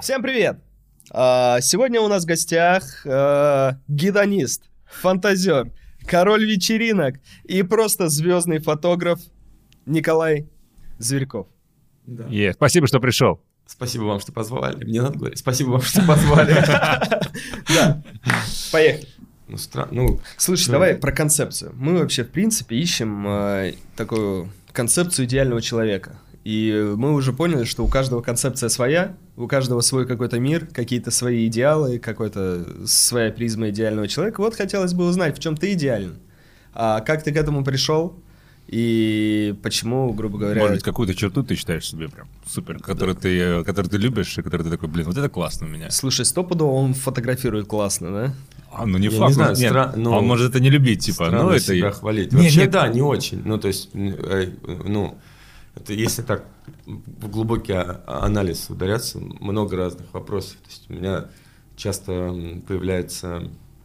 Всем привет! Сегодня у нас в гостях гедонист, фантазер, король вечеринок и просто звездный фотограф Николай Зверьков. Да. Спасибо, что пришел. Спасибо вам, что позвали. Мне надо говорить. Спасибо вам, что позвали. Да, поехали. Слушай, давай про концепцию. Мы вообще, в принципе, ищем такую концепцию идеального человека. И мы уже поняли, что у каждого концепция своя, у каждого свой какой-то мир, какие-то свои идеалы, какая-то своя призма идеального человека. Вот хотелось бы узнать, в чем ты идеален. А как ты к этому пришел? И почему, грубо говоря... Может быть, какую-то черту ты считаешь себе прям супер, которую ты любишь, и которую ты такой, блин, вот это классно у меня. Слушай, стопудово он фотографирует классно, да? Не факт. Не знаю, он может это не любить, типа. Странно это себя хвалить. Вообще, да, не очень. Это если так в глубокий анализ ударяться, много разных вопросов. То есть у меня часто появляется...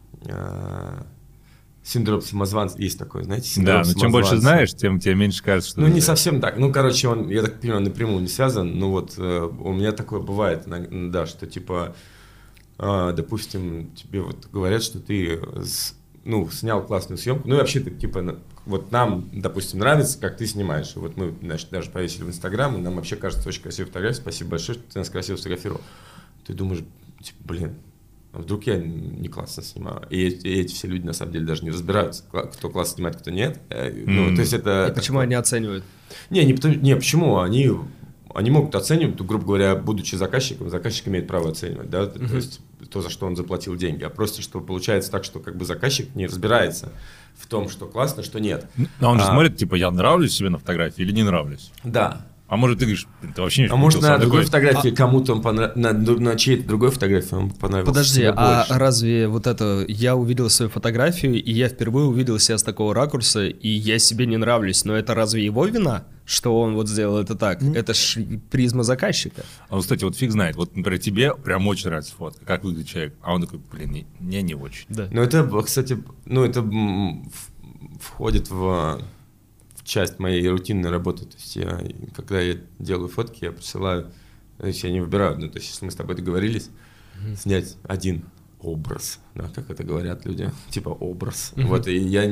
синдром самозванца, есть такой, знаете, синдром самозванца. Чем больше знаешь, тем тебе меньше кажется, что... не совсем так. Он, я так понимаю, напрямую не связан, у меня такое бывает, да, что типа, допустим, тебе вот говорят, что ты, снял классную съемку, и вообще ты, типа, вот нам, допустим, нравится, как ты снимаешь, и вот мы, значит, даже повесили в Инстаграм, и нам вообще кажется очень красивая фотография, спасибо большое, что ты нас красиво сфотографировал. Ты думаешь, типа, блин, вдруг я не классно снимаю. И эти все люди, на самом деле, даже не разбираются, кто классно снимает, кто нет. То есть это... И почему они оценивают? Почему? Они могут оценивать, грубо говоря, будучи заказчиком, заказчик имеет право оценивать, да, то есть то, за что он заплатил деньги. А просто, что получается так, что как бы заказчик не разбирается в том, что классно, что нет. Но он же смотрит, типа, я нравлюсь себе на фотографии или не нравлюсь? Да. А может, ты говоришь, ты вообще не... А может, на другой фотографии кому-то он понравился, на чьей-то другой фотографии он понравился. Подожди, разве вот это... Я увидел свою фотографию, и я впервые увидел себя с такого ракурса, и я себе не нравлюсь, но это разве его вина, что он вот сделал это так? Это ж призма заказчика. Кстати, вот фиг знает, вот, например, тебе прям очень нравится фотка, как выглядит человек, а он такой, блин, мне не очень. Да. Это, кстати, это входит в часть моей рутинной работы. То есть когда я делаю фотки, я присылаю, то есть я не выбираю, то есть если мы с тобой договорились снять один образ, да, как это говорят люди, типа образ. Вот, и я,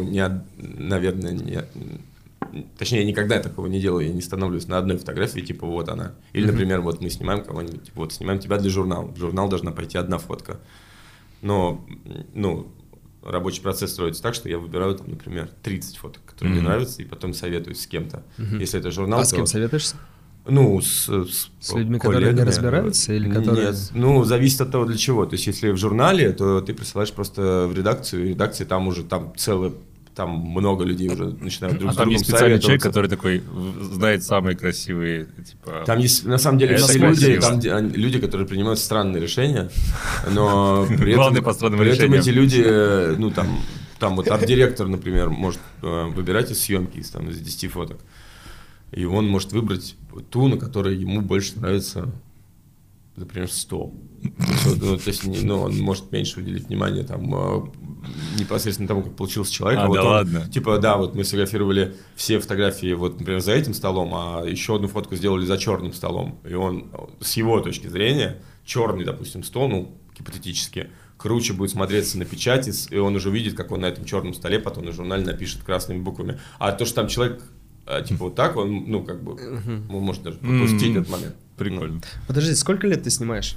точнее, я никогда такого не делаю, я не становлюсь на одной фотографии, типа вот она. Или, например, вот мы снимаем кого-нибудь, вот снимаем тебя для журнала. В журнал должна пойти одна фотка. Но, рабочий процесс строится так, что я выбираю, там, например, 30 фоток, которые мне нравятся, и потом советуюсь с кем-то. Если это журнал, с кем советуешься? С людьми, которые не разбираются? Или которые... Нет, зависит от того, для чего. То есть, если в журнале, то ты присылаешь просто в редакцию, и редакции там много людей уже начинают друг с другом советоваться. Там есть специальный человек, который такой знает самые красивые, типа... Там есть, на самом деле, люди, которые принимают странные решения, но при этом эти люди, там вот арт-директор, например, может выбирать из съемки из 10 фоток, и он может выбрать ту, на которой ему больше нравится, например, 100. То есть, он может меньше уделить внимания непосредственно тому, как получился человек. Ладно. Типа, да, вот мы сфотографировали все фотографии, вот, например, за этим столом, а еще одну фотку сделали за черным столом. И он, с его точки зрения, черный, допустим, стол, гипотетически, круче будет смотреться на печати, и он уже увидит, как он на этом черном столе потом на журнале напишет красными буквами. А то, что там человек, типа, вот так, он, он может даже пропустить этот момент. Прикольно. Подожди, сколько лет ты снимаешь?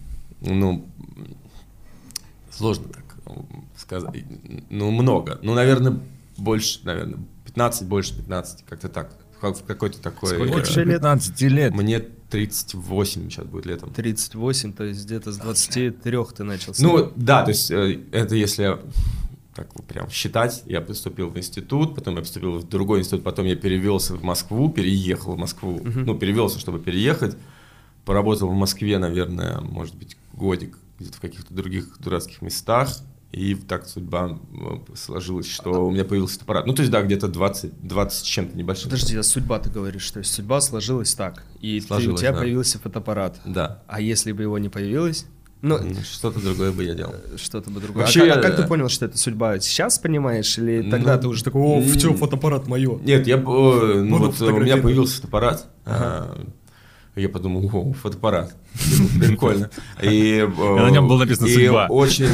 Сложно так сказать. Много. Наверное, больше, 15, больше 15, как-то так. В какой-то такой... Сколько тебе лет? 15 лет. Мне 38 сейчас будет летом. 38, то есть где-то с 23 ты начал снимать. Да, то есть это если так прям считать, я поступил в институт, потом я поступил в другой институт, потом я перевелся в Москву, переехал в Москву, перевелся, чтобы переехать, поработал в Москве, наверное, может быть, годик, где-то в каких-то других дурацких местах, и так судьба сложилась, что у меня появился фотоаппарат. То есть, да, где-то 20 с чем-то небольшим. Подожди, а судьба ты говоришь, то есть судьба сложилась так, и у тебя появился фотоаппарат. Да. А если бы его не появилось? Что-то другое бы я делал. Что-то бы другое. Вообще, как ты понял, что это судьба? Сейчас понимаешь? Или тогда ты уже такой, все, фотоаппарат мое? Нет, у меня появился фотоаппарат. Я подумал, о, фотоаппарат, прикольно. И на нем было написано «Судьба». И очень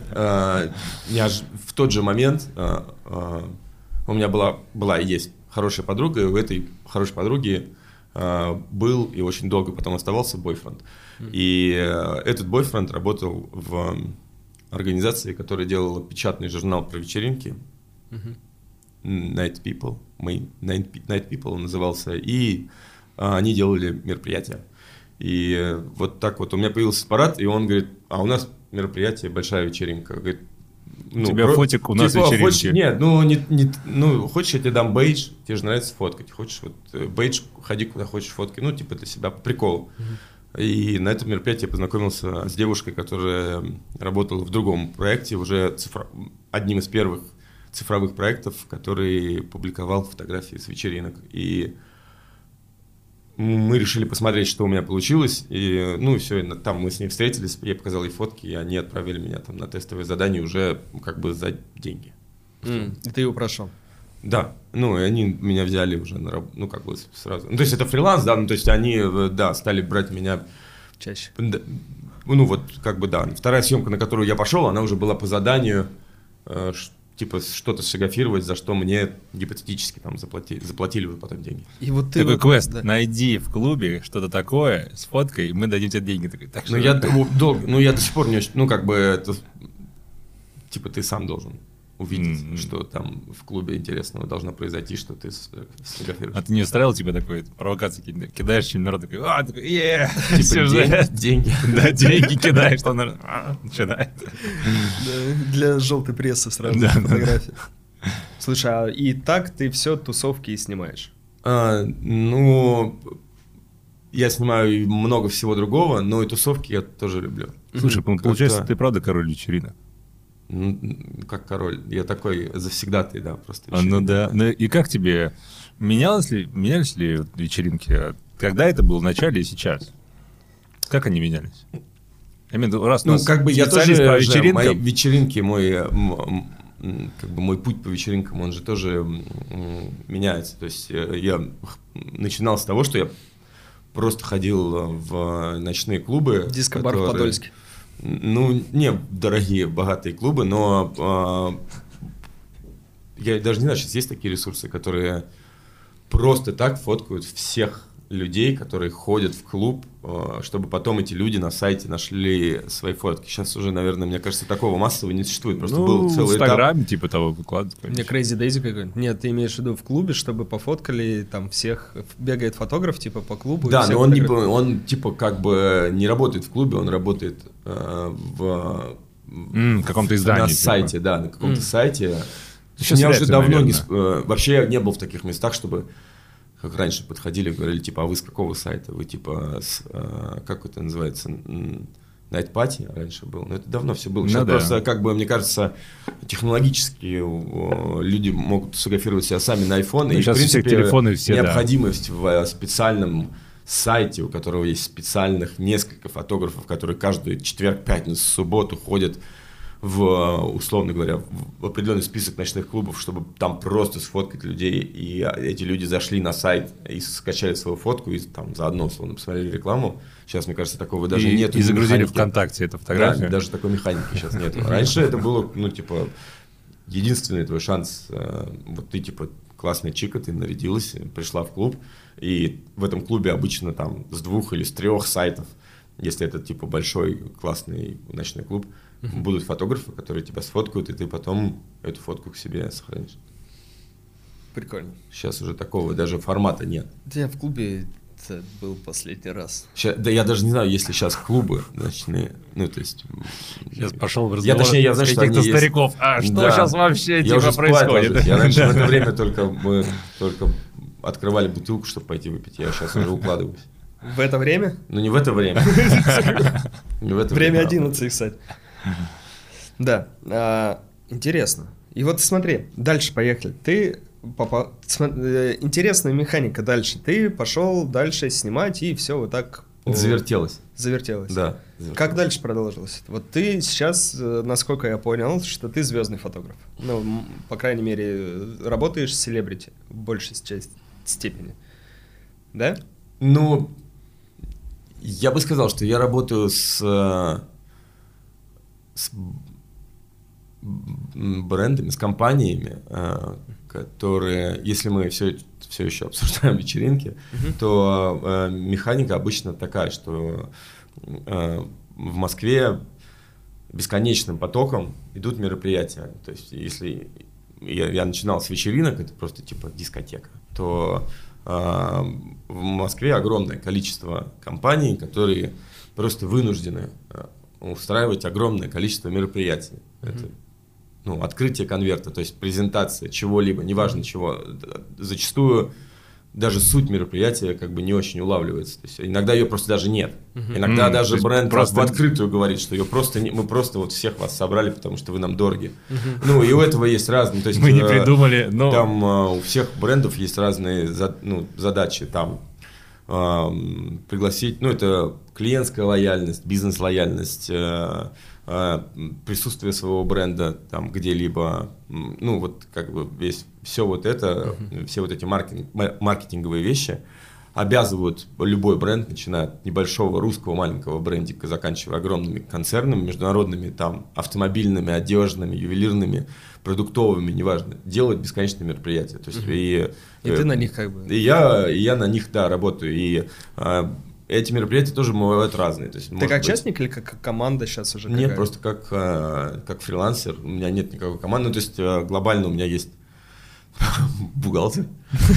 в тот же момент у меня была и есть хорошая подруга, и у этой хорошей подруги был и очень долго потом оставался бойфренд. И этот бойфренд работал в организации, которая делала печатный журнал про вечеринки. Night People. Night People назывался. И они делали мероприятия. И вот так вот у меня появился аппарат, и он говорит, а у нас мероприятие, большая вечеринка. Говорит, у тебя фотик, у нас типа, вечеринки. Хочешь, нет, хочешь, я тебе дам бейдж, тебе же нравится фоткать. Хочешь, вот бейдж, ходи куда хочешь фоткай. Ну, типа для себя, по приколу. И на этом мероприятии я познакомился с девушкой, которая работала в другом проекте, уже одним из первых цифровых проектов, который публиковал фотографии с вечеринок. И мы решили посмотреть, что у меня получилось. И, ну, все, там мы с ней встретились, я показал ей фотки, и они отправили меня там на тестовые задания уже как бы за деньги. И ты его прошел? Да, ну, и они меня взяли уже на работу, ну, как бы сразу. Ну, то есть это фриланс, да, ну, то есть они, да, стали брать меня... Чаще. Да, ну, вот, как бы, да. Вторая съемка, на которую я пошел, она уже была по заданию, типа, что-то сфотографировать, за что мне гипотетически там заплатили бы потом деньги. И вот ты такой вот, квест, да. найди в клубе что-то такое, сфоткай, и мы дадим тебе деньги. Такой, так Ну, что... я до сих пор не очень, ну, как бы, это, типа, ты сам должен увидеть, что там в клубе интересного должно произойти, что ты сфотографируешь. А ты не устраивал, типа, такой провокации, кидаешь чем народ, такой, такой, Типа, деньги. Да, деньги кидаешь, что народ начинает. Для желтой прессы сразу фотографии. Слушай, а и так ты все тусовки и снимаешь? Ну, я снимаю много всего другого, но и тусовки я тоже люблю. Слушай, получается, ты правда король вечеринок? Ну, как король. Я такой завсегдатый, да, просто. Ну да. Ну, и как тебе? Менялись ли вечеринки? Когда это было, в начале и сейчас? Как они менялись? Я имею в виду, раз у ну, нас как бы я тоже, по вечеринкам... мои вечеринки, как бы мой путь по вечеринкам, он же тоже меняется. То есть я начинал с того, что я просто ходил в ночные клубы. Диско-бар в Подольске. Ну, не дорогие, богатые клубы, но я даже не знаю, сейчас есть такие ресурсы, которые просто так фоткают всех людей, которые ходят в клуб, чтобы потом эти люди на сайте нашли свои фотки. Сейчас уже, наверное, мне кажется, такого массового не существует. Просто был целый в Инстаграме типа того выкладывают. Мне Crazy Daisy какой-нибудь. Нет, ты имеешь в виду в клубе, чтобы пофоткали там всех, бегает фотограф типа по клубу. Да, но он типа как бы не работает в клубе, он работает в каком-то издании. На типа. сайте, да, на каком-то сайте. Сейчас я уже давно наверное. Вообще я не был в таких местах, чтобы как раньше подходили и говорили, типа, а вы с какого сайта? Вы типа, как это называется, Night Party раньше был. Но это давно все было. Сейчас просто, как бы, мне кажется, технологически люди могут сфотографировать себя сами на iPhone. И, в принципе, телефоны все, необходимость в специальном сайте, у которого есть специальных несколько фотографов, которые каждый четверг, пятницу, субботу ходят условно говоря, в определенный список ночных клубов, чтобы там просто сфоткать людей, и эти люди зашли на сайт и скачали свою фотку, и там заодно, условно, посмотрели рекламу. Сейчас, мне кажется, такого даже нет. И загрузили ВКонтакте эту фотографию. Да, даже такой механики сейчас нет. Раньше это было, ну, типа, единственный твой шанс. Вот ты, типа, классная чика, ты нарядилась, пришла в клуб, и в этом клубе обычно там с 2 или с 3 сайтов, если это, типа, большой классный ночной клуб, будут фотографы, которые тебя сфоткают, и ты потом эту фотку к себе сохранишь. Прикольно. Сейчас уже такого даже формата нет. Я в клубе был последний раз. Да я даже не знаю, есть ли сейчас клубы ночные. Ну, то есть... Сейчас пошел в разговор я знаю, с что каких-то они стариков. есть. А что да. сейчас вообще я типа происходит? Я раньше в это время мы только открывали бутылку, чтобы пойти выпить. Я сейчас уже укладываюсь. В это время? Ну, не в это время. Время 11, кстати. Да, интересно. И вот смотри, дальше поехали. Интересная механика дальше. Ты пошел дальше снимать, и все вот так... Завертелось. Да. Как дальше продолжилось? Вот ты сейчас, насколько я понял, что ты звездный фотограф. Ну, по крайней мере, работаешь с селебрити в большей степени. Да? Ну... Я бы сказал, что я работаю с брендами, с компаниями, которые, если мы все еще обсуждаем вечеринки, то механика обычно такая, что в Москве бесконечным потоком идут мероприятия. То есть, если я начинал с вечеринок, это просто типа дискотека, то в Москве огромное количество компаний, которые просто вынуждены устраивать огромное количество мероприятий. Это, открытие конверта, то есть презентация чего-либо, неважно чего. Зачастую даже суть мероприятия как бы не очень улавливается. То есть иногда ее просто даже нет. Иногда даже бренд просто в открытую говорит, что ее просто не, мы просто вот всех вас собрали, потому что вы нам дороги. И у этого есть разные. То есть, мы не придумали, но... Там у всех брендов есть разные задачи. Там пригласить, это клиентская лояльность, бизнес-лояльность, присутствие своего бренда там где-либо, все вот эти маркетинговые вещи обязывают любой бренд, начиная от небольшого русского маленького брендика, заканчивая огромными концернами, международными, там, автомобильными, одежными, ювелирными, продуктовыми, неважно, делать бесконечные мероприятия. То есть, и ты на них как бы... И я на них, да, работаю. И эти мероприятия тоже бывают разные. То есть, ты как участник или как команда сейчас уже? Нет, просто как фрилансер. У меня нет никакой команды. То есть глобально у меня есть бухгалтер.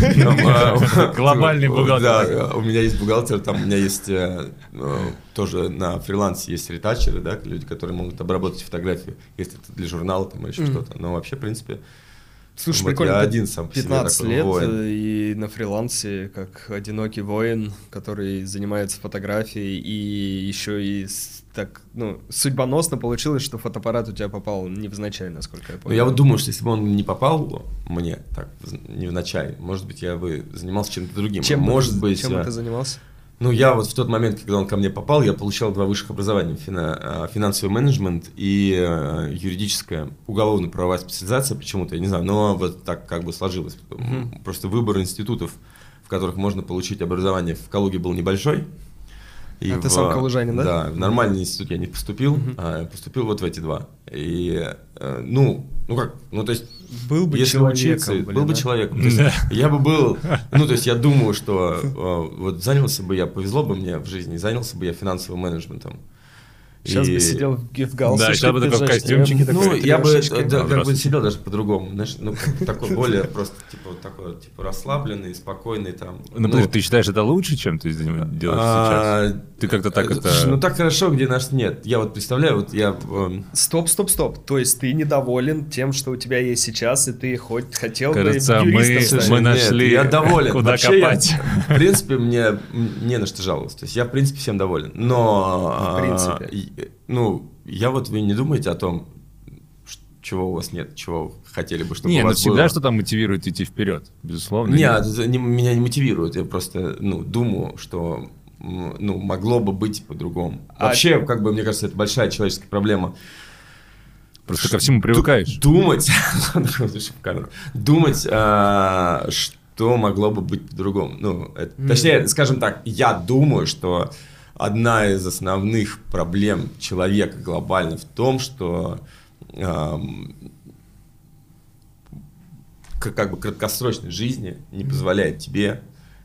Глобальный бухгалтер. Да, у меня есть бухгалтер, там у меня есть тоже на фрилансе есть ретачеры, да, люди, которые могут обработать фотографию, если это для журнала там или еще что-то. Но вообще, в принципе, слушай, прикольно, я один сам 15 лет воин. И на фрилансе как одинокий воин, который занимается фотографией, и еще и так, судьбоносно получилось, что фотоаппарат у тебя попал невзначай, насколько я понял. Я вот думаю, что если бы он не попал мне так невзначай, может быть, я бы занимался чем-то другим. Чем бы ты занимался? Я вот в тот момент, когда он ко мне попал, я получал 2 высших образования: финансовый менеджмент и юридическая уголовно-правовая специализация почему-то, я не знаю, но вот так как бы сложилось. Просто выбор институтов, в которых можно получить образование, в Калуге был небольшой. И ты сам калужанин, да? Да, в нормальный институт я не поступил, а поступил вот в эти 2. И, то есть, был бы если учиться, был бы человеком. Я бы был, то есть, я думаю, что вот занялся бы я, повезло бы мне в жизни, занялся бы я финансовым менеджментом. Сейчас бы сидел в галстуке. Да, сейчас бы такой в костюмчике. Я бы сидел даже по-другому, знаешь, такой более просто, расслабленный, спокойный там. Ты считаешь, это лучше, чем ты делаешь сейчас? Ты как-то так это... так хорошо, где нас нет. Я вот представляю, Стоп. То есть ты недоволен тем, что у тебя есть сейчас, и ты хотел кажется, бы юристом стать? мы нашли, нет, я доволен. Куда вообще копать. В принципе, мне не на что жаловаться. То есть я, в принципе, всем доволен. Но... В принципе. Вы не думаете о том, чего у вас нет, чего хотели бы, чтобы у вас всегда было? что-то мотивирует идти вперед, безусловно. Нет, меня не мотивирует, я просто, думаю, что, могло бы быть по-другому. Вообще, мне кажется, это большая человеческая проблема. Просто ко всему привыкаешь. Думать, что могло бы быть по-другому. Точнее, скажем так, я думаю, что одна из основных проблем человека глобально в том, что краткосрочной жизни не позволяет тебе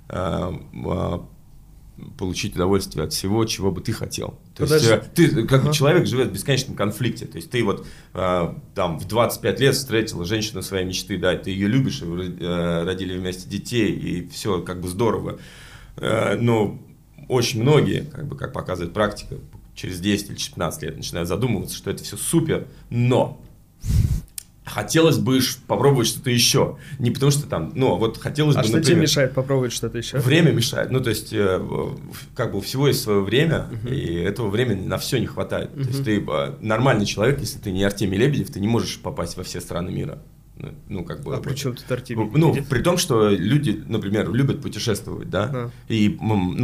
получить удовольствие от всего, чего бы ты хотел. То есть ты человек живет в бесконечном конфликте. То есть ты в 25 лет встретила женщину своей мечты, да, ты ее любишь, и вы родили вместе детей, и все здорово. Но очень многие, как показывает практика, через 10 или 15 лет начинают задумываться, что это все супер, но хотелось бы попробовать что-то еще. Не потому что хотелось бы, что тебе мешает попробовать что-то еще? Время мешает. То есть, у всего есть свое время, и этого времени на все не хватает. То есть, ты нормальный человек, если ты не Артемий Лебедев, ты не можешь попасть во все страны мира. При чем тут Артемий Лебедев? При том, что люди, например, любят путешествовать, да, и,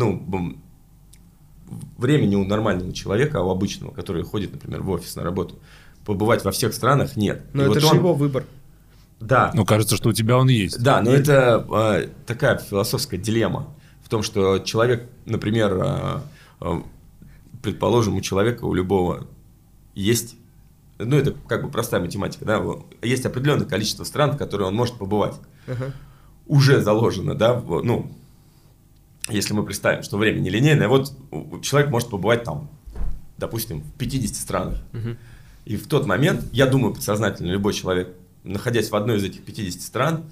времени у нормального человека, у обычного, который ходит, например, в офис на работу, побывать во всех странах нет. Но это же его выбор. Да. Кажется, что у тебя он есть. Да, но это такая философская дилемма в том, что человек, например, предположим, у человека, у любого есть, ну, это как бы простая математика, да, есть определенное количество стран, в которые он может побывать. Уже заложено, да, ну, если мы представим, что время нелинейное, вот человек может побывать там, допустим, в 50 странах. И в тот момент, я думаю, подсознательно любой человек, находясь в одной из этих 50 стран,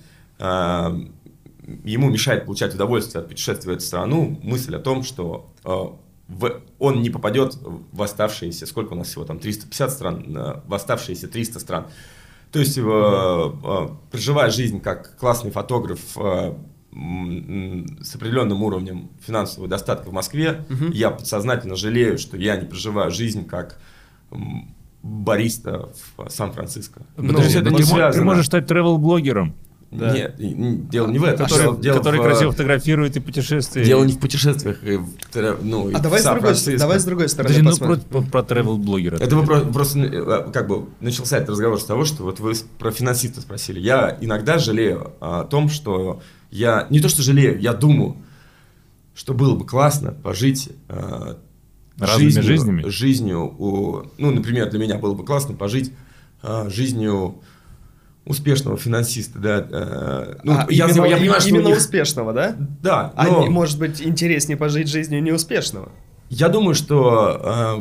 ему мешает получать удовольствие от путешествия в эту страну мысль о том, что он не попадет в оставшиеся, сколько у нас всего там, 350 стран, в оставшиеся 300 стран. То есть, проживая жизнь как классный фотограф с определенным уровнем финансового достатка в Москве, я подсознательно жалею, что я не проживаю жизнь как бариста в Сан-Франциско. Подожди, ты можешь стать тревел-блогером. Да. Нет, дело не в этом. Который красиво фотографирует и путешествует. Дело не в путешествиях. Давай с другой стороны посмотрим. Про тревел-блогера. Это вопрос, просто как бы начался этот разговор с того, что вот вы про финансиста спросили. Я иногда жалею о том, что я... Не то, что жалею, я думаю, что было бы классно пожить разными жизнью. Ну, например, для меня было бы классно пожить жизнью успешного финансиста, да. Я понимаю, что именно успешного, да? Да. Но... может быть, интереснее пожить жизнью неуспешного? Я думаю, что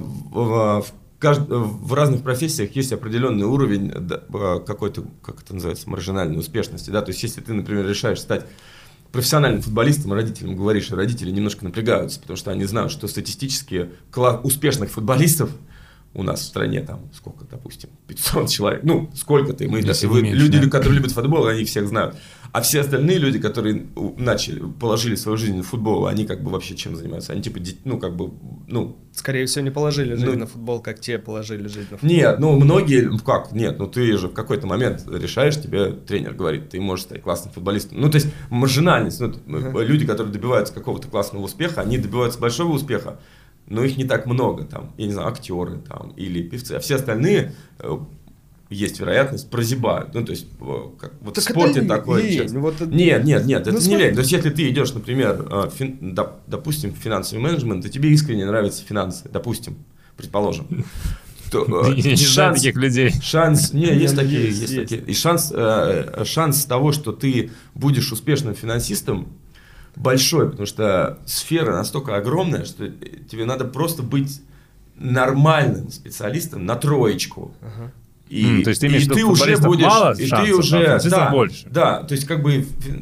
в разных профессиях есть определенный уровень какой-то, как это называется, маржинальной успешности, да. То есть, если ты, например, решаешь стать профессиональным футболистом, родителям говоришь, и родители немножко напрягаются, потому что они знают, что статистически успешных футболистов у нас в стране там, сколько, допустим, 500 человек, ну, сколько-то, и люди, которые любят футбол, они всех знают. А все остальные люди, которые положили свою жизнь на футбол, они как бы вообще чем занимаются? Они типа, Скорее всего, не положили жизнь на футбол, как те положили жизнь на футбол. Нет, многие, ты же в какой-то момент решаешь, тебе тренер говорит, ты можешь стать классным футболистом. Ну, то есть, маржинальность, люди, которые добиваются какого-то классного успеха, они добиваются большого успеха, но их не так много, там, я не знаю, актеры там, или певцы, а все остальные, есть вероятность, прозябают. Ну, то есть, как, вот так в спорте такое. Нет, это не лень. То есть, если ты идешь, например, допустим, в финансовый менеджмент, и тебе искренне нравятся финансы, допустим, предположим. Я не знаю таких людей. Есть такие. И шанс того, что ты будешь успешным финансистом, большой, потому что сфера настолько огромная, что тебе надо просто быть нормальным специалистом на троечку. То есть ты имеешь в виду, футболистов мало шансов, а финансистов больше. Да, то есть как бы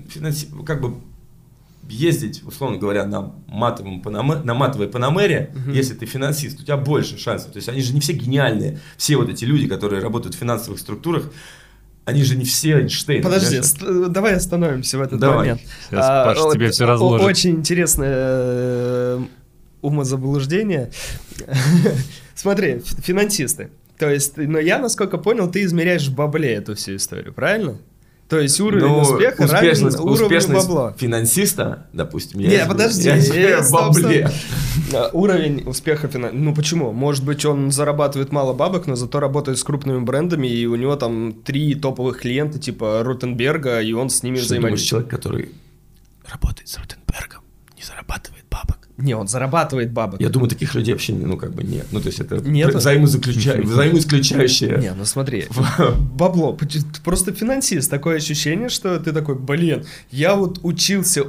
ездить, условно говоря, на матовой Панамере, если ты финансист, у тебя больше шансов. То есть они же не все гениальные. Все вот эти люди, которые работают в финансовых структурах, они же не все Эйнштейны. Подожди, давай остановимся в этот момент. Сейчас Паша тебе все разложит. Очень интересное умозаблуждение. Смотри, финансисты. То есть, но я, насколько понял, ты измеряешь в бабле эту всю историю, правильно? То есть уровень успеха равен уровню бабла. Финансиста, допустим, подожди, в бабле. Уровень успеха почему? Может быть, он зарабатывает мало бабок, но зато работает с крупными брендами, и у него там 3 топовых клиента, типа Ротенберга, и он с ними взаимодействует. Человек, который работает с Ротенбергом, не зарабатывает бабок. Не, он зарабатывает бабок. Я думаю, таких людей вообще нет. Ну, то есть, это взаимоисключающее. Не, смотри, бабло. Просто финансист. Такое ощущение, что ты такой, я вот учился,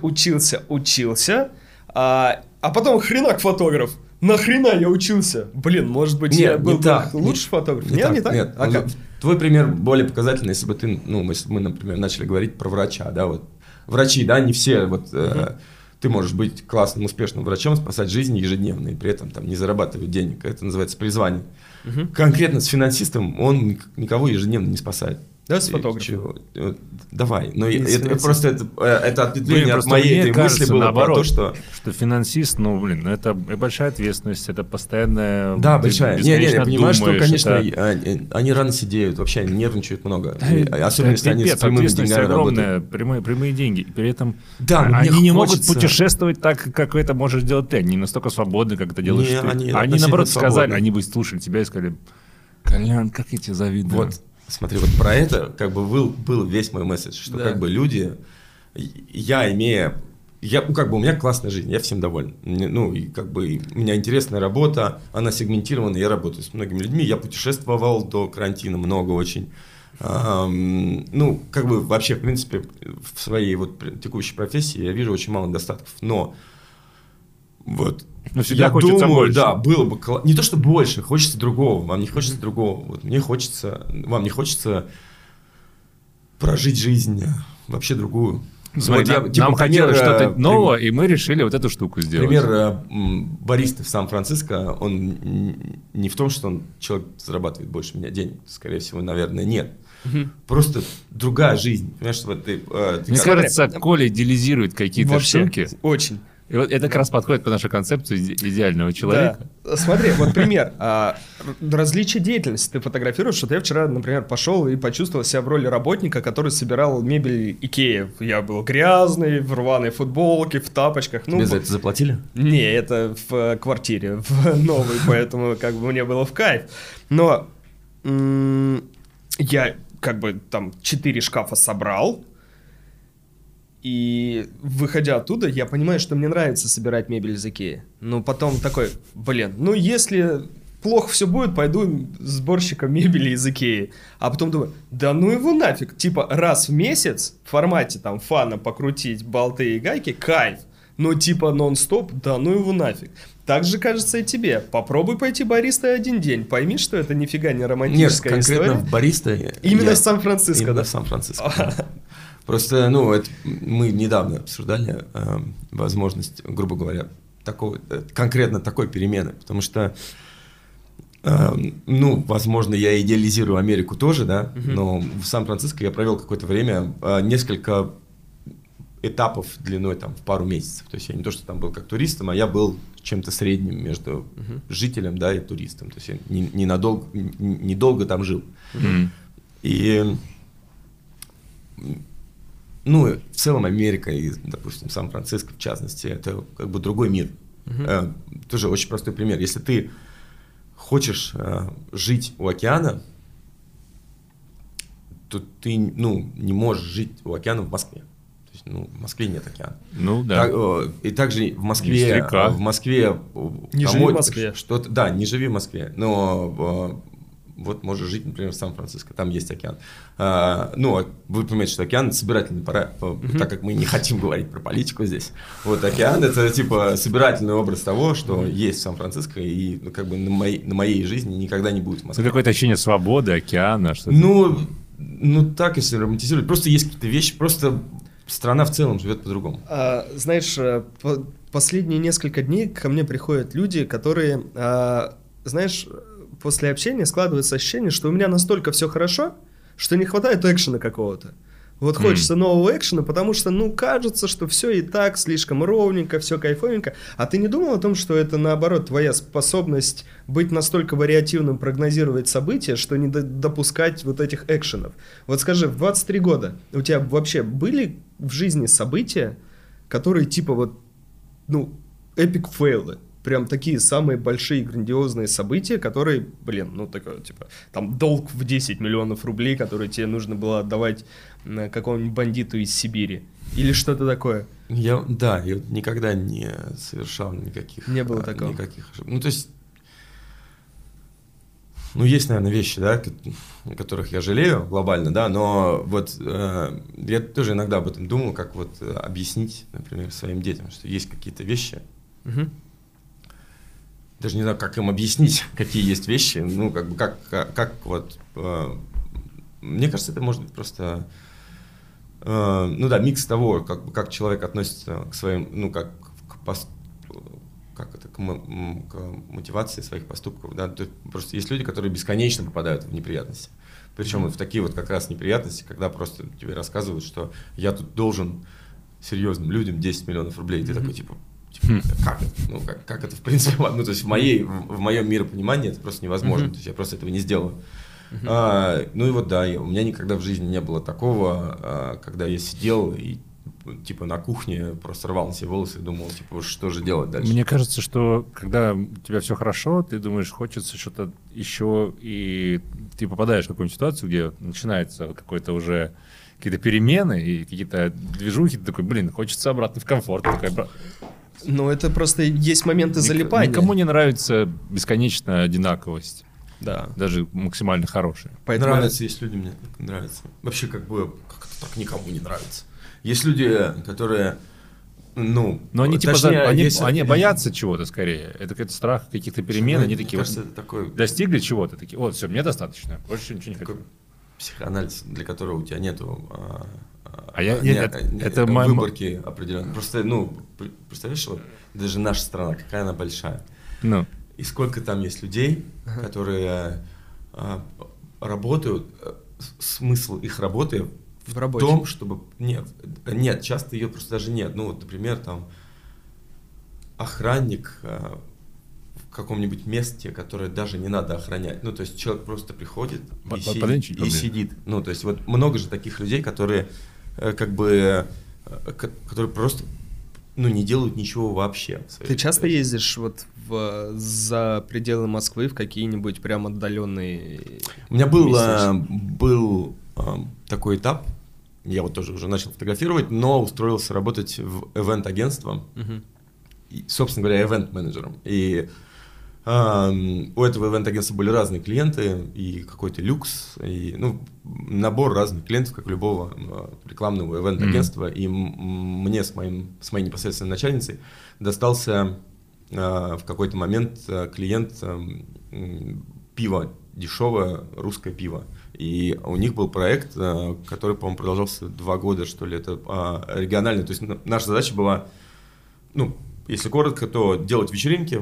а потом хренак фотограф. Нахрена я учился? Может быть, я был лучший фотограф? Не так? Нет. Твой пример более показательный, если бы мы, например, начали говорить про врача, да, вот. Врачи, да, не все ты можешь быть классным, успешным врачом, спасать жизни ежедневно и при этом там, не зарабатывать денег. Это называется призвание. Конкретно с финансистом он никого ежедневно не спасает. Да, с фотографом. Давай. Но это просто это ответвление от моей этой мысли было наоборот, про то, что финансист, это большая ответственность, это постоянная... Да, большая. Я понимаю, что, конечно, они рано сидеют, вообще они нервничают много. Особенно, если они с прямыми деньгами огромная, прямые деньги. И при этом они не могут путешествовать так, как это можешь делать ты. Они не настолько свободны, как это делаешь ты. Они наоборот сказали, они бы слушали тебя и сказали, Колян, как я тебе завидую. Вот. Смотри, вот про это как бы был весь мой месседж, что как бы люди, я имея у меня классная жизнь, я всем доволен. Ну, и как бы у меня интересная работа, она сегментирована, я работаю с многими людьми, я путешествовал до карантина много очень. Ну, как бы вообще, в принципе, в своей вот текущей профессии я вижу очень мало недостатков, но вот я думаю, больше. Да, было бы не то, что больше, хочется другого, вам не хочется другого, вот мне хочется, вам не хочется прожить жизнь вообще другую. Смотри, вот нам хотелось что-то нового, и мы решили вот эту штуку сделать. Пример бариста в Сан-Франциско, он не в том, что человек зарабатывает больше меня денег, скорее всего, наверное, нет. Просто другая жизнь. Понимаешь, вот ты мне кажется, Коля идеализирует какие-то штуки. Очень. И вот это как раз подходит по нашей концепции идеального человека. Да. Смотри, вот пример. Различие деятельности. Ты фотографируешь, что я вчера, например, пошел и почувствовал себя в роли работника, который собирал мебель Икеи. Я был грязный, в рваной футболке, в тапочках. Тебе за это заплатили? Не, это в квартире, в новой, поэтому как бы мне было в кайф. Но я как бы там 4 шкафа собрал. И выходя оттуда, я понимаю, что мне нравится собирать мебель из Икеи. Но потом такой, ну если плохо все будет, пойду сборщиком мебели из Икеи. А потом думаю, да ну его нафиг. Типа раз в месяц в формате там фана покрутить болты и гайки, кайф. Но типа нон-стоп, да ну его нафиг. Так же кажется и тебе. Попробуй пойти баристой один день. Пойми, что это нифига не романтическая история. Нет, конкретно в бариста... Именно в Сан-Франциско, именно да? в Сан-Франциско. Просто, мы недавно обсуждали возможность, грубо говоря, конкретно такой перемены, потому что, возможно, я идеализирую Америку тоже, да, но в Сан-Франциско я провел какое-то время, несколько этапов длиной там в пару месяцев, то есть я не то, что там был как туристом, а я был чем-то средним между жителем, да, и туристом, то есть я недолго там жил. И... в целом Америка и, допустим, Сан-Франциско, в частности, это как бы другой мир. Тоже очень простой пример. Если ты хочешь жить у океана, то ты, не можешь жить у океана в Москве. То есть, в Москве нет океана. Ну, да. И также в Москве... Не живи в Москве. Да, не живи в Москве. Но... Вот можешь жить, например, в Сан-Франциско, там есть океан. Вы понимаете, что океан – это собирательный так как мы не хотим говорить про политику здесь. Вот океан – это типа собирательный образ того, что есть в Сан-Франциско, и как бы на моей жизни никогда не будет в Москве. Какое-то ощущение свободы, океана, что-то. Так, если романтизировать. Просто есть какие-то вещи, просто страна в целом живет по-другому. Знаешь, последние несколько дней ко мне приходят люди, которые, знаешь... После общения складывается ощущение, что у меня настолько все хорошо, что не хватает экшена какого-то. Вот хочется нового экшена, потому что, кажется, что все и так слишком ровненько, все кайфовенько. А ты не думал о том, что это, наоборот, твоя способность быть настолько вариативным, прогнозировать события, что не допускать вот этих экшенов? Вот скажи, в 23 года у тебя вообще были в жизни события, которые типа эпик фейлы? Прям такие самые большие грандиозные события, которые, такое, типа, там долг в 10 миллионов рублей, который тебе нужно было отдавать какому-нибудь бандиту из Сибири. Или что-то такое. Я никогда не совершал никаких... Не было такого? Никаких ошибок. То есть... есть, наверное, вещи, да, о которых я жалею глобально, да, но вот я тоже иногда об этом думал, как вот объяснить, например, своим детям, что есть какие-то вещи... Даже не знаю, как им объяснить, какие есть вещи. Как вот... Мне кажется, это может быть просто... микс того, как человек относится к своим... к мотивации своих поступков. Да? Просто есть люди, которые бесконечно попадают в неприятности. Причем в такие вот как раз неприятности, когда просто тебе рассказывают, что я тут должен серьезным людям 10 миллионов рублей. И ты такой, типа... Как это? Как это в принципе? То есть в моем миропонимании это просто невозможно. То есть я просто этого не сделаю. У меня никогда в жизни не было такого, когда я сидел и типа на кухне просто рвал на себе волосы и думал, типа, что же делать дальше. Мне кажется, что когда у тебя все хорошо, ты думаешь, хочется что-то еще, и ты попадаешь в какую-нибудь ситуацию, где начинается какой-то уже какие-то перемены и какие-то движухи, ты такой, блин, хочется обратно в комфорт. Ну, это просто есть моменты залипания. Никому не нравится бесконечная одинаковость. Да. Даже максимально хорошая. Поэтому нравится, есть люди, мне нравится. Вообще, как это так никому не нравится. Есть люди, которые, но они они боятся чего-то скорее. Это какой-то страх каких-то перемен. Они такие, кажется, такой... достигли чего-то, такие, вот, все, мне достаточно, больше ничего не хочу. Психоанализ, для которого у тебя нету это выборки определенные. Просто, представляешь, вот даже наша страна, какая она большая. И сколько там есть людей, которые работают, смысл их работы в том, чтобы... Нет, часто ее просто даже нет. Ну, вот, например, там, охранник в каком-нибудь месте, которое даже не надо охранять. Ну, то есть человек просто приходит и сидит. Ну, то есть вот много же таких людей, которые которые просто не делают ничего вообще. Ты часто ездишь за пределы Москвы в какие-нибудь прям отдаленные... У меня был такой этап, я вот тоже уже начал фотографировать, но устроился работать в ивент-агентство, и, собственно говоря, ивент-менеджером. И у этого ивент-агентства были разные клиенты, и какой-то люкс, и набор разных клиентов, как у любого рекламного ивент-агентства. И мне с моей непосредственной начальницей достался в какой-то момент клиент пива, дешевое русское пиво. И у них был проект, который, по-моему, продолжался 2 года, что ли, это региональный. То есть наша задача была, если коротко, то делать вечеринки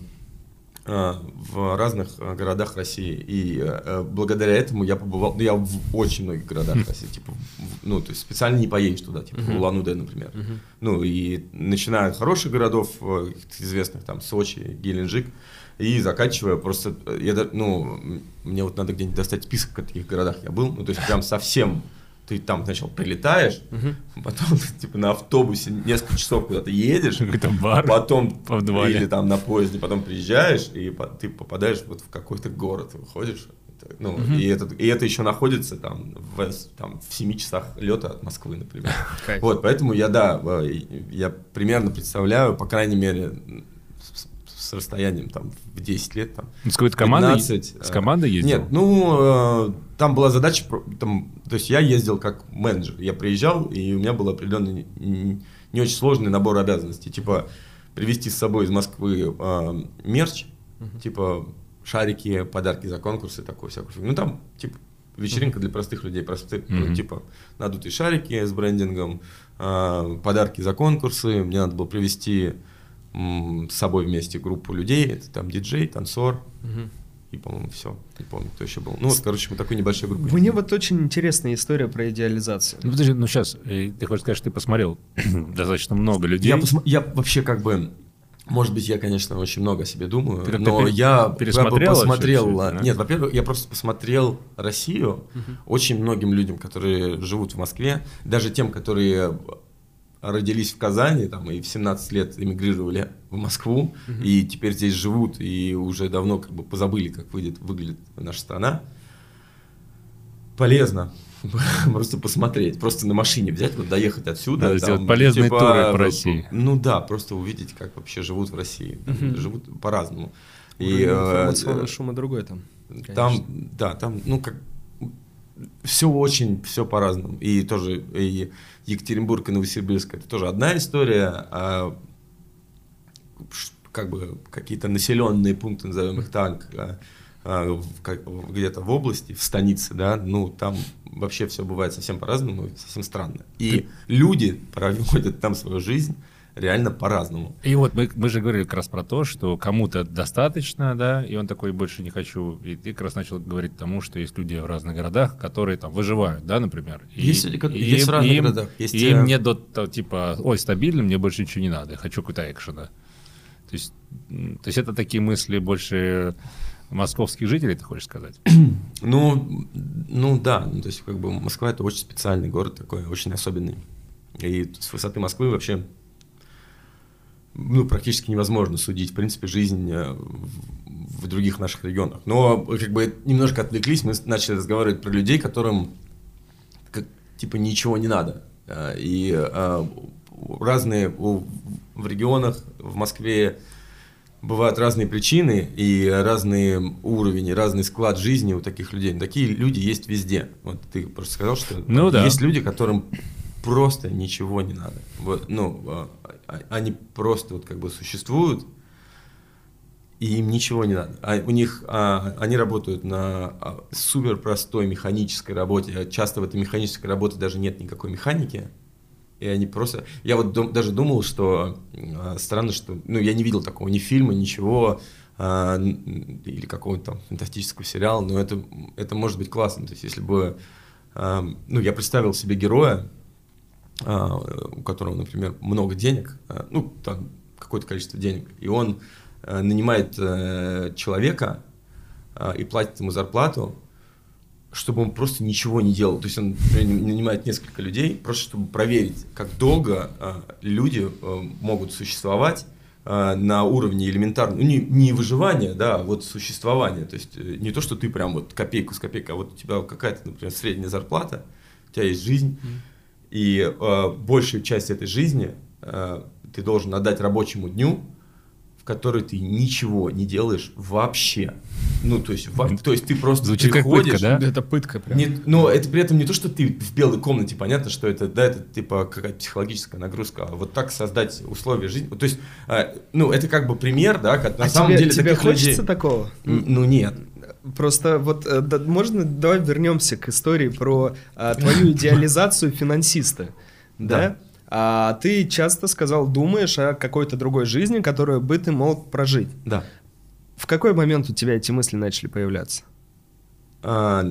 в разных городах России. И благодаря этому я побывал, я в очень многих городах России, то есть специально не поедешь туда, в Улан-Удэ, например. И начиная от хороших городов, известных, там, Сочи, Геленджик, и заканчивая просто, мне вот надо где-нибудь достать список, в каких городах я был, то есть прям совсем. Ты там сначала прилетаешь, потом ты на автобусе несколько часов куда-то едешь, потом или там на поезде, потом приезжаешь, и ты попадаешь вот в какой-то город, выходишь, и это еще находится там в 7 часах лета от Москвы, например. Вот, поэтому я примерно представляю, по крайней мере, с расстоянием там в 10 лет, там, с какой-то командой? С командой ездил? Нет, там была задача, то есть я ездил как менеджер, я приезжал, и у меня был определенный не очень сложный набор обязанностей, типа привезти с собой из Москвы мерч, типа шарики, подарки за конкурсы, такое всякое. Там, типа, вечеринка для простых людей, типа надутые шарики с брендингом, подарки за конкурсы, мне надо было привезти с собой вместе группу людей, это там диджей, танцор, и, по-моему, все, не помню, кто еще был. Мы такой небольшой группой. Мне вот очень интересная история про идеализацию. Подожди, сейчас, ты хочешь сказать, что ты посмотрел достаточно много людей? Я вообще может быть, я, конечно, очень много о себе думаю, но я посмотрел... Да? Нет, во-первых, я просто посмотрел Россию очень многим людям, которые живут в Москве, даже тем, которые родились в Казани там, и в 17 лет эмигрировали в Москву, и теперь здесь живут, и уже давно позабыли, как выглядит наша страна. Полезно просто посмотреть, просто на машине взять, доехать отсюда. Надо сделать полезные туры по России. Просто увидеть, как вообще живут в России. Живут по-разному. Информационный шум и другой там. Там, все очень, все по-разному. И тоже и Екатеринбург и Новосибирск — это тоже одна история, а какие-то населенные пункты, назовем их так, где-то в области, в станице, да, там вообще все бывает совсем по-разному, совсем странно. И люди проводят там свою жизнь реально по-разному. И вот мы же говорили как раз про то, что кому-то достаточно, да, и он такой: больше не хочу. И ты как раз начал говорить тому, что есть люди в разных городах, которые там выживают, да, например. Есть люди, которые есть в разных городах. Им не стабильно, мне больше ничего не надо, я хочу какой-то экшена. То есть это такие мысли больше московских жителей, ты хочешь сказать? Да, то есть Москва — это очень специальный город такой, очень особенный. И с высоты Москвы вообще практически невозможно судить, в принципе, жизнь в других наших регионах. Но немножко отвлеклись, мы начали разговаривать про людей, которым типа ничего не надо. И разные в регионах, в Москве бывают разные причины и разный уровень, и разный склад жизни у таких людей. Такие люди есть везде. Вот ты просто сказал, что есть люди, которым просто ничего не надо. Вот, они просто вот как бы существуют, и им ничего не надо. Они работают на супер простой механической работе. Часто в этой механической работе даже нет никакой механики. И они просто... Я вот даже думал, что странно, что... я не видел такого ни фильма, ничего, или какого-то там фантастического сериала, но это может быть классно. То есть если бы... я представил себе героя, у которого, например, много денег, там какое-то количество денег, и он нанимает человека и платит ему зарплату, чтобы он просто ничего не делал. То есть он нанимает несколько людей, просто чтобы проверить, как долго люди могут существовать на уровне элементарного, не выживания, да, а вот существования. То есть не то, что ты прям вот копейку с копейкой, а вот у тебя какая-то, например, средняя зарплата, у тебя есть жизнь, и большую часть этой жизни ты должен отдать рабочему дню, в который ты ничего не делаешь вообще. То есть ты просто звучит приходишь... как пытка, да? Это пытка прям. Но это при этом не то, что ты в белой комнате, понятно, что это типа какая-то психологическая нагрузка, а вот так создать условия жизни. То есть, это как бы пример, да, на самом деле тебе таких людей... хочется такого? Нет. Просто вот можно давай вернемся к истории про твою идеализацию финансиста, да? А ты часто думаешь о какой-то другой жизни, которую бы ты мог прожить. Да. В какой момент у тебя эти мысли начали появляться? Как-то...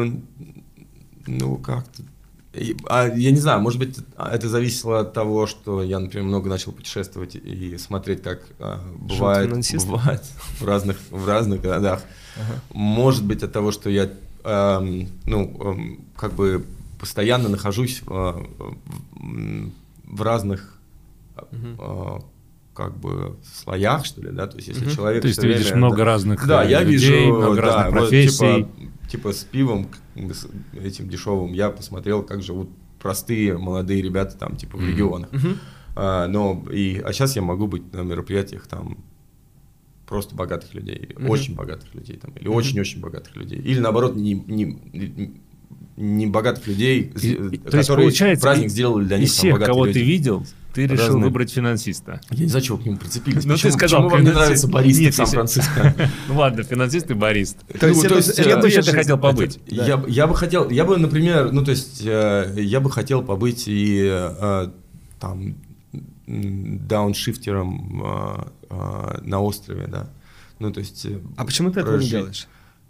я не знаю, может быть, это зависело от того, что я, например, много начал путешествовать и смотреть, как бывает в разных городах. Ага. Может быть, от того, что я, как бы постоянно нахожусь в разных как бы слоях, что ли, да, то есть если человек... То есть ты видишь много разных людей, я вижу, много разных профессий. Вот, типа с пивом этим дешевым я посмотрел, как живут простые молодые ребята там типа в регионах. А сейчас я могу быть на мероприятиях там просто богатых людей, очень богатых людей там, или очень-очень богатых людей, или наоборот не богатых людей, которые праздник сделали для них. Из всех, кого ты видел, ты решил выбрать финансиста. Я не знаю, чего к нему прицепились. Ты сказал, почему вам не нравятся баристы в Сан-Франциско? Ладно, финалист и барист. То есть кем бы ты хотел побыть? Я бы, например, я бы хотел побыть и там дауншифтером на острове, да. А почему ты этого не делаешь?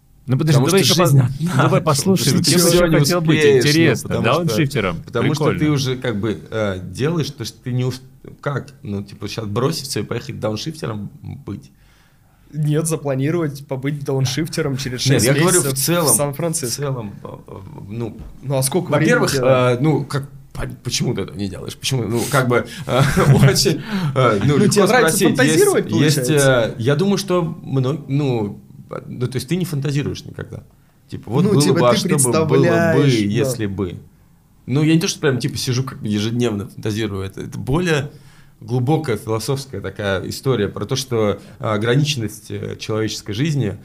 Давай послушаем, кем бы ты хотел быть, интересно, дауншифтером. Потому что ты уже как бы делаешь то, что ты не как? Сейчас бросить все и поехать дауншифтером быть? Нет, запланировать побыть дауншифтером через 6 месяцев я говорю в целом, в Сан-Франциско. В целом, а сколько во-первых, времени почему ты это не делаешь? Почему? Очень... тебе нравится фантазировать, получается? Я думаю, что то есть ты не фантазируешь никогда. Типа, вот было бы, а что бы было бы, если бы. Я не то, что прям типа сижу как ежедневно фантазирую. Это более глубокая философская такая история про то, что ограниченность человеческой жизни,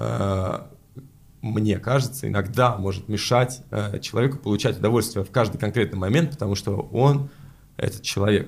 мне кажется, иногда может мешать человеку получать удовольствие в каждый конкретный момент, потому что он, этот человек,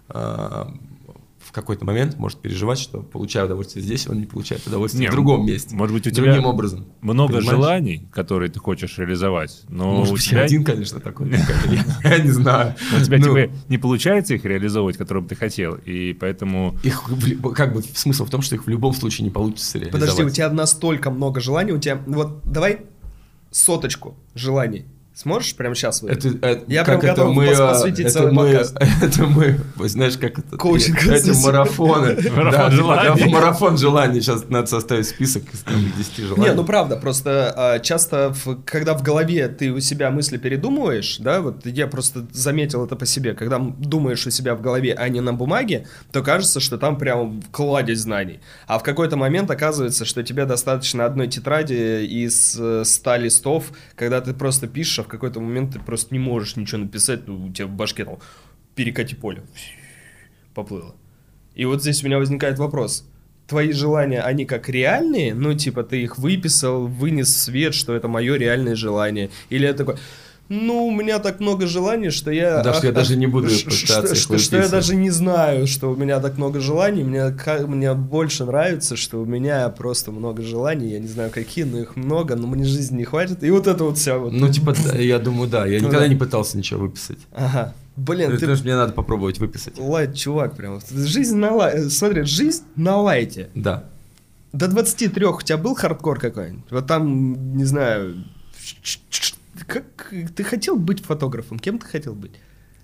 в какой-то момент может переживать, что получая удовольствие здесь, он не получает удовольствие в другом месте. Может быть, у тебя другим образом. Много желаний, которые ты хочешь реализовать, но может быть, один, конечно, такой. Я не знаю. У тебя типа не получается их реализовывать, которые бы ты хотел, и поэтому... Как бы смысл в том, что их в любом случае не получится реализовать. Подожди, у тебя настолько много желаний, у тебя... Вот давай 100 желаний. Сможешь прямо сейчас выдать? Я прям готов посвятить целый подкаст. Это мы, знаешь, как это? Коучинг. Эти марафоны. Марафон желаний. Сейчас надо составить список из 10 желаний. Не, правда, просто часто, когда в голове ты у себя мысли передумываешь, да, вот я просто заметил это по себе, когда думаешь у себя в голове, а не на бумаге, то кажется, что там прям кладезь знаний. А в какой-то момент оказывается, что тебе достаточно одной тетради из 100 листов, когда ты просто пишешь а в какой-то момент ты просто не можешь ничего написать, у тебя в башке там перекати поле, поплыло. И вот здесь у меня возникает вопрос. Твои желания, они как реальные? Ну, типа, ты их выписал, вынес в свет, что это мое реальное желание? Или это такое... Ну, у меня так много желаний, что я... Да, что я даже не буду пытаться их что я даже не знаю, что у меня так много желаний. Мне больше нравится, что у меня просто много желаний. Я не знаю, какие, но их много, но мне жизни не хватит. И вот это вот вся вот... Ну, типа, я думаю, да. Я никогда не пытался ничего выписать. Ага. Блин, ты... Мне надо попробовать выписать. Лайт, чувак, прям. Жизнь на лайте. Смотри, жизнь на лайте. Да. До 23 у тебя был хардкор какой-нибудь? Вот там, не знаю... Как ты хотел быть фотографом? Кем ты хотел быть?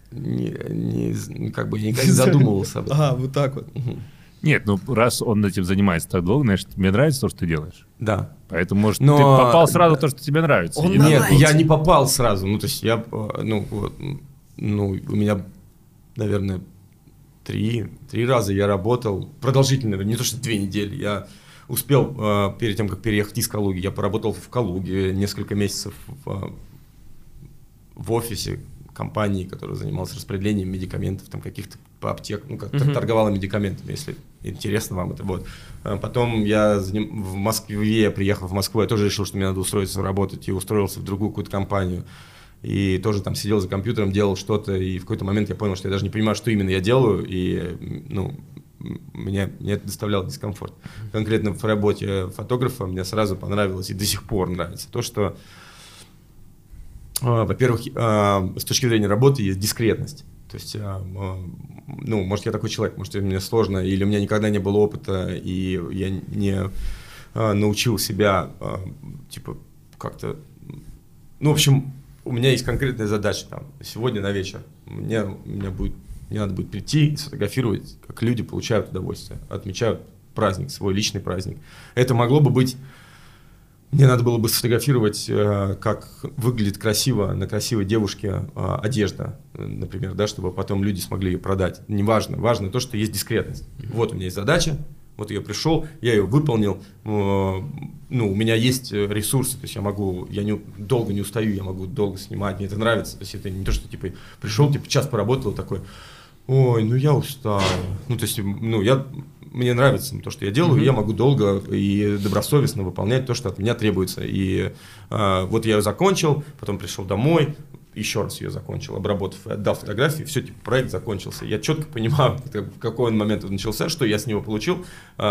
Как бы я никогда не задумывался об этом. А, вот так вот. Нет, ну раз он этим занимается так долго, значит, тебе нравится то, что ты делаешь. Да. Поэтому, может, ты попал сразу в то, что тебе нравится. Нет, я не попал сразу. Ну, то есть я, у меня, наверное, три раза я работал продолжительно, не то что 2 недели, я успел, перед тем, как переехать из Калуги, я поработал в Калуге несколько месяцев в офисе компании, которая занималась распределением медикаментов, там каких-то аптек, торговала медикаментами, если интересно вам это. Вот. Потом в Москве, приехав в Москву, я тоже решил, что мне надо устроиться работать, и устроился в другую какую-то компанию. И тоже там сидел за компьютером, делал что-то, и в какой-то момент я понял, что я даже не понимаю, что именно я делаю, и, мне это доставляло дискомфорт. Конкретно в работе фотографа мне сразу понравилось и до сих пор нравится то, что, во-первых, с точки зрения работы есть дискретность. То есть, может, я такой человек, может, мне сложно, или у меня никогда не было опыта, и я не научил себя, как-то... в общем, у меня есть конкретная задача там, сегодня на вечер. Мне надо будет прийти и сфотографировать, как люди получают удовольствие, отмечают праздник, свой личный праздник. Это могло бы быть... Мне надо было бы сфотографировать, как выглядит красиво на красивой девушке одежда, например, да, чтобы потом люди смогли ее продать. Неважно. Важно то, что есть дискретность. Вот у меня есть задача, вот я пришел, я ее выполнил. У меня есть ресурсы, то есть долго не устаю, я могу долго снимать, мне это нравится. То есть это не то, что пришел, час поработал, такой, ой, я устал. Мне нравится то, что я делаю, и я могу долго и добросовестно выполнять то, что от меня требуется. И вот я ее закончил, потом пришел домой, еще раз ее закончил, обработав, отдал фотографии, все, проект закончился. Я четко понимаю, в какой момент он начался, что я с него получил,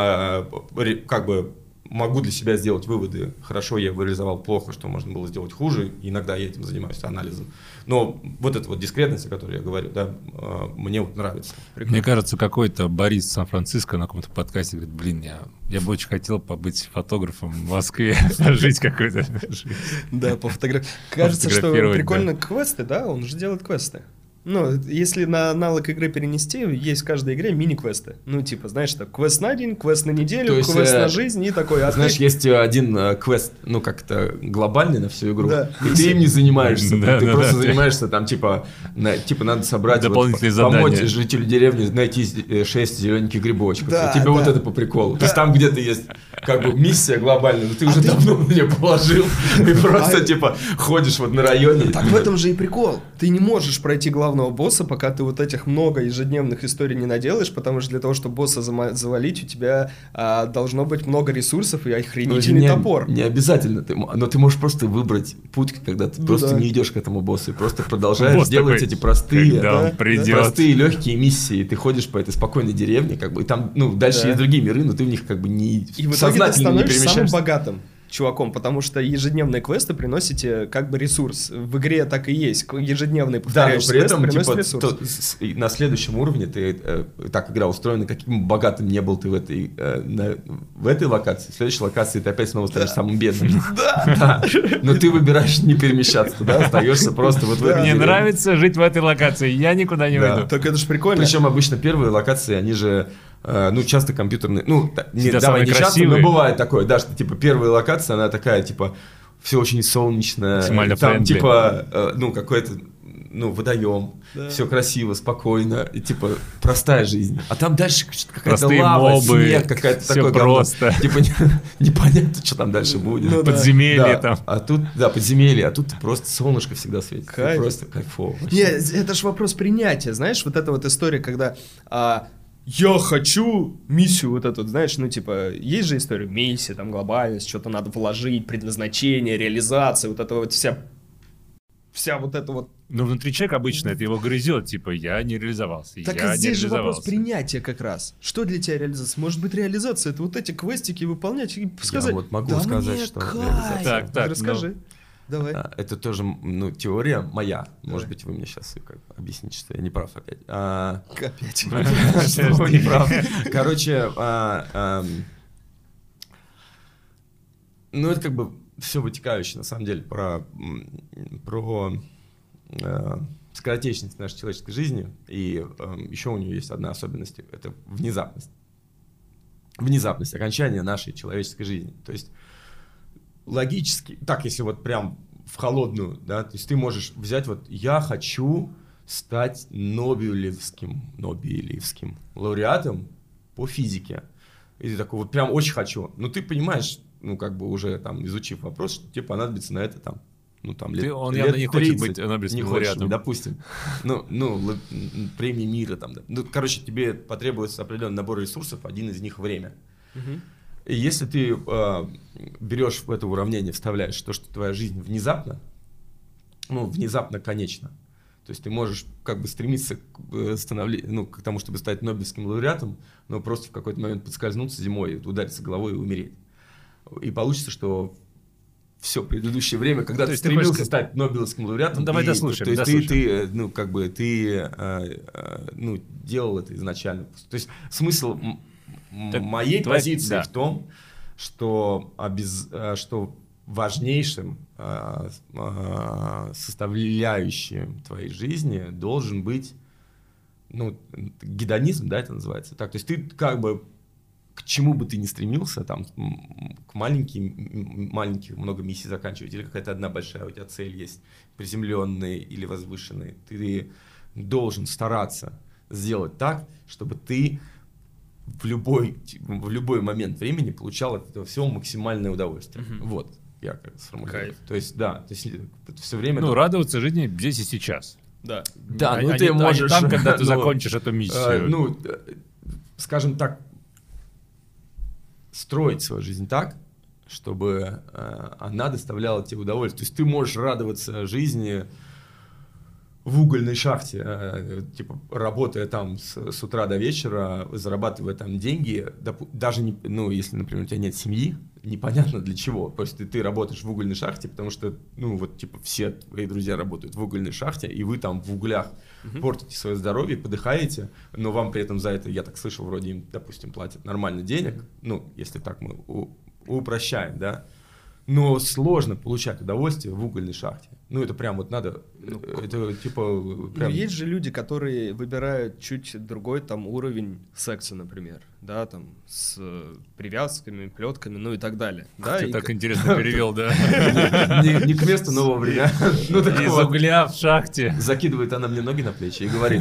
могу для себя сделать выводы, хорошо я его реализовал, плохо, что можно было сделать хуже, иногда я этим занимаюсь, анализом. Но вот эта вот дискретность, о которой я говорю, да, мне вот нравится. Прикольно. Мне кажется, какой-то Борис из Сан-Франциско на каком-то подкасте говорит, я бы очень хотел побыть фотографом в Москве, жить какой-то жизнь. Да, кажется, что прикольно квесты, да, он же делает квесты. Если на аналог игры перенести, есть в каждой игре мини-квесты. Знаешь, квест на день, квест на неделю, есть, квест на жизнь и такой. Есть один квест, как-то глобальный на всю игру, да. И ты им не занимаешься. Ты просто занимаешься там, надо собрать, помочь жителю деревни найти 6 зелененьких грибочков. Да, тебе вот это по приколу. Да. То есть там где-то есть миссия глобальная, но ты уже давно на нее положил и просто ходишь на районе. Так в этом же и прикол. Ты не можешь пройти главного босса, пока ты вот этих много ежедневных историй не наделаешь, потому что для того, чтобы босса завалить, у тебя должно быть много ресурсов и охренительный топор. Не обязательно, но ты можешь просто выбрать путь, когда ты просто не идешь к этому боссу и просто продолжаешь делать эти простые, простые легкие миссии. Ты ходишь по этой спокойной деревне, и там, дальше есть другие миры, но ты в них не и в итоге ты становишься самым богатым чуваком, потому что ежедневные квесты приносите ресурс. В игре так и есть. Ежедневные повторяющиеся квесты приносят ресурс. На следующем уровне так игра устроена, каким богатым не был ты в этой локации. В следующей локации ты опять снова станешь самым бедным. Да. Но ты выбираешь не перемещаться туда, остаешься просто в этой. Мне нравится жить в этой локации, я никуда не уйду. Так это же прикольно. Причем обычно первые локации, они же часто компьютерные, не часто, но бывает такое, да, что первая локация, она такая, все очень солнечная, максимально там какой-то водоем, все красиво, спокойно, и типа простая жизнь. А там дальше какая-то лава, мобы, снег, какая-то такое просто. Типа непонятно, что там дальше будет. Подземелье там. А тут, подземелье, а тут просто солнышко всегда светит. Просто кайфово. Нет, это же вопрос принятия, знаешь, вот эта вот история, когда я хочу миссию вот эту, знаешь, есть же история миссия, там глобальность, что-то надо вложить, предназначение, реализация, вот это вот вся вот эта вот... Но внутри человека обычно это его грызет, я не реализовался, так я здесь не же вопрос принятия как раз. Что для тебя реализация? Может быть, реализация — это вот эти квестики выполнять и сказать... Я вот могу сказать, что реализация. Так, расскажи. Давай. Это тоже, теория моя. Давай. Может быть, вы мне сейчас объясните, что я не прав опять. Опять. Что не прав. Короче, это все вытекающее, на самом деле, про скоротечность нашей человеческой жизни. И еще у нее есть одна особенность. Это внезапность. Внезапность окончания нашей человеческой жизни. То есть логически, так, если вот прям в холодную, да, то есть ты можешь взять я хочу стать Нобелевским лауреатом по физике. И ты такой, прям очень хочу. Но ты понимаешь, уже там изучив вопрос, что тебе понадобится на это лет он лет явно не 30, хочет быть Нобелевским лауреатом. Допустим. Премии мира там. Тебе потребуется определенный набор ресурсов, один из них время. И если ты берешь в это уравнение, вставляешь то, что твоя жизнь внезапно конечна, то есть ты можешь стремиться к тому, чтобы стать Нобелевским лауреатом, но просто в какой-то момент подскользнуться зимой, удариться головой и умереть. И получится, что все предыдущее время, когда ты стремился стать Нобелевским лауреатом, давай дослушаем. То есть ты делал это изначально. То есть смысл моей позиции в том, что важнейшим составляющим твоей жизни должен быть гедонизм, да, это называется. Так, то есть ты к чему бы ты ни стремился, к маленьких много миссий заканчивать, или какая-то одна большая у тебя цель есть, приземленная или возвышенная, ты должен стараться сделать так, чтобы ты в любой момент времени получал от этого всего максимальное удовольствие. Вот, я сформулирую. То есть, это все время... радоваться жизни здесь и сейчас. Да. Да, ты можешь... там, когда ты закончишь эту миссию. Скажем так, строить свою жизнь так, чтобы она доставляла тебе удовольствие. То есть ты можешь радоваться жизни в угольной шахте, работая там с утра до вечера, зарабатывая там деньги, даже если, например, у тебя нет семьи, непонятно для чего. То есть ты работаешь в угольной шахте, потому что, все твои друзья работают в угольной шахте, и вы там в углях портите свое здоровье, подыхаете, но вам при этом за это, я так слышал, вроде им, допустим, платят нормально денег, если так мы упрощаем, да. Но сложно получать удовольствие в угольной шахте. Это прям надо... это прям... Есть же люди, которые выбирают чуть другой уровень секса, например. Да, с привязками, плетками, и так далее. Да, ты так интересно перевел, да? Не к месту, но вовремя. Из угля в шахте. Закидывает она мне ноги на плечи и говорит...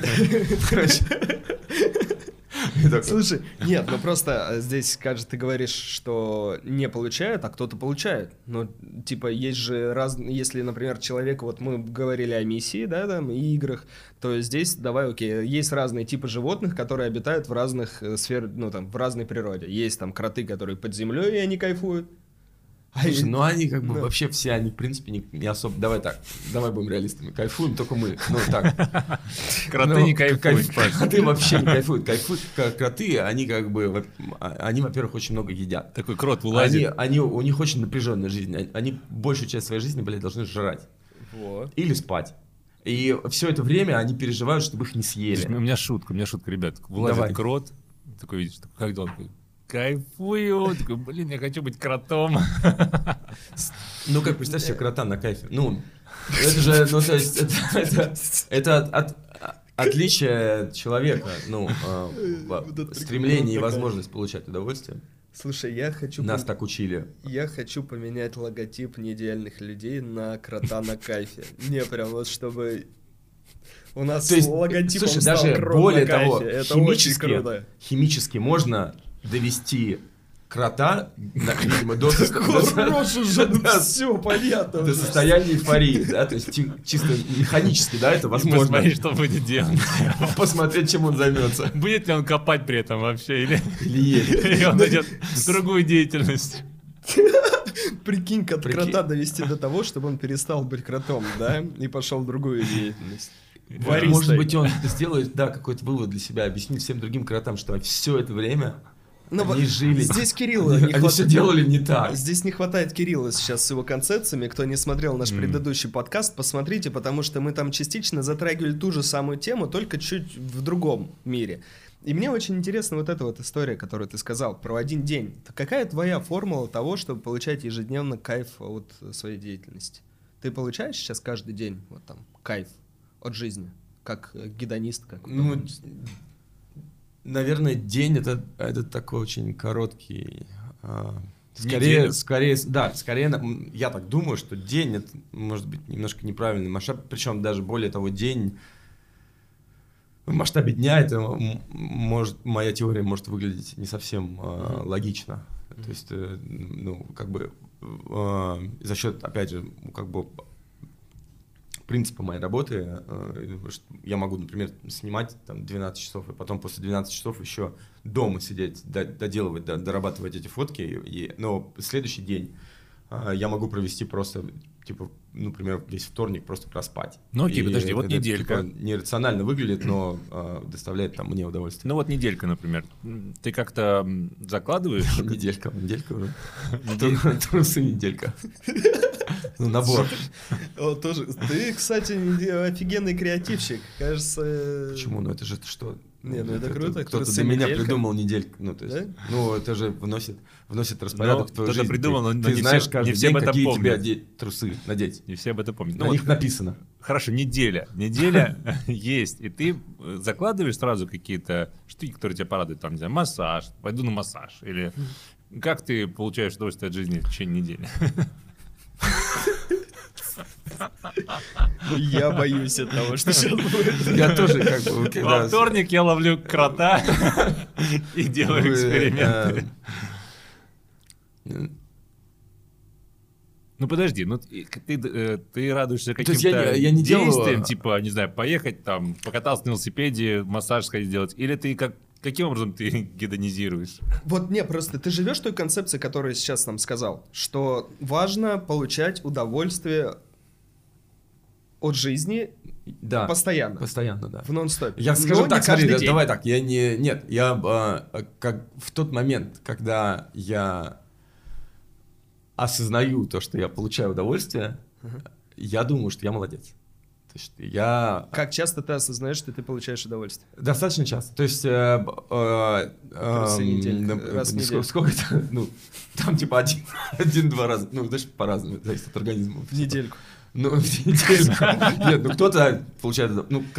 Слушай, нет, просто здесь, кажется, ты говоришь, что не получают, а кто-то получает. Есть же разные, если, например, человек, мы говорили о миссии, да, и играх, то здесь, есть разные типы животных, которые обитают в разных сферах, в разной природе. Есть кроты, которые под землей, и они кайфуют. Слушай, они вообще все, они в принципе не особо... Давай будем реалистами. Кайфуем только мы. Кроты не кайфуют. Кроты вообще не кайфуют. Кроты, они они, во-первых, очень много едят. Такой крот вылазит. У них очень напряженная жизнь. Они большую часть своей жизни, должны жрать. Или спать. И все это время они переживают, чтобы их не съели. У меня шутка, ребят. Вылазит крот, такой, видишь, как он кайфую, такой, я хочу быть кротом. Представь себе крота на кайфе. Это же, то есть, это отличие человека, стремление и возможность получать удовольствие. Слушай, Нас так учили. Я хочу поменять логотип неидеальных людей на крота на кайфе. Не, прям чтобы... У нас логотипом слушай, даже более того, химически можно довести крота, видимо, до состояния эйфории, да, то есть чисто механически, да, это возможно. Посмотри, что будет делать. Посмотреть, чем он займется. Будет ли он копать при этом вообще, или он найдет другую деятельность. Прикинь, как крота довести до того, чтобы он перестал быть кротом, да, и пошел в другую деятельность. Может быть, он сделает, да, какой-то вывод для себя, объяснит всем другим кротам, что все это время они жили. Здесь Кирилла они все делали не так. Здесь не хватает Кирилла сейчас с его концепциями. Кто не смотрел наш предыдущий подкаст, посмотрите, потому что мы там частично затрагивали ту же самую тему, только чуть в другом мире. И мне очень интересна вот эта вот история, которую ты сказал, про один день. Какая твоя формула того, чтобы получать ежедневно кайф от своей деятельности? Ты получаешь сейчас каждый день вот там кайф от жизни, как гедонист? Наверное, день это такой очень короткий. Скорее, я так думаю, что день это может быть немножко неправильный масштаб, причем даже более того, день в масштабе дня это моя теория может выглядеть не совсем логично. То есть, за счет, опять же, принципа моей работы, я могу, например, снимать там 12 часов, и потом после 12 часов еще дома сидеть, доделывать, дорабатывать эти фотки, но следующий день я могу провести просто, например, весь вторник просто проспать. Ну окей, подожди, вот неделька. Нерационально выглядит, но доставляет там мне удовольствие. Ну вот неделька, например. Ты как-то закладываешь? Неделька уже. Трусы неделька. Набор. Тоже. Ты, кстати, офигенный креативщик. Кажется... Почему? Ну это же что? Не, ну это круто. Кто-то для меня придумал недельку. Ну, то есть, это же вносит распорядок в твою жизнь. Кто-то придумал, но ты знаешь каждый день, какие тебе трусы надеть. Не все об этом помнят. На них написано. Хорошо, неделя. Неделя есть. И ты закладываешь сразу какие-то штуки, которые тебя порадуют. Там, не знаю, массаж. Пойду на массаж. Или как ты получаешь удовольствие от жизни в течение недели? Я боюсь от того, что сейчас будет. Я тоже Во вторник я ловлю крота и делаю эксперименты. Ну подожди, ты радуешься каким-то действиям, типа, не знаю, поехать там, покататься на велосипеде, массаж сходить делать, или ты каким образом ты гедонизируешь? Вот просто ты живешь той концепцией, которую сейчас нам сказал, что важно получать удовольствие от жизни постоянно. Постоянно, да. В нон-стопе. Я скажу так, смотри, давай так, я как в тот момент, когда я осознаю то, что я получаю удовольствие, я думаю, что я молодец. То есть Как часто ты осознаешь, что ты получаешь удовольствие? Достаточно часто. То есть раз в неделю. Сколько это? Там типа один-два раза. Знаешь, по-разному, зависит от организма. В недельку. В недельку. Нет, кто-то получает...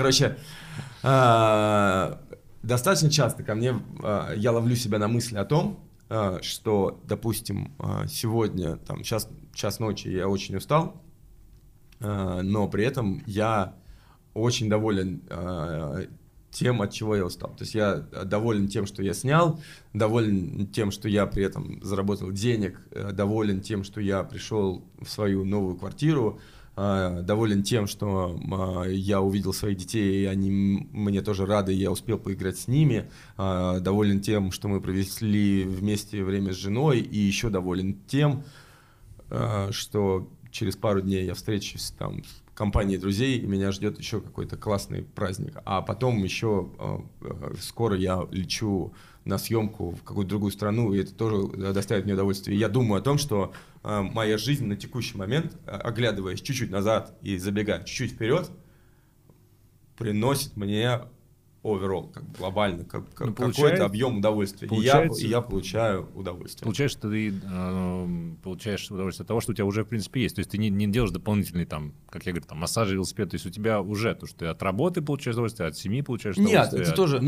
достаточно часто ко мне я ловлю себя на мысли о том, что, допустим, сегодня, там, час ночи я очень устал, но при этом я очень доволен тем, от чего я устал. То есть я доволен тем, что я снял, доволен тем, что я при этом заработал денег, доволен тем, что я пришел в свою новую квартиру, доволен тем, что я увидел своих детей, и они мне тоже рады, и я успел поиграть с ними, доволен тем, что мы провели вместе время с женой, и еще доволен тем, что через пару дней я встречусь там с компанией друзей, и меня ждет еще какой-то классный праздник. А потом еще скоро я лечу на съемку в какую-то другую страну, и это тоже доставит мне удовольствие. И я думаю о том, что моя жизнь на текущий момент, оглядываясь чуть-чуть назад и забегая чуть-чуть вперед, приносит мне overall, глобально, какой-то объем удовольствия. И я получаю удовольствие. Получается, ты получаешь удовольствие от того, что у тебя уже, в принципе, есть. То есть ты не делаешь дополнительный, там, как я говорю, там, массаж, велосипед. То есть у тебя уже то, что ты от работы получаешь удовольствие, от семьи получаешь удовольствие. Нет, это тоже,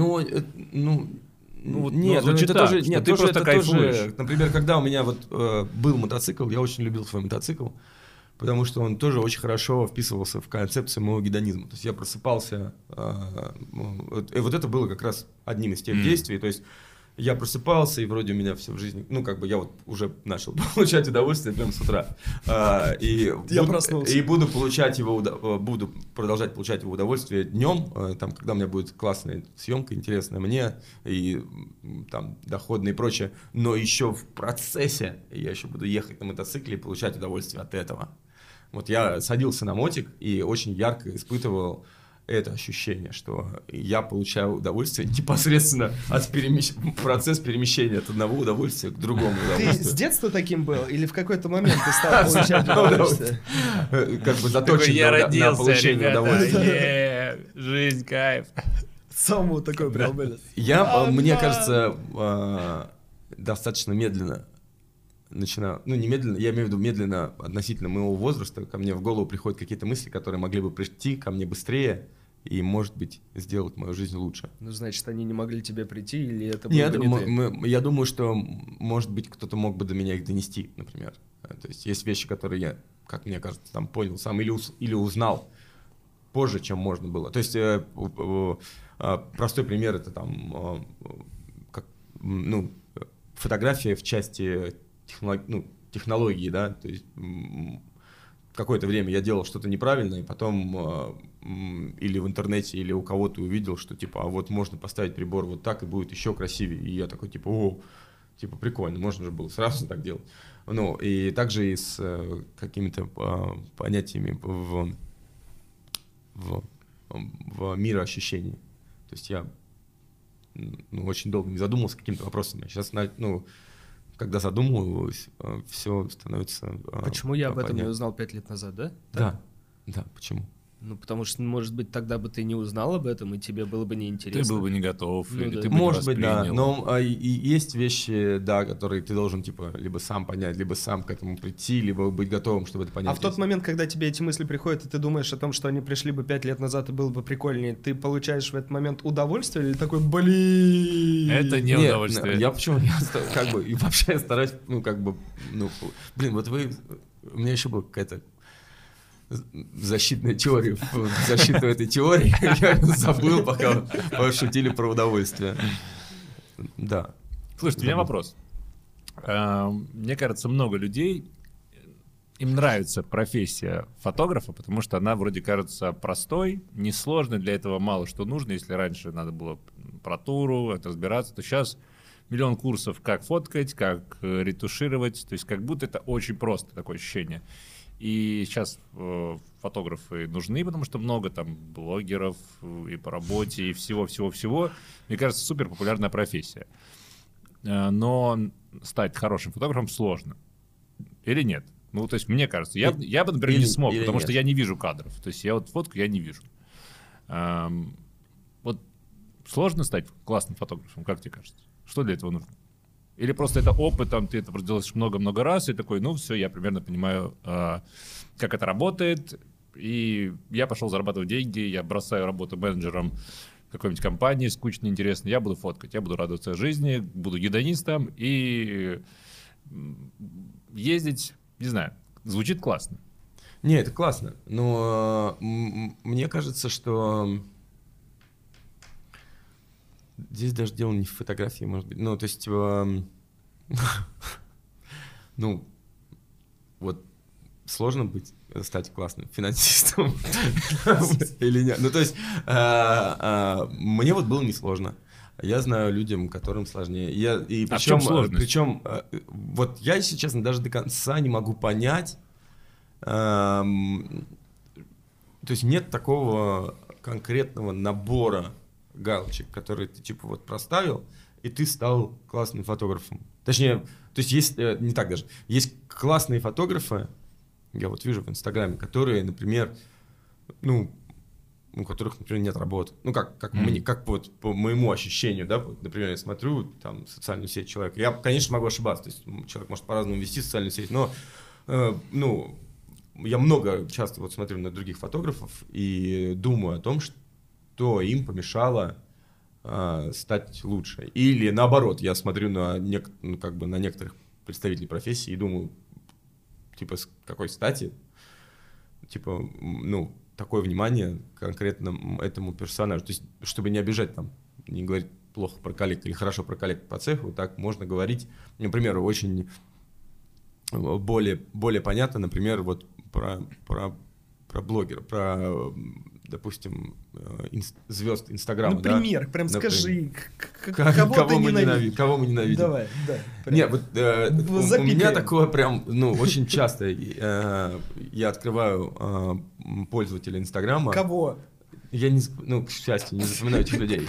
нет, это тоже, нет, ты просто кайфуешь. Например, когда у меня был мотоцикл, я очень любил свой мотоцикл, потому что он тоже очень хорошо вписывался в концепцию моего гедонизма. То есть я просыпался, и вот это было как раз одним из тех действий, то есть я просыпался, и вроде у меня все в жизни, ну, как бы я вот уже начал получать удовольствие прямо с утра. И буду продолжать получать его удовольствие днем, там, когда у меня будет классная съемка, интересная мне, и там доходная и прочее. Но еще в процессе я еще буду ехать на мотоцикле и получать удовольствие от этого. Вот я садился на мотик и очень ярко испытывал это ощущение, что я получаю удовольствие непосредственно от процесса перемещения от одного удовольствия к другому удовольствию. Ты с детства таким был? Или в какой-то момент ты стал получать удовольствие? Как бы заточен на получение удовольствия. Жизнь, кайф. Самому такой прям. Мне кажется, достаточно медленно начинаю, ну не медленно, я имею в виду медленно относительно моего возраста, ко мне в голову приходят какие-то мысли, которые могли бы прийти ко мне быстрее и, может быть, сделать мою жизнь лучше. Ну, значит, они не могли тебе прийти, или это было не ты? Я думаю, что, может быть, кто-то мог бы до меня их донести, например. То есть есть вещи, которые я, как мне кажется, там понял сам или узнал позже, чем можно было. То есть простой пример — это там фотография в части технологии, да, то есть какое-то время я делал что-то неправильно, и потом или в интернете, или у кого-то увидел, что типа, а вот можно поставить прибор вот так, и будет еще красивее. И я такой, типа, о, типа, прикольно, можно же было сразу так делать. Ну, и также и с какими-то понятиями в мироощущении. То есть я очень долго не задумывался какими-то вопросами. Сейчас, когда задумываюсь, все становится... Почему я об этом не узнал 5 лет назад, да? Да, почему? Ну, потому что, может быть, тогда бы ты не узнал об этом, и тебе было бы неинтересно. Ты был бы не готов, или да. ты бы может не воспринял. Быть, да, но есть вещи, да, которые ты должен, типа, либо сам понять, либо сам к этому прийти, либо быть готовым, чтобы это понять. А в тот момент, когда тебе эти мысли приходят, и ты думаешь о том, что они пришли бы 5 лет назад, и было бы прикольнее, ты получаешь в этот момент удовольствие, или такой, блин? Это не удовольствие. Я почему, как бы, и вообще я стараюсь, вот у меня еще была какая-то защитная теория, защиту этой теории я забыл, пока пошутили про удовольствие. Да. Слушайте, у меня вопрос. Мне кажется, много людей, им нравится профессия фотографа, потому что она вроде кажется простой, несложной, для этого мало что нужно. Если раньше надо было про туру, это разбираться, то сейчас миллион курсов, как фоткать, как ретушировать, то есть как будто это очень просто, такое ощущение. И сейчас фотографы нужны, потому что много там блогеров и по работе, и всего-всего-всего. Мне кажется, супер популярная профессия. Но стать хорошим фотографом сложно. Или нет? Ну, то есть, мне кажется, я бы, например, не смог, потому что я не вижу кадров. То есть, я вот фотку, я не вижу. Вот сложно стать классным фотографом, как тебе кажется? Что для этого нужно? Или просто это опыт, там, ты это делаешь много-много раз, и такой, все, я примерно понимаю, как это работает, и я пошел зарабатывать деньги, я бросаю работу менеджером какой-нибудь компании скучной, интересной, я буду фоткать, я буду радоваться жизни, буду гедонистом и ездить, не знаю, звучит классно. Не, это классно, но мне кажется, что... Здесь даже дело не в фотографии, может быть. То есть, вот сложно стать классным финансистом или нет. То есть, мне вот было несложно. Я знаю людям, которым сложнее. Причем, вот я, если честно, даже до конца не могу понять. То есть, нет такого конкретного набора галочек, которые ты типа вот проставил, и ты стал классным фотографом. Точнее, то есть не так даже, есть классные фотографы, я вот вижу в Инстаграме, которые, например, у которых, например, нет работы. Как вот по моему ощущению, да, вот, например, я смотрю там социальную сеть человека, я, конечно, могу ошибаться, то есть человек может по-разному вести социальную сеть, но, я часто вот смотрю на других фотографов и думаю о том, что им помешало стать лучше. Или наоборот, я смотрю на некоторых представителей профессии и думаю, типа, с какой стати типа, ну, такое внимание конкретно этому персонажу. То есть, чтобы не обижать там, не говорить плохо про коллег или хорошо про коллег по цеху, так можно говорить. Например, очень более понятно, например, вот про блогера, про, допустим, звезд Инстаграма. Например, да? Прям скажи, кого мы ненавидим. Давай, да. Нет, вот у меня такое прям, ну, очень часто я открываю пользователя Инстаграма. Кого? Я, ну, к счастью, не запоминаю этих людей.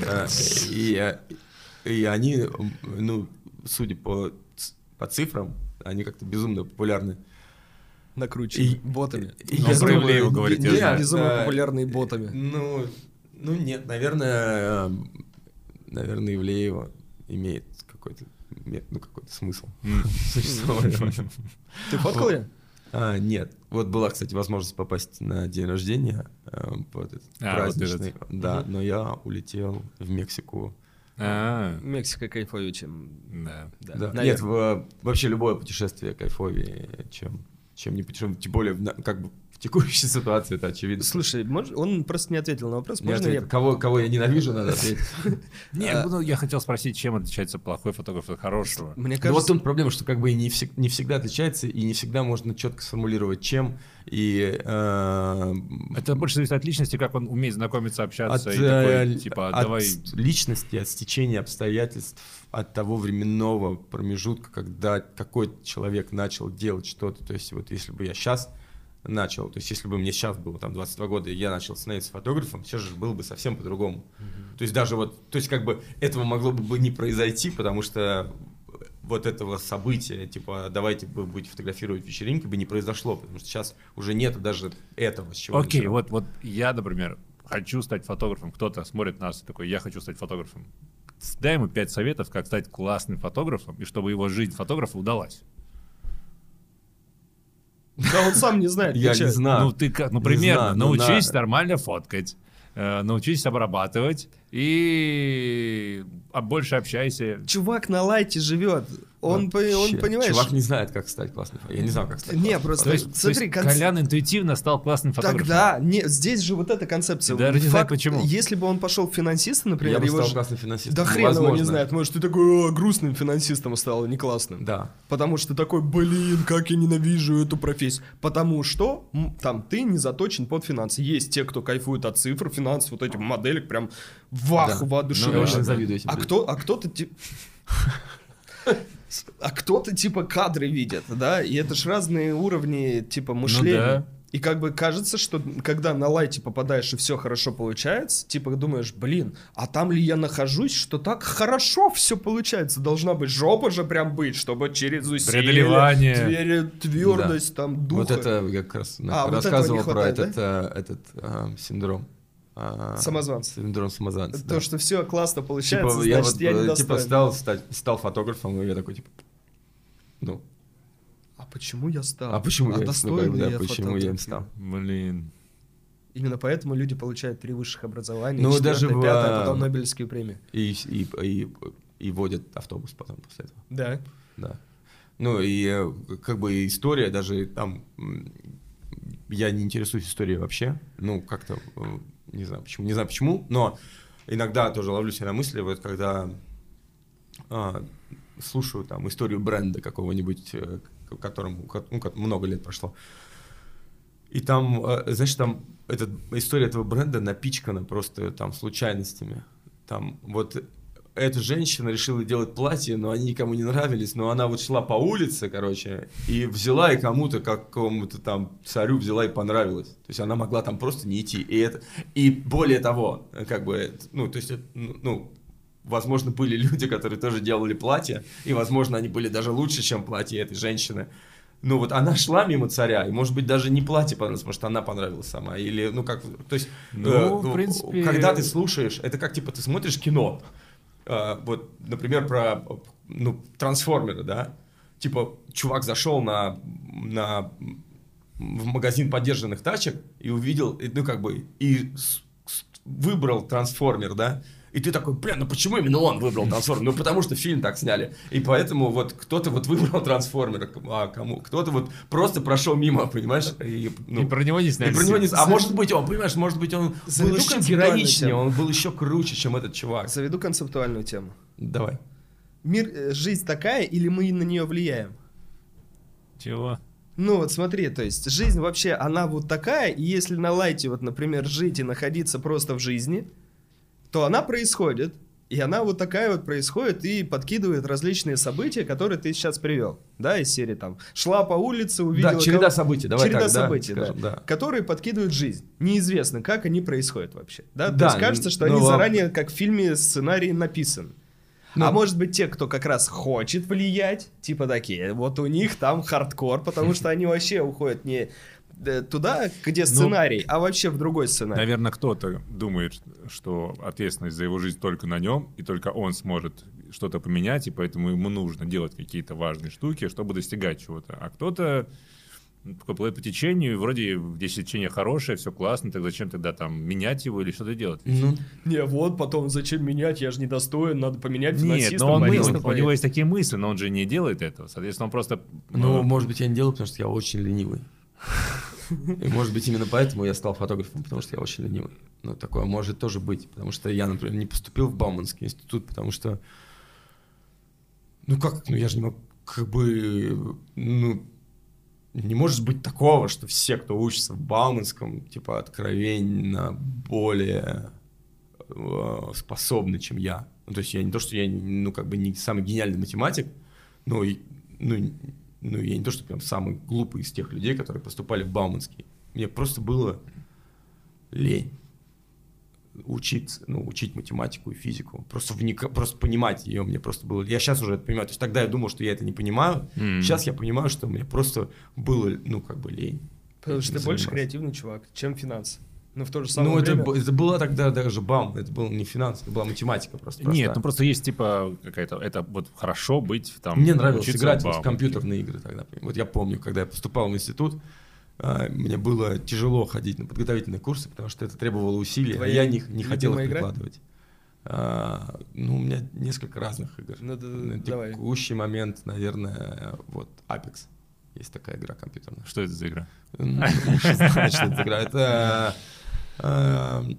И они, ну, судя по цифрам, они как-то безумно популярны. Накручены ботами. Я про Ивлеева говорите. Безумно популярные ботами. Ну нет, наверное, Ивлеева имеет какой-то смысл существования. Ты фоткал ее? Нет. Вот была, кстати, возможность попасть на день рождения праздничный. Да, но я улетел в Мексику. Мексика кайфовее, чем... Да. Нет, вообще любое путешествие кайфовее, чем не путешествие. Тем более, как бы в текущей ситуации, это очевидно. Слушай, он просто не ответил на вопрос. Кого я ненавижу, надо ответить. Нет, я хотел спросить, чем отличается плохой фотограф от хорошего. Мне кажется... Вот в том проблема, что как бы не всегда отличается, и не всегда можно четко сформулировать, чем. Это больше зависит от личности, как он умеет знакомиться, общаться. От личности, от стечения обстоятельств, от того временного промежутка, когда какой-то человек начал делать что-то. То есть вот если бы я сейчас начал, то есть если бы мне сейчас было там 22 года, и я начал становиться фотографом, сейчас же было бы совсем по-другому. То есть даже вот, то есть как бы этого могло бы не произойти, потому что вот этого события, типа, давайте вы будете фотографировать вечеринки, бы не произошло, потому что сейчас уже нет даже этого, с чего. Окей, вот я, например, хочу стать фотографом, кто-то смотрит нас и такой, я хочу стать фотографом. Дай ему 5 советов, как стать классным фотографом, и чтобы его жизнь фотографа удалась. Да он сам не знает. Я не знаю. Ну, ты, примерно, научись нормально фоткать, научись обрабатывать и больше общайся. Чувак на лайте живет. Он понимаешь... Чувак не знает, как стать классным фотографом. Я не знаю, как стать. Не, просто смотри... Колян интуитивно стал классным фотографом. Тогда, здесь же вот эта концепция. Даже не знаю почему. Если бы он пошел в финансиста, например... Я бы стал классным финансистом. Да хрен его не знает. Может, ты такой грустным финансистом стал, не классным. Да. Потому что такой, как я ненавижу эту профессию. Потому что там ты не заточен под финансы. Есть те, кто кайфует от цифр, финансов, вот этих моделек, прям воодушевляют. Я очень завидую этим. А кто-то типа кадры видит, да, и это ж разные уровни типа мышления. Ну, да. И как бы кажется, что когда на лайте попадаешь и все хорошо получается, типа думаешь, а там ли я нахожусь, что так хорошо все получается? Должна быть жопа же прям быть, чтобы через усилие, твердость, там, духа. Вот это я как раз рассказывал про этот синдром. Самозванца. Синдром самозванца. То, что все классно получается, значит, я недостоин. Стал фотографом, и я такой, а почему я стал? Почему я им стал? Блин. Именно поэтому люди получают 3 высших образования, 4-е, даже 5-е, а потом Нобелевскую премию. И водят автобус потом после этого. Да. Да. Ну и как бы история даже там... Я не интересуюсь историей вообще. Ну, как-то... Не знаю почему, но иногда тоже ловлю себя на мысли, вот когда слушаю там историю бренда какого-нибудь, которому много лет прошло. И там, знаешь, там история этого бренда напичкана просто там случайностями. Там вот эта женщина решила делать платье, но они никому не нравились, но она вот шла по улице, короче, и взяла, и кому-то, какому-то там царю взяла и понравилось. То есть она могла там просто не идти. И более того, как бы, то есть, возможно, были люди, которые тоже делали платья, и, возможно, они были даже лучше, чем платье этой женщины. Ну вот она шла мимо царя, и, может быть, даже не платье понравилось, потому что она понравилась сама. Или, то есть, в принципе... когда ты слушаешь, это как, типа, ты смотришь кино, вот, например, про трансформеры, да, типа, чувак зашел в магазин подержанных тачек и увидел, и выбрал трансформер, да, И ты такой, блин, ну почему именно он выбрал трансформер? Ну потому что фильм так сняли. И поэтому вот кто-то вот выбрал трансформер, а кому? Кто-то вот просто прошел мимо, понимаешь? И про него не сняли. А может быть, понимаешь, может быть, он был еще героичнее, он был еще круче, чем этот чувак. Заведу концептуальную тему. Давай. Жизнь такая, или мы на нее влияем? Чего? Ну вот смотри, то есть жизнь вообще, она вот такая, и если на лайте, вот, например, жить и находиться просто в жизни, то она происходит, и она вот такая вот происходит и подкидывает различные события, которые ты сейчас привел, да, из серии там, шла по улице, увидела... Да, череда событий, давай череда так, событий, да, скажем, да, которые подкидывают жизнь. Неизвестно, как они происходят вообще, да, да, то есть кажется, что они заранее, как в фильме, сценарий написаны. А может быть те, кто как раз хочет влиять, типа такие, вот у них там хардкор, потому что они вообще уходят не туда, где сценарий, а вообще в другой сценарий. Наверное, кто-то думает, что ответственность за его жизнь только на нем, и только он сможет что-то поменять, и поэтому ему нужно делать какие-то важные штуки, чтобы достигать чего-то. А кто-то плывет по течению, и вроде здесь течение хорошее, все классно, так зачем тогда там менять его или что-то делать? Не, вот потом зачем менять, я же недостоин, надо поменять финансиста. Нет, но у него есть такие мысли, но он же не делает этого, соответственно, он просто... Ну, может быть, я не делаю, потому что я очень ленивый. И может быть именно поэтому я стал фотографом, потому что я очень ленивый. Но такое может тоже быть, потому что я, например, не поступил в Бауманский институт, потому что... я же не могу, не может быть такого, что все, кто учится в Бауманском, типа, откровенно более способны, чем я. Ну, то есть я не то, что я, не самый гениальный математик, но я не то, что прям самый глупый из тех людей, которые поступали в Бауманский. Мне просто было лень учить математику и физику. Просто понимать ее мне просто было... Я сейчас уже это понимаю. То есть тогда я думал, что я это не понимаю. Сейчас я понимаю, что мне просто было, лень. Потому что ты больше креативный чувак, чем финансы. Но в то же самое время... это была тогда даже БАМ, это был не финансы, это была математика просто. Нет, просто есть типа какая-то... Это вот хорошо быть там... Мне нравилось играть в компьютерные игры тогда. Вот я помню, когда я поступал в институт, мне было тяжело ходить на подготовительные курсы, потому что это требовало усилий, а я не хотел их прикладывать. У меня несколько разных игр. На текущий момент, наверное, вот Apex. Есть такая игра компьютерная. Что это за игра? Что это игра? Это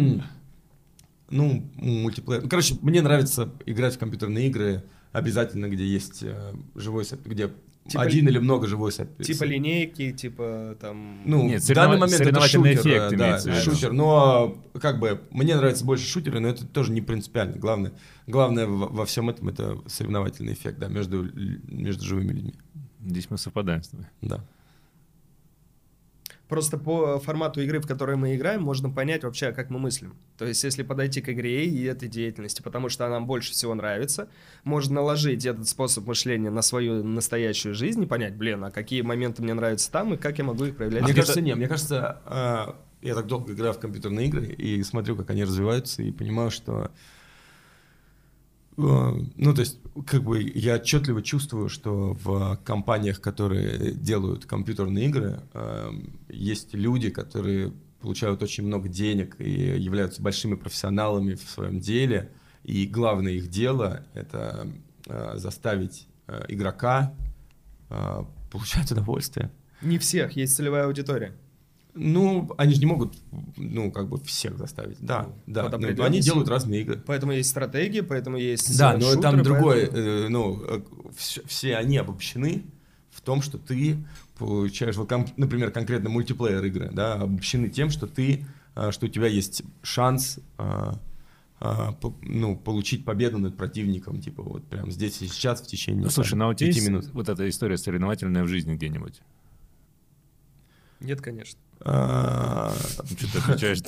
мультиплеер. Короче, мне нравится играть в компьютерные игры обязательно, где есть живой где типа один или много живой соперник. Типа линейки, типа там... Нет, в данный момент это шутер, да, шутер. Но мне нравится больше шутеры, но это тоже не принципиально. Главное во всем этом это соревновательный эффект, да, между живыми людьми. Здесь мы совпадаем с тобой. Да. Просто по формату игры, в которой мы играем, можно понять вообще, как мы мыслим. То есть, если подойти к игре и этой деятельности, потому что она нам больше всего нравится, можно наложить этот способ мышления на свою настоящую жизнь и понять, а какие моменты мне нравятся там и как я могу их проявлять. Мне кажется, я так долго играю в компьютерные игры и смотрю, как они развиваются, и понимаю, что... то есть, я отчетливо чувствую, что в компаниях, которые делают компьютерные игры, есть люди, которые получают очень много денег и являются большими профессионалами в своем деле, и главное их дело — это заставить игрока получать удовольствие. Не всех, есть целевая аудитория. Они же не могут, всех заставить. Да. Они делают разные игры. Поэтому есть стратегии, поэтому есть да, но шутеры, там другое. Все они обобщены в том, что ты получаешь, например, конкретно мультиплеер игры, да, обобщены тем, что у тебя есть шанс получить победу над противником, типа вот прямо здесь и сейчас в течение 5 минут. Вот эта история соревновательная в жизни где-нибудь? Нет, конечно. Что ты отвечаешь-то?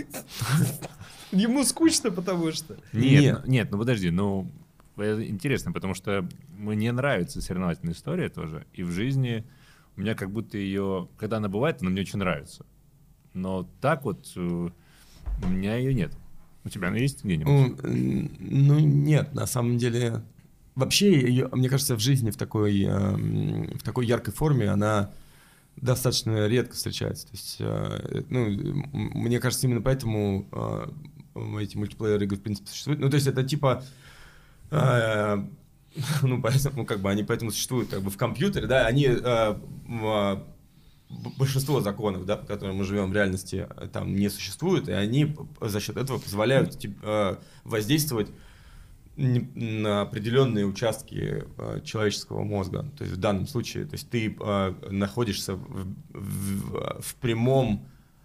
Ему скучно, потому что... Нет, подожди, интересно, потому что мне нравится соревновательная история тоже, и в жизни у меня как будто ее, когда она бывает, она мне очень нравится. Но так вот у меня ее нет. У тебя она есть где-нибудь? Нет, на самом деле... Вообще, мне кажется, в жизни в такой яркой форме она... достаточно редко встречается. То есть, мне кажется, именно поэтому эти мультиплеер игры в принципе существуют. Ну, то есть это типа... ну, поэтому, как бы, они поэтому существуют как бы в компьютере, да, они... большинство законов, да, по которым мы живем в реальности, там не существует, и они за счет этого позволяют воздействовать на определенные участки человеческого мозга. То есть в данном случае, то есть ты находишься в прямом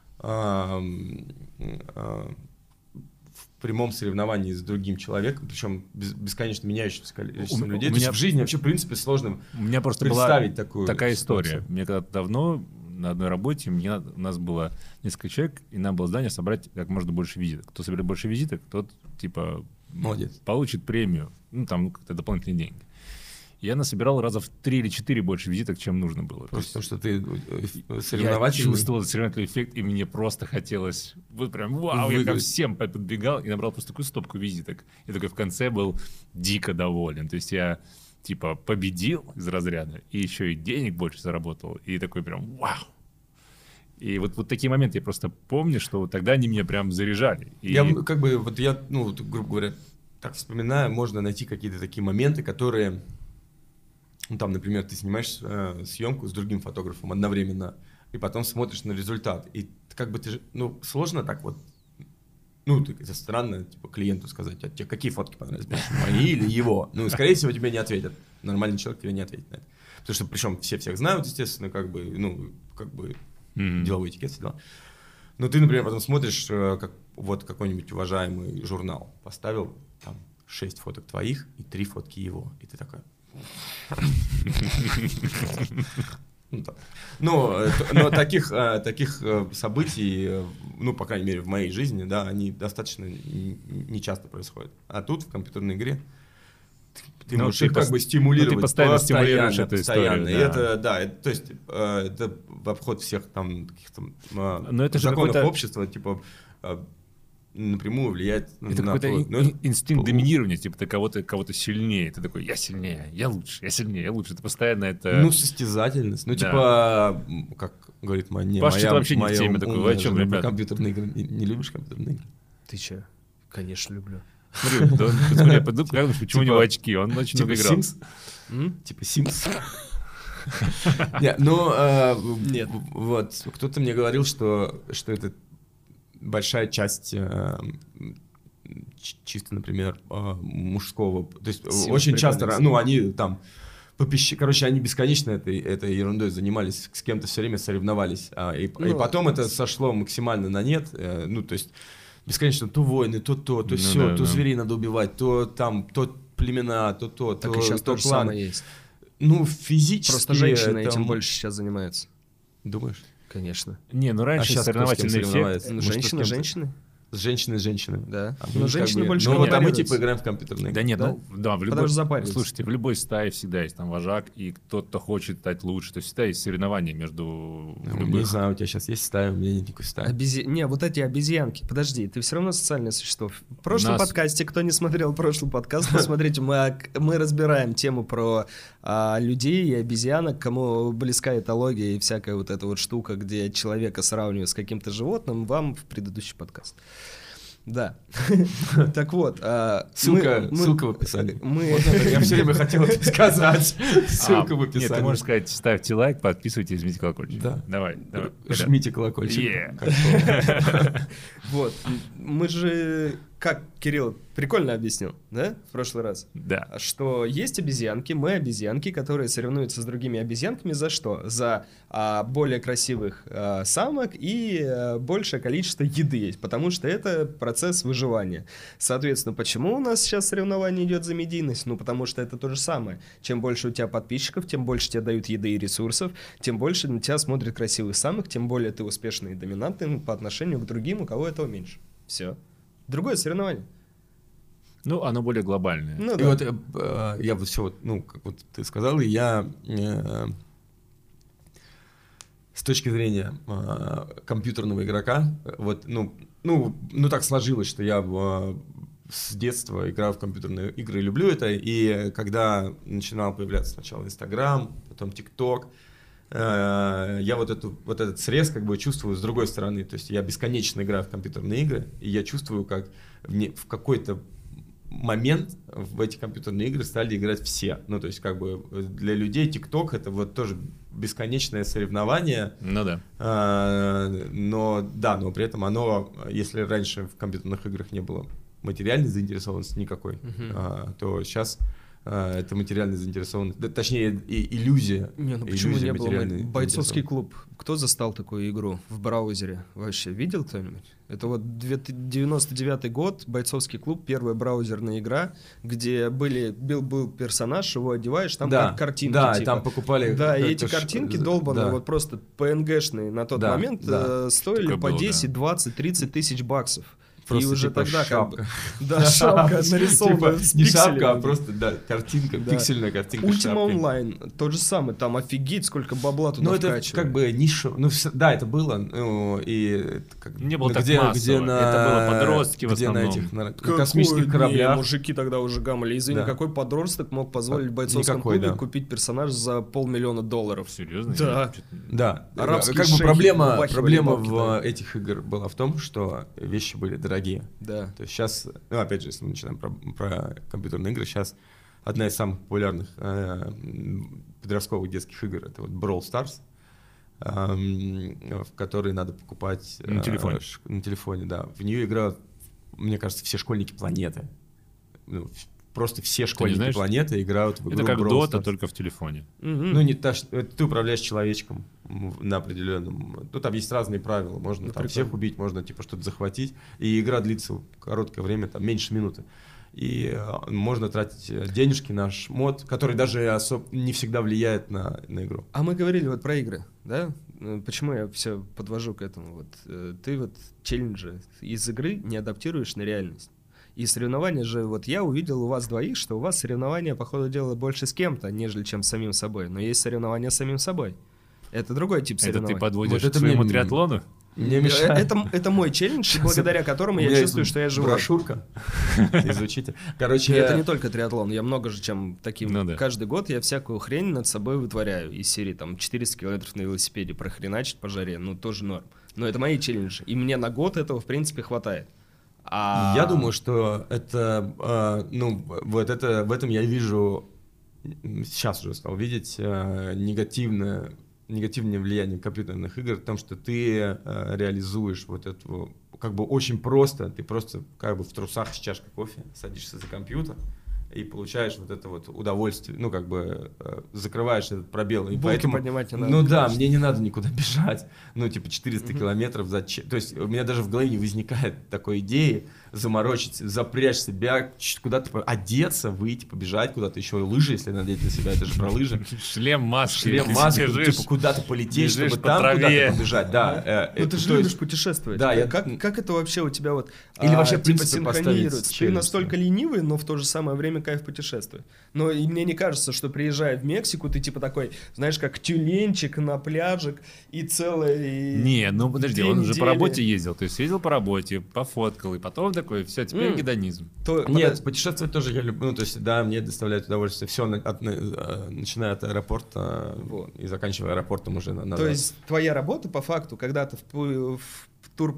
соревновании с другим человеком, причем бесконечно меняющимся количеством людей. То есть в жизни вообще, в принципе, сложно представить такую такая история. Мне когда-то давно на одной работе у нас было несколько человек, и нам было задание собрать как можно больше визиток. Кто соберет больше визиток, тот, типа, молодец, получит премию, ну, там, как-то дополнительные деньги. Я насобирал раза в 3 или 4 больше визиток, чем нужно было. Просто потому что ты соревновательный. Я чувствовал соревновательный эффект, и мне просто хотелось... Вот прям вау, я ко всем подбегал и набрал просто такую стопку визиток. И такой в конце был дико доволен. То есть я типа победил из разряда, и еще и денег больше заработал. И такой прям вау. И вот такие моменты я просто помню, что вот тогда они меня прям заряжали. И... Я как бы, вот я, ну, грубо говоря, так вспоминаю, можно найти какие-то такие моменты, которые... Ну, там, например, ты снимаешь съемку с другим фотографом одновременно, и потом смотришь на результат. И как бы ты же, ну, сложно так вот, ну, это странно, типа, клиенту сказать, а тебе какие фотки понравились больше, мои или его? Ну, скорее всего, тебе не ответят. Нормальный человек тебе не ответит на это. Потому что, причем, все всех знают, естественно, как бы, ну, как бы, деловой этикет, все дела. Но ты, например, потом смотришь, как вот какой-нибудь уважаемый журнал поставил, там, 6 фоток твоих и 3 фотки его. И ты такой... Но таких событий, ну, по крайней мере, в моей жизни, да, они достаточно нечасто происходят. А тут, в компьютерной игре, ты можешь их как бы стимулировать. Ты постоянно стимулируешь эту историю. И это, да, то есть это в обход всех там каких-то законов общества, типа... напрямую влияет это на какой-то инстинкт доминирования, типа ты кого-то сильнее, ты такой, я сильнее, я лучше, я сильнее, я лучше, это постоянно это... Ну, состязательность, ну, да. Типа, как говорит моя... Паша, что-то вообще не в теме такой, вы о чем, ребята? Компьютерные игры, не любишь компьютерные игры? Ты че? Конечно, люблю. Смотри, почему у него очки, он очень много играл. Типа Sims? Нет, ну, вот, кто-то мне говорил, что это большая часть чисто, например, мужского, то есть очень часто, ну, они там, короче, они бесконечно этой ерундой занимались, с кем-то все время соревновались, и потом это сошло максимально на нет, ну, то есть бесконечно то войны, то все, то зверей надо убивать, то там, то племена, то так и сейчас то же самое есть. Ну, физически... Просто женщины этим больше сейчас занимаются. Думаешь? Конечно. Не, ну раньше соревновательный эффект. Женщины. Женщины. Да. Но женщины больше. Ну вот, а мы типа играем в компьютерные игры. Да нет, ну да, в любой... Слушайте, в любой стае всегда есть там вожак, и кто-то хочет стать лучше. То есть всегда есть соревнования между... Не знаю, у тебя сейчас есть стая, у меня нет никакой стаи. Не, вот эти обезьянки. Подожди, ты все равно социальное существо. В прошлом подкасте, кто не смотрел прошлый подкаст, посмотрите, мы разбираем тему про людей и обезьянок, кому близка этология и всякая вот эта вот штука, где человека сравнивают с каким-то животным, вам в предыдущий подкаст. Да. Так вот. Ссылка в описании. Я все время хотел это сказать. Ссылка в описании. Нет, ты можешь сказать, ставьте лайк, подписывайтесь, жмите колокольчик. Да. Давай. Жмите колокольчик. Вот. Мы же, как Кирилл прикольно объяснил, да, в прошлый раз? Да. Что есть обезьянки, мы обезьянки, которые соревнуются с другими обезьянками за что? За более красивых самок и большее количество еды есть, потому что это процесс выживания. Соответственно, почему у нас сейчас соревнование идет за медийность? Ну, потому что это то же самое. Чем больше у тебя подписчиков, тем больше тебе дают еды и ресурсов, тем больше на тебя смотрят красивых самок, тем более ты успешный и доминантный по отношению к другим, у кого этого меньше. Все. Другое соревнование. Ну, оно более глобальное. Ну, да. И вот я вот все, ну, как вот ты сказал, и я с точки зрения компьютерного игрока, вот, ну, так сложилось, что я с детства играю в компьютерные игры, люблю это, и когда начинал появляться сначала Инстаграм, потом ТикТок, я вот этот срез как бы чувствую с другой стороны. То есть я бесконечно играю в компьютерные игры, и я чувствую, как в какой-то момент в эти компьютерные игры стали играть все. Ну, то есть, как бы для людей TikTok это вот тоже бесконечное соревнование. Ну да. Но при этом оно, если раньше в компьютерных играх не было материальной заинтересованности никакой, то сейчас это материальная заинтересованность, точнее иллюзия. Почему не было? Бойцовский клуб. Кто застал такую игру в браузере? Вообще видел кто-нибудь? Это вот 99-й год, бойцовский клуб, первая браузерная игра, где был персонаж, его одеваешь, там картинки. Да, типа. И там покупали. Да, и эти картинки долбаные, вот просто PNG-шные на тот момент стоили такое по было, 10, 20, 30 тысяч баксов. Просто и уже типа тогда шапка. как бы... Да, шапка нарисована с не пикселями. шапка, а просто, картинка, пиксельная картинка с Ultima шапкой. Online, то же самое, там офигеть, сколько бабла туда вкачивали. Это как бы ниша, это было, и... Не было так массово, это было подростки в основном. Где на космических кораблях. Мужики тогда уже гамали. Извини, какой подросток мог позволить в бойцовском клубе купить персонаж за $500 000? Серьезно? Да. Арабские как бы проблема бабки, в этих игр была в том, что вещи были дорогие. Да. То есть сейчас, опять же, если мы начинаем про компьютерные игры, сейчас одна из самых популярных подростковых детских игр — это вот Brawl Stars, в которой надо покупать... На телефоне. На телефоне, да. В нее играют, мне кажется, все школьники планеты. Просто все школьники планеты играют в игру Это как Brawl Dota, Stars. только в телефоне. Ну, не так, ты управляешь человечком на определенном... Ну, там есть разные правила. Можно там всех убить, можно типа что-то захватить. И игра длится короткое время, там меньше минуты. И можно тратить денежки на мод, который даже особо не всегда влияет на игру. А мы говорили вот про игры, да? Почему я все подвожу к этому? Вот ты вот челленджи из игры не адаптируешь на реальность. И соревнования же, вот я увидел у вас двоих, что у вас соревнования, по ходу дела, больше с кем-то, нежели чем с самим собой. Но есть соревнования с самим собой. Это другой тип соревнований. Это ты подводишь к своему триатлону? Не мешает. Это мой челлендж, благодаря которому я чувствую, что я живу. Брошюрка. Изучите. Короче, это не только триатлон, я много же чем таким. Каждый год я всякую хрень над собой вытворяю. Из серии там 400 километров на велосипеде прохреначить по жаре, тоже норм. Но это мои челленджи. И мне на год этого, в принципе, хватает. Я думаю, что это, в этом я вижу, сейчас уже стал видеть негативное влияние компьютерных игр в том, что ты реализуешь вот это как бы очень просто, ты просто как бы в трусах с чашкой кофе садишься за компьютер и получаешь вот это вот удовольствие, закрываешь этот пробел. И поэтому, поднимать не надо. Мне не надо никуда бежать, 400 километров. То есть у меня даже в голове не возникает такой идеи заморочиться, запрячь себя, куда-то одеться, выйти, побежать куда-то, еще и лыжи, если надеть на себя, это же про лыжи. Шлем, маски, куда-то полететь, чтобы там куда-то побежать. Да. Ты же любишь путешествовать. Да, как это вообще у тебя или вообще, в принципе, синхронируется? Ты настолько ленивый, но в то же самое время кайф путешествует. Но и мне не кажется, что приезжая в Мексику, ты типа такой, знаешь, как тюленчик на пляжик и целый... Не, подожди, он же по работе ездил. То есть ездил по работе, пофоткал, и потом такой, все, теперь гедонизм. Нет, путешествовать тоже я люблю. То есть, да, мне доставляет удовольствие все, начиная от аэропорта и заканчивая аэропортом уже назад. То есть твоя работа, по факту, когда ты в тур...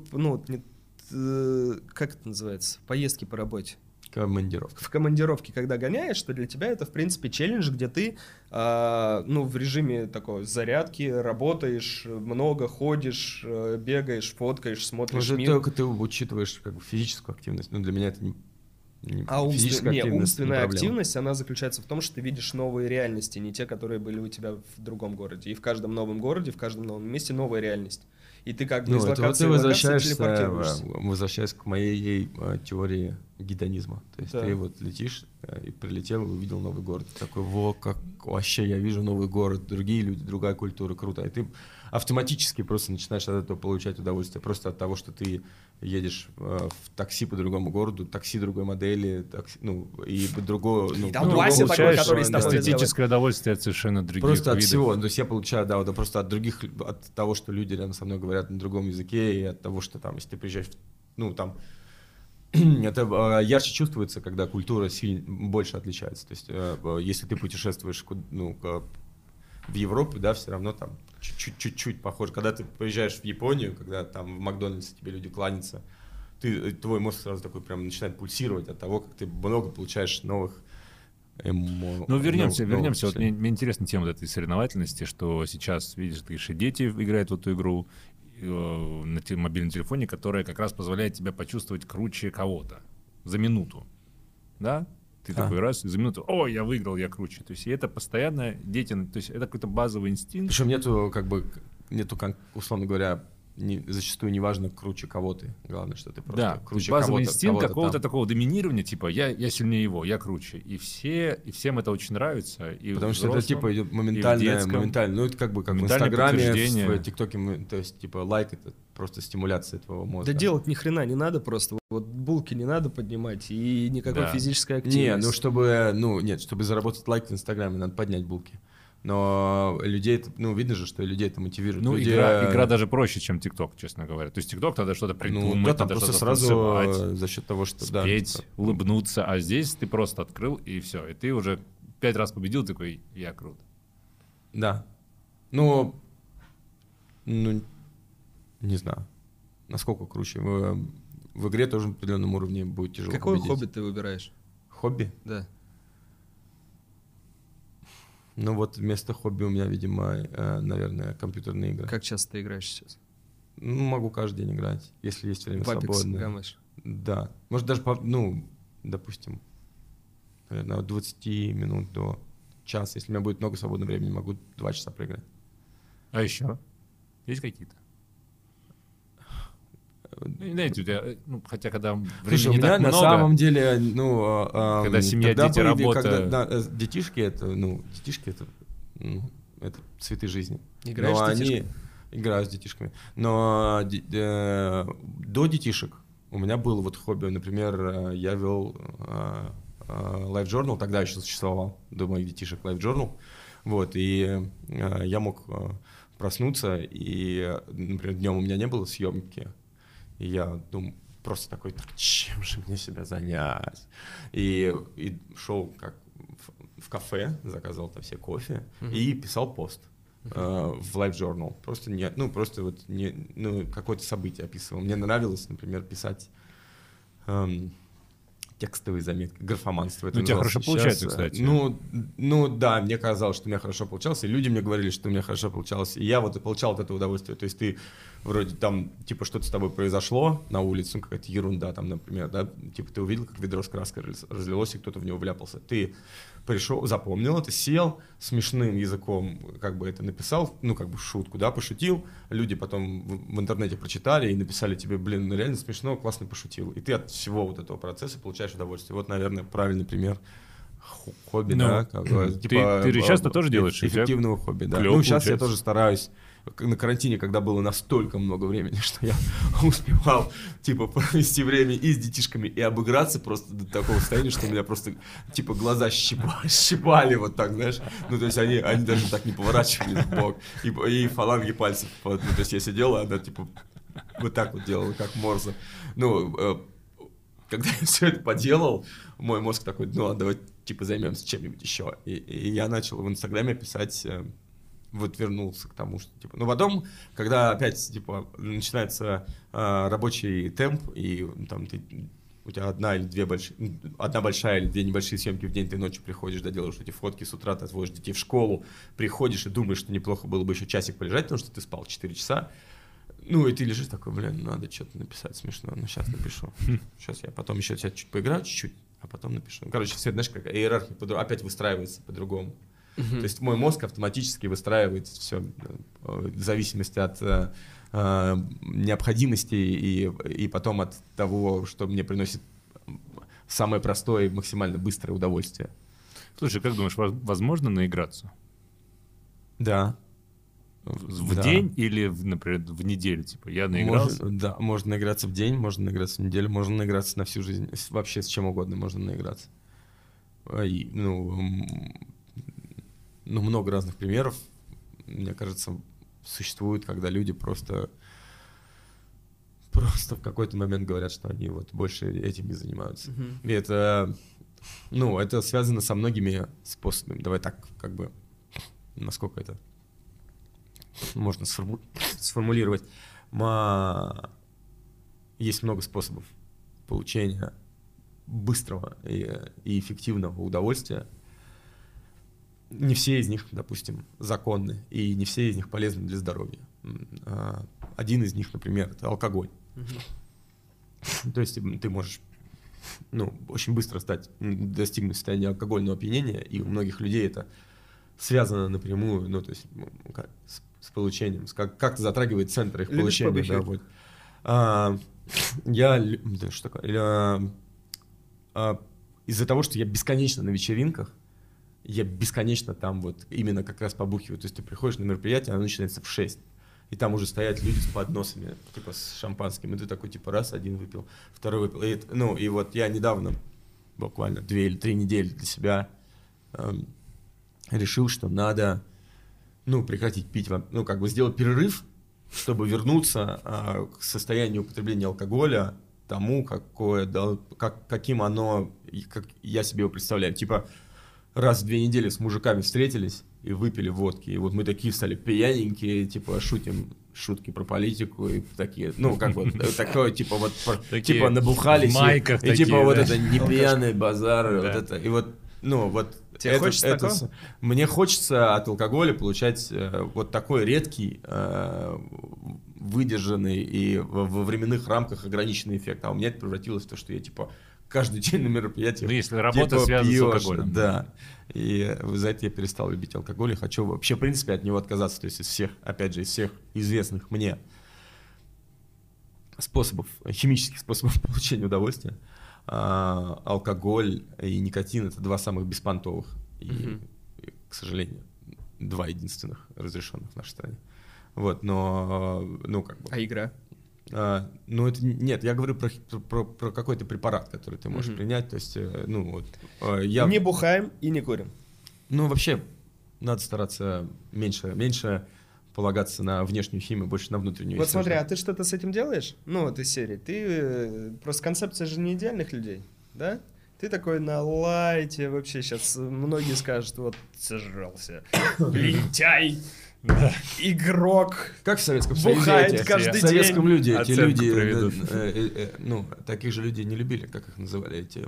как это называется? Поездки по работе. В командировке, когда гоняешь, то для тебя это, в принципе, челлендж, где ты в режиме такой зарядки работаешь, много ходишь, бегаешь, фоткаешь, смотришь мир. Только ты учитываешь как бы физическую активность. Для меня это не умственная активность, она заключается в том, что ты видишь новые реальности, не те, которые были у тебя в другом городе. И в каждом новом городе, в каждом новом месте новая реальность. И ты как бы из локации в локацию телепортируешься. Возвращаясь к моей теории гедонизма. То есть ты вот летишь и прилетел, увидел новый город. Ты такой, как вообще я вижу новый город, другие люди, другая культура, круто. И ты автоматически просто начинаешь от этого получать удовольствие. Просто от того, что ты едешь в такси по другому городу, такси другой модели, и другого... Там Вася такой, который с тобой эстетическое удовольствие от совершенно других просто видов. От всего. То есть я получаю, просто от других, от того, что люди рядом со мной говорят на другом языке, и от того, что там, если ты приезжаешь, это ярче чувствуется, когда культура больше отличается. То есть если ты путешествуешь в Европу, да, все равно там чуть-чуть похоже. Когда ты приезжаешь в Японию, когда там в Макдональдсе тебе люди кланятся, твой мозг сразу такой прям начинает пульсировать от того, как ты много получаешь новых Ну, вернемся. Вот мне интересна тема вот этой соревновательности, что сейчас, видишь, ты и дети играют в эту игру на мобильном телефоне, которая как раз позволяет тебе почувствовать круче кого-то за минуту. Да? Ты такой раз, и за минуту, я выиграл, я круче. То есть и это постоянно деятельность, то есть это какой-то базовый инстинкт. Причем нету, условно говоря, зачастую неважно, круче кого ты. Главное, что ты просто круче кого-то. Базовый инстинкт какого-то такого доминирования, типа я сильнее его, я круче. И всем это очень нравится. И потому что это типа идет моментально. Ну, это как в Инстаграме, в ТикТоке, то есть типа лайк — это просто стимуляция твоего мозга. Да делать ни хрена не надо просто. Вот булки не надо поднимать и никакой физической активности. Чтобы заработать лайк в Инстаграме, надо поднять булки. Но людей, видно же, что людей это мотивирует. Игра даже проще, чем ТикТок, честно говоря. То есть ТикТок надо что-то придумать, там просто сразу за счет того, что... спеть, улыбнуться. А здесь ты просто открыл, и все. И ты уже 5 раз победил, такой, я крут. Да. Не знаю, насколько круче. В игре тоже на определенном уровне будет тяжело Какое победить. хобби ты выбираешь? Хобби? Да. Вместо хобби у меня, видимо, наверное, компьютерные игры. Как часто ты играешь сейчас? Могу каждый день играть, если есть время свободное. Гаммешь? Да. Может, даже, допустим, наверное, от 20 минут до часа. Если у меня будет много свободного времени, могу 2 часа проиграть. А еще? Есть какие-то? Знаете, у тебя, хотя когда времени не так много... на самом деле, когда семья, дети, работа... Детишки это цветы жизни. Играешь с детишками? Играю с детишками. Но до детишек у меня было хобби. Например, я вел Life Journal, тогда еще существовал, до моих детишек Life Journal. И я мог проснуться, и, например, днем у меня не было съемки. И я думаю, просто такой, чем же мне себя занять? И шел как в кафе, заказывал там все кофе и писал пост в Life Journal. Просто какое-то событие описывал. Мне нравилось, например, писать текстовые заметки, графоманство. У тебя хорошо получается, кстати. Да, мне казалось, что у меня хорошо получалось, и люди мне говорили, что у меня хорошо получалось, и я и получал от этого удовольствие. То есть ты вроде там, типа, что-то с тобой произошло на улице, какая-то ерунда там, например, да, типа ты увидел, как ведро с краской разлилось, и кто-то в него вляпался. Ты пришел, запомнил это, сел, смешным языком это написал, в шутку, да, пошутил, люди потом в интернете прочитали и написали тебе, реально смешно, классно пошутил. И ты от всего этого процесса получаешь удовольствие. Наверное, правильный пример хобби, да. Ты же часто тоже делаешь эффективного хобби, да. Сейчас я тоже стараюсь. На карантине, когда было настолько много времени, что я успевал, провести время и с детишками, и обыграться просто до такого состояния, что у меня просто, глаза щипали вот так, знаешь. То есть они даже так не поворачивались в бок. И фаланги пальцев. То есть я сидел, а она, вот так вот делала, как Морзе. Когда я все это поделал, мой мозг такой, давай, займемся чем-нибудь еще. И я начал в Инстаграме писать... вернулся к тому, что потом, когда опять начинается рабочий темп, и там у тебя одна большая или 2 небольшие съемки в день, ты ночью приходишь, делаешь эти фотки, с утра ты отводишь детей в школу, приходишь и думаешь, что неплохо было бы еще часик полежать, потому что ты спал 4 часа. И ты лежишь такой, надо что-то написать смешно, сейчас напишу. Сейчас я потом еще чуть поиграю чуть-чуть, а потом напишу. Все, знаешь, как иерархия опять выстраивается по-другому. То есть мой мозг автоматически выстраивает все в зависимости от необходимости и потом от того, что мне приносит самое простое и максимально быстрое удовольствие. Слушай, как думаешь, возможно наиграться? Да. В день или, например, в неделю? Я наигрался? Можно наиграться в день, можно наиграться в неделю, можно наиграться на всю жизнь. Вообще с чем угодно можно наиграться. Много разных примеров, мне кажется, существует, когда люди просто в какой-то момент говорят, что они больше этим не занимаются. И это связано со многими способами. Давай так, насколько это можно сформулировать. Есть много способов получения быстрого и эффективного удовольствия. Не все из них, допустим, законны, и не все из них полезны для здоровья. Один из них, например, это алкоголь. То есть ты можешь очень быстро достигнуть состояния алкогольного опьянения, и у многих людей это связано напрямую, то есть с получением, как-то затрагивает центр их получения. Да, вот. Из-за того, что я бесконечно на вечеринках, я бесконечно там вот именно как раз побухиваю. То есть ты приходишь на мероприятие, оно начинается в 6. И там уже стоят люди с подносами, типа с шампанским. И ты такой, типа, раз, один выпил, второй выпил. И вот я недавно, буквально 2 или 3 недели для себя решил, что надо, прекратить пить, сделать перерыв, чтобы вернуться к состоянию употребления алкоголя, тому, каким оно, как я себе его представляю. Типа, раз в 2 недели с мужиками встретились и выпили водки. И вот мы такие стали пьяненькие, типа, шутим шутки про политику и такие, такое, типа, типа, набухались. В майках и, типа, вот это не пьяный базар, вот это, и вот, Тебе хочется такого? Мне хочется от алкоголя получать вот такой редкий, выдержанный и во временных рамках ограниченный эффект. А у меня это превратилось в то, что я, типа, каждый день на мероприятиях. Если работа связана с алкоголем. Да. И за это я перестал любить алкоголь и хочу вообще, в принципе, от него отказаться. То есть из всех известных мне химических способов получения удовольствия, алкоголь и никотин — это 2 самых беспонтовых. И, к сожалению, 2 единственных разрешенных в нашей стране. Вот, но, А игра? Нет, я говорю про какой-то препарат, который ты можешь принять. То есть, Не бухаем и не курим. Вообще, надо стараться меньше полагаться на внешнюю химию, больше на внутреннюю. Вот смотри, а ты что-то с этим делаешь? Вот из серии. Ты просто концепция же не идеальных людей, да? Ты такой на лайте вообще. Сейчас многие скажут, вот сожрался, лентяй. Да. Игрок. Как в Советском Союзе бухает каждый день. В Советском люди эти люди, таких же людей не любили, как их называли эти.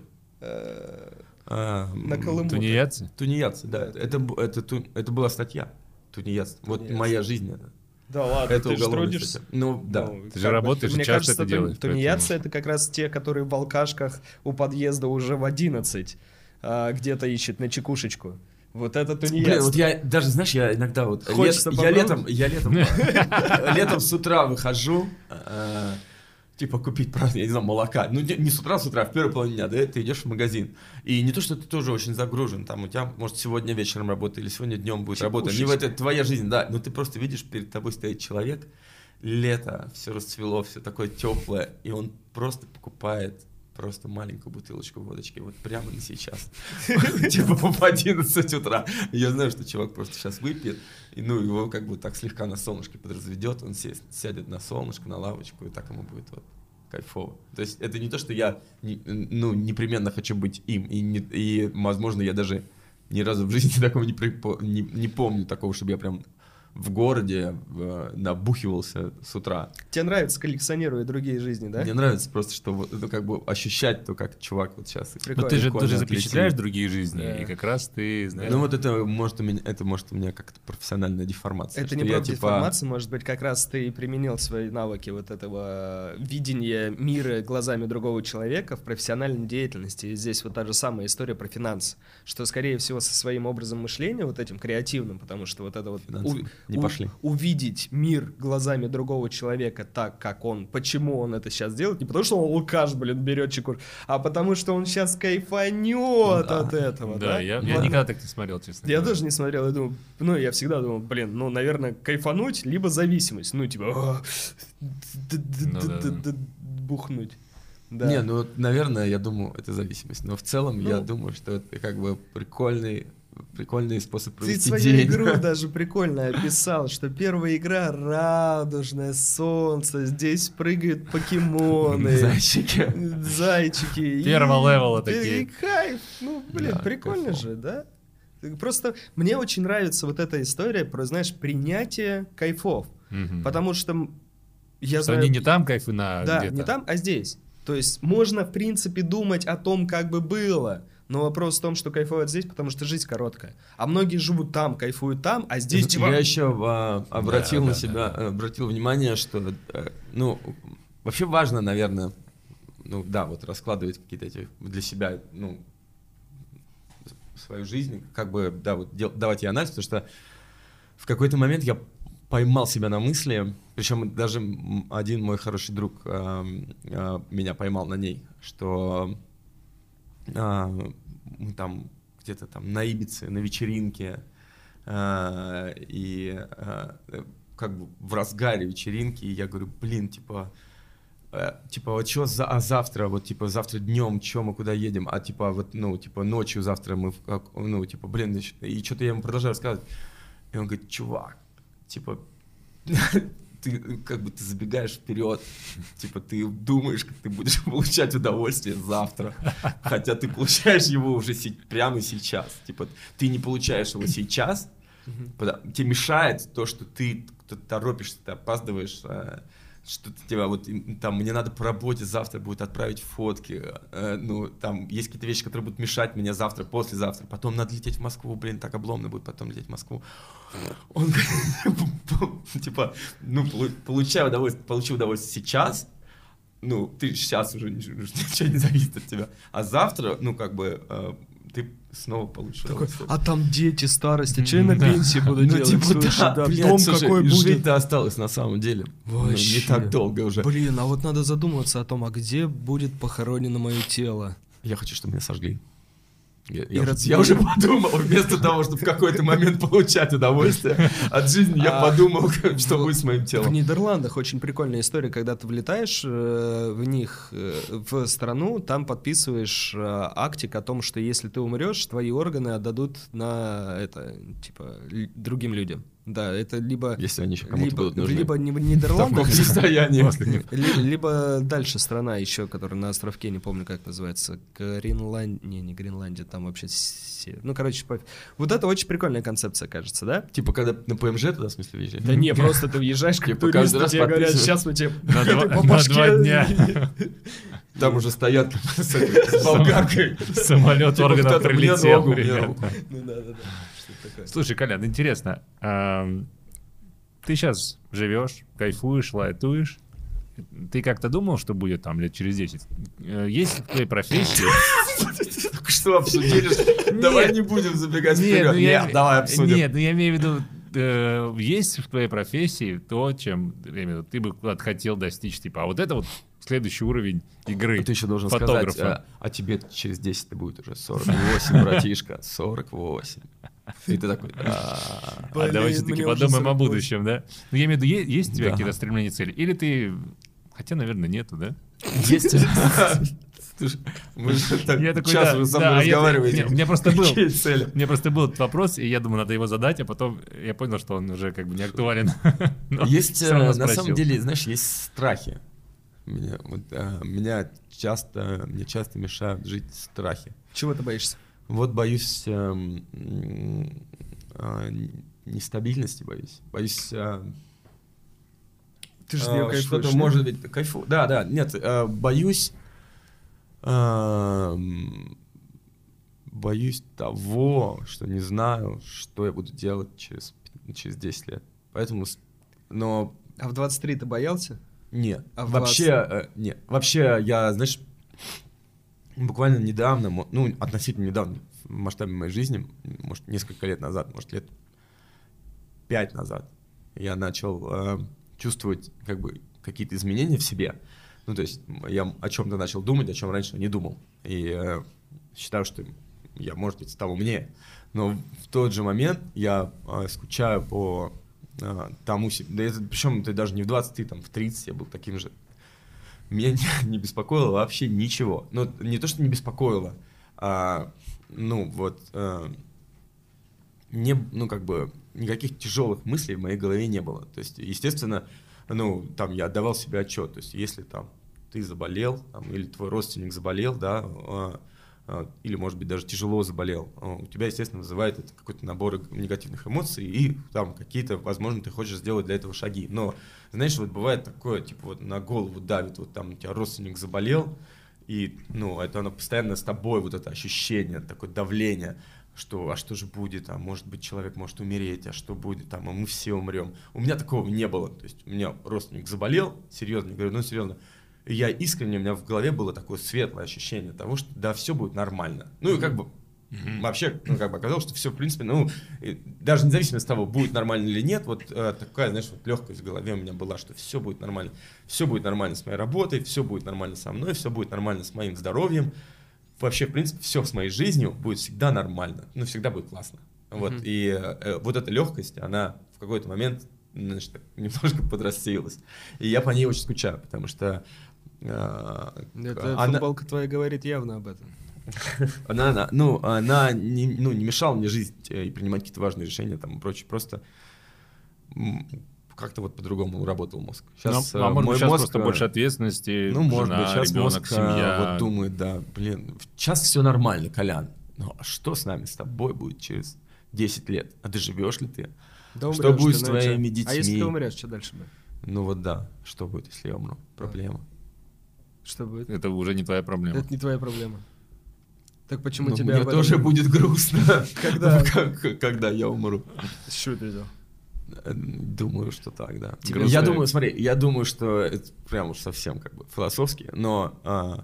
На Колыму. Тунеядцы, да. Это была статья. Тунеядство. Вот моя жизнь это. Да ладно, это ты же трудишься. Да. Ты же работаешь, мне часто кажется, это делаешь. Тунеядцы — это как раз те, которые в алкашках у подъезда уже в 11 где-то ищут на чекушечку. Вот это тунеядство. Блин, вот я даже, знаешь, я иногда я летом с утра выхожу, типа купить, правда, я не знаю, молока. Не с утра, а в первой половине дня, да, ты идешь в магазин. И не то, что ты тоже очень загружен, там у тебя, может, сегодня вечером работа или сегодня днем будет работа. Это твоя жизнь, да, но ты просто видишь, перед тобой стоит человек, лето, все расцвело, все такое теплое, и он просто покупает просто маленькую бутылочку водочки, вот прямо на сейчас. Типа в 11 утра. Я знаю, что чувак просто сейчас выпьет, и его как бы так слегка на солнышке подразведет, он сядет на солнышко, на лавочку, и так ему будет вот кайфово. То есть это не то, что я непременно хочу быть им, и возможно, я даже ни разу в жизни такого не помню, такого, чтобы я прям в городе набухивался с утра. Тебе нравится коллекционировать другие жизни, да? Мне нравится просто, что вот это как бы ощущать то, как чувак вот сейчас. Но ты же запечатляешь другие жизни, да. И как раз ты знаешь. Вот это может у меня как-то профессиональная деформация. Это не просто деформация, может быть, как раз ты применил свои навыки вот этого видения мира глазами другого человека в профессиональной деятельности. И здесь вот та же самая история про финансы, что, скорее всего, со своим образом мышления, вот этим креативным, потому что вот это вот увидеть мир глазами другого человека так, как он, почему он это сейчас делает, не потому что он алкаш, берет чекур, а потому что он сейчас кайфанет от этого. Да, я никогда так не смотрел, честно говоря. Я тоже не смотрел, я думал, я всегда думал, наверное, кайфануть, либо зависимость, бухнуть. Да. Не, наверное, я думаю, это зависимость, но в целом я думаю, что это как бы прикольный способ провести день. Ты свою игру даже прикольно описал, что первая игра — радужное солнце, здесь прыгают покемоны. Зайчики. Первого левела такие. И кайф. Прикольно же, да? Просто мне очень нравится вот эта история про, знаешь, принятие кайфов. Потому что я знаю... они не там кайфы на да, где-то. Не там, а здесь. То есть можно, в принципе, думать о том, как бы было, но вопрос в том, что кайфовать здесь, потому что жизнь короткая. А многие живут там, кайфуют там, а здесь... Я еще обратил на себя, обратил внимание, что, ну, вообще важно, наверное, ну, да, вот раскладывать какие-то эти для себя, ну, свою жизнь, как бы, да, вот давать ей анализ, потому что в какой-то момент я поймал себя на мысли, причем даже один мой хороший друг меня поймал на ней, что мы там где-то там на Ибице, на вечеринке, и как бы в разгаре вечеринки, и я говорю, блин, типа вот что завтра, вот типа завтра днем, что мы куда едем, а типа вот, ну, типа ночью завтра мы, ну, типа, блин, и что-то я ему продолжаю рассказывать, и он говорит, чувак, типа, ты как бы ты забегаешь вперед, типа ты думаешь, как ты будешь получать удовольствие завтра, хотя ты получаешь его уже прямо сейчас, типа ты не получаешь его сейчас, тебе мешает то, что ты торопишься, ты опаздываешь, что тебя вот там мне надо по работе завтра будет отправить фотки, ну там есть какие-то вещи, которые будут мешать мне завтра, послезавтра, потом надо лететь в Москву, блин, так обломно будет потом лететь в Москву. Он типа, ну получи удовольствие сейчас, ну ты сейчас уже ничего не зависит от тебя, а завтра, ну как бы ты снова получишь удовольствие. А там дети, старость, а что я на пенсии буду делать? Типа, слушай, да, дом какой будет. Жить-то осталось на самом деле. Вообще. Не так долго уже. Блин, а вот надо задуматься о том, а где будет похоронено мое тело? Я хочу, чтобы меня сожгли. Я уже подумал, вместо того, чтобы в какой-то момент получать удовольствие от жизни, я подумал, что будет с моим телом. В Нидерландах очень прикольная история, когда ты влетаешь в них, в страну, там подписываешь актик о том, что если ты умрешь, твои органы отдадут на это, типа, другим людям. Да, это либо... Если они еще кому-то будут нужны. Либо в Нидерландах, в состоянии. либо дальше страна еще, которая на островке, не помню, как называется, не Гренландия, там вообще... Ну, короче, вот это очень прикольная концепция, кажется, да? Типа, когда на ПМЖ туда, в смысле, въезжаешь? Да не, просто ты въезжаешь, как турист, тебе говорят, сейчас мы тебе по башке... На 2 дня. Там уже стоят с болгаркой. Самолет органов прилетел. Ну да. Слушай, Колян, интересно, ты сейчас живешь, кайфуешь, лайтуешь, ты как-то думал, что будет там лет через 10? Есть в твоей профессии... Что обсудили? Давай не будем забегать вперед. Нет, давай обсудим. Нет, я имею в виду, есть в твоей профессии то, чем ты бы куда-то хотел достичь, типа, а вот это вот следующий уровень игры. Ты еще должен сказать, а тебе через 10 будет уже 48, братишка, 48. И ты такой, а давай все-таки подумаем о будущем, да? Ну, я имею в виду, есть у тебя какие-то стремления, цели? Или ты... Хотя, наверное, нету, да? Есть. Мы же так час уже со мной разговариваете. У меня просто был этот вопрос, и я думаю, надо его задать, а потом я понял, что он уже как бы не актуален. Есть, на самом деле, знаешь, есть страхи. Мне часто мешают жить страхи. Чего ты боишься? Вот боюсь нестабильности, боюсь. Ты же не кайфуешь. Что-то может быть кайфу. Да, нет, боюсь того, что не знаю, что я буду делать через 10 лет. Поэтому, но... А в 23 ты боялся? Нет, нет. Вообще, я, знаешь, буквально недавно, ну, относительно недавно, в масштабе моей жизни, может, несколько лет назад, может, лет 5 назад, я начал чувствовать, как бы, какие-то изменения в себе. Ну, то есть, я о чем-то начал думать, о чем раньше не думал. И считаю, что я, может быть, стал умнее. Но в тот же момент я скучаю по тому себе. Да это, причем это даже не в 20, ты там в 30 я был таким же. Меня не беспокоило вообще ничего. Ну, не то, что не беспокоило, как бы никаких тяжелых мыслей в моей голове не было. То есть, естественно, ну, там я отдавал себе отчет. То есть, если там ты заболел, там, или твой родственник заболел, да, или, может быть, даже тяжело заболел, у тебя, естественно, вызывает это какой-то набор негативных эмоций, и там какие-то, возможно, ты хочешь сделать для этого шаги. Но, знаешь, вот бывает такое, типа вот на голову давит, вот там у тебя родственник заболел, и, ну, это оно постоянно с тобой, вот это ощущение, такое давление, что, а что же будет, а может быть, человек может умереть, а что будет, там, а мы все умрем. У меня такого не было, то есть у меня родственник заболел, серьезно, говорю, ну, серьезно, и я искренне, у меня в голове было такое светлое ощущение того, что да, все будет нормально. Ну, и как бы, вообще, ну, как бы оказалось, что все, в принципе, ну, даже независимо от того, будет нормально или нет, вот такая, знаешь, вот легкость в голове у меня была, что все будет нормально. Все будет нормально с моей работой, все будет нормально со мной, все будет нормально с моим здоровьем. Вообще, в принципе, все с моей жизнью будет всегда нормально, ну, всегда будет классно. Вот, и вот эта легкость, она в какой-то момент, значит, немножко подрастеялась. И я по ней очень скучаю, потому что... футболка твоя говорит явно об этом. Она не мешала мне жить и принимать какие-то важные решения там и прочее, просто как-то вот по-другому работал мозг. Сейчас может быть, сейчас просто больше ответственности, ну, может быть, сейчас ребенок, мозг семья. вот думает, да, блин, сейчас все нормально, Колян, но что с нами, с тобой будет через 10 лет? А доживешь ли ты? Да что будет с твоими детьми? А если ты умрешь, что дальше будет? Ну вот да, что будет, если я умру? Проблема. Что будет? Это уже не твоя проблема. Это не твоя проблема. Так почему Но тебя... мне тоже будет грустно, Когда? Когда я умру. Что это делал? Думаю, что так, да. Я думаю, смотри, я думаю, что это прям уж совсем как бы философски, но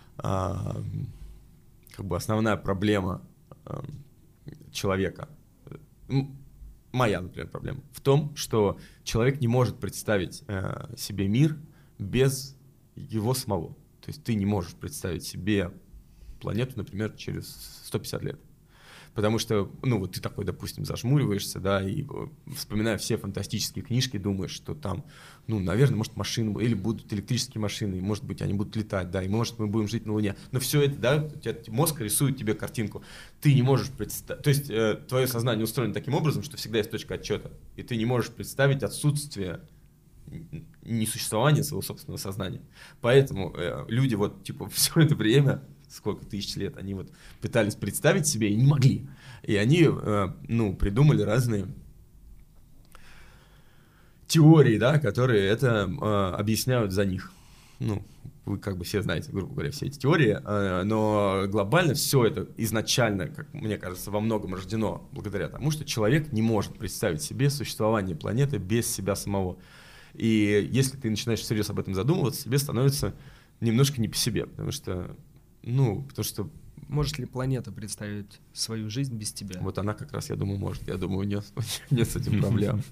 как бы основная проблема человека, моя, например, проблема, в том, что человек не может представить себе мир без его самого. То есть ты не можешь представить себе планету, например, через 150 лет. Потому что, ну, вот ты такой, допустим, зажмуриваешься, да, и вспоминая все фантастические книжки, думаешь, что там, ну, наверное, может, машины, или будут электрические машины, и, может быть, они будут летать, да, и, может, мы будем жить на Луне. Но все это, да, у тебя мозг рисует тебе картинку. Ты не можешь представить, то есть твое сознание устроено таким образом, что всегда есть точка отчета, и ты не можешь представить отсутствие несуществования своего собственного сознания. Поэтому люди вот, типа, все это время... сколько тысяч лет, они вот пытались представить себе и не могли. И они, ну, придумали разные теории, да, которые это объясняют за них. Ну, вы как бы все знаете, грубо говоря, все эти теории, но глобально все это изначально, как мне кажется, во многом рождено благодаря тому, что человек не может представить себе существование планеты без себя самого. И если ты начинаешь всерьез об этом задумываться, тебе становится немножко не по себе, потому что может ли планета представить свою жизнь без тебя? Вот она как раз, я думаю, может. Я думаю, нет с этим проблем.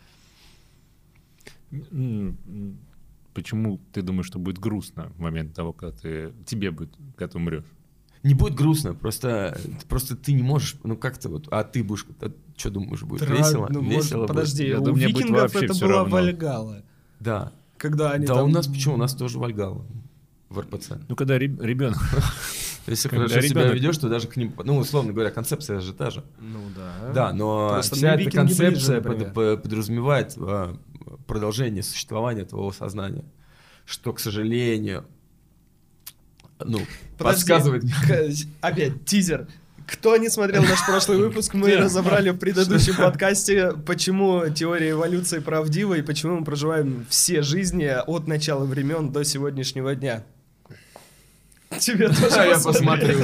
Почему ты думаешь, что будет грустно в момент того, когда тебе будет, когда ты умрешь? Не будет грустно, просто ты не можешь, ну как-то вот, а ты будешь, что думаешь, будет весело? Ну, весело подожди, будет. у викингов это была Вальгалла. Да. Когда они да, у нас почему? У нас тоже Вальгалла в РПЦ. Ну, когда ребенок... Если хорошо себя ведешь, то даже к ним, ну, условно говоря, концепция же та же. Ну да. Да, но просто вся эта концепция подразумевает продолжение существования твоего сознания, что, к сожалению, ну, подсказывает... Опять тизер. Кто не смотрел наш прошлый выпуск, мы разобрали в предыдущем подкасте, почему теория эволюции правдива и почему мы проживаем все жизни от начала времен до сегодняшнего дня. Тебе тоже я посмотрю.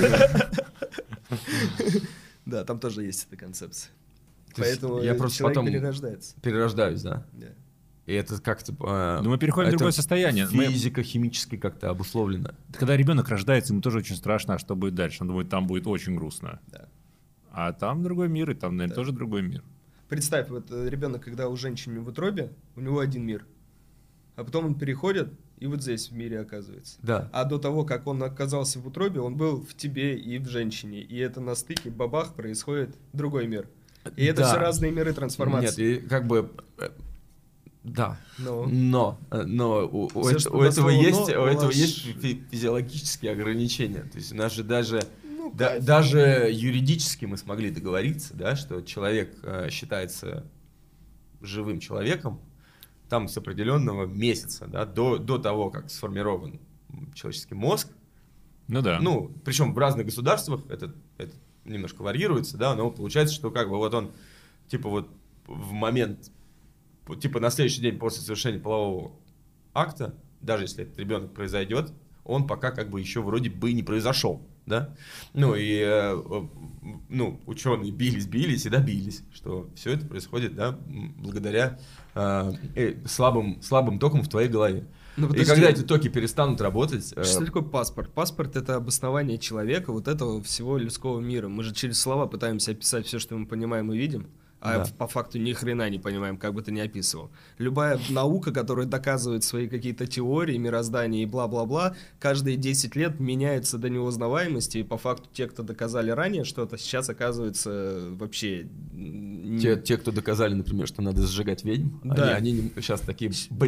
Да, там тоже есть эта концепция. Поэтому я просто человек потом перерождается. Перерождаюсь, да. И это как-то... Но мы переходим в другое состояние. Физико-химически как-то обусловлено. Когда ребенок рождается, ему тоже очень страшно, а что будет дальше. Он думает, там будет очень грустно. Да. А там другой мир, и там, наверное, тоже другой мир. Представь, вот ребенок, когда у женщины в утробе, у него один мир. А потом он переходит, и вот здесь в мире оказывается. Да. А до того, как он оказался в утробе, он был в тебе и в женщине. И это на стыке, бабах, происходит другой мир. И это все разные миры трансформации. Нет, и как бы... Да, но у Все, этого есть физиологические ограничения. То есть у нас же даже юридически мы смогли договориться, да, что человек считается живым человеком там с определенного месяца, да, до того, как сформирован человеческий мозг, Ну да. Ну, причем в разных государствах это немножко варьируется, да, но получается, что как бы вот он, типа вот в момент, типа на следующий день после совершения полового акта, даже если этот ребенок произойдет, он пока как бы еще вроде бы не произошел, да. Ну и ученые бились и добились, что все это происходит, да, благодаря слабым токам в твоей голове. И когда эти токи перестанут работать... Что такое паспорт? Паспорт — это обоснование человека, вот этого всего людского мира. Мы же через слова пытаемся описать все, что мы понимаем и видим, а по факту ни хрена не понимаем, как бы ты ни описывал. Любая наука, которая доказывает свои какие-то теории, мироздания и бла-бла-бла, каждые 10 лет меняется до неузнаваемости, и по факту те, кто доказали ранее что-то, сейчас оказывается вообще... Те, кто доказали, например, что надо сжигать ведьм, они сейчас такие,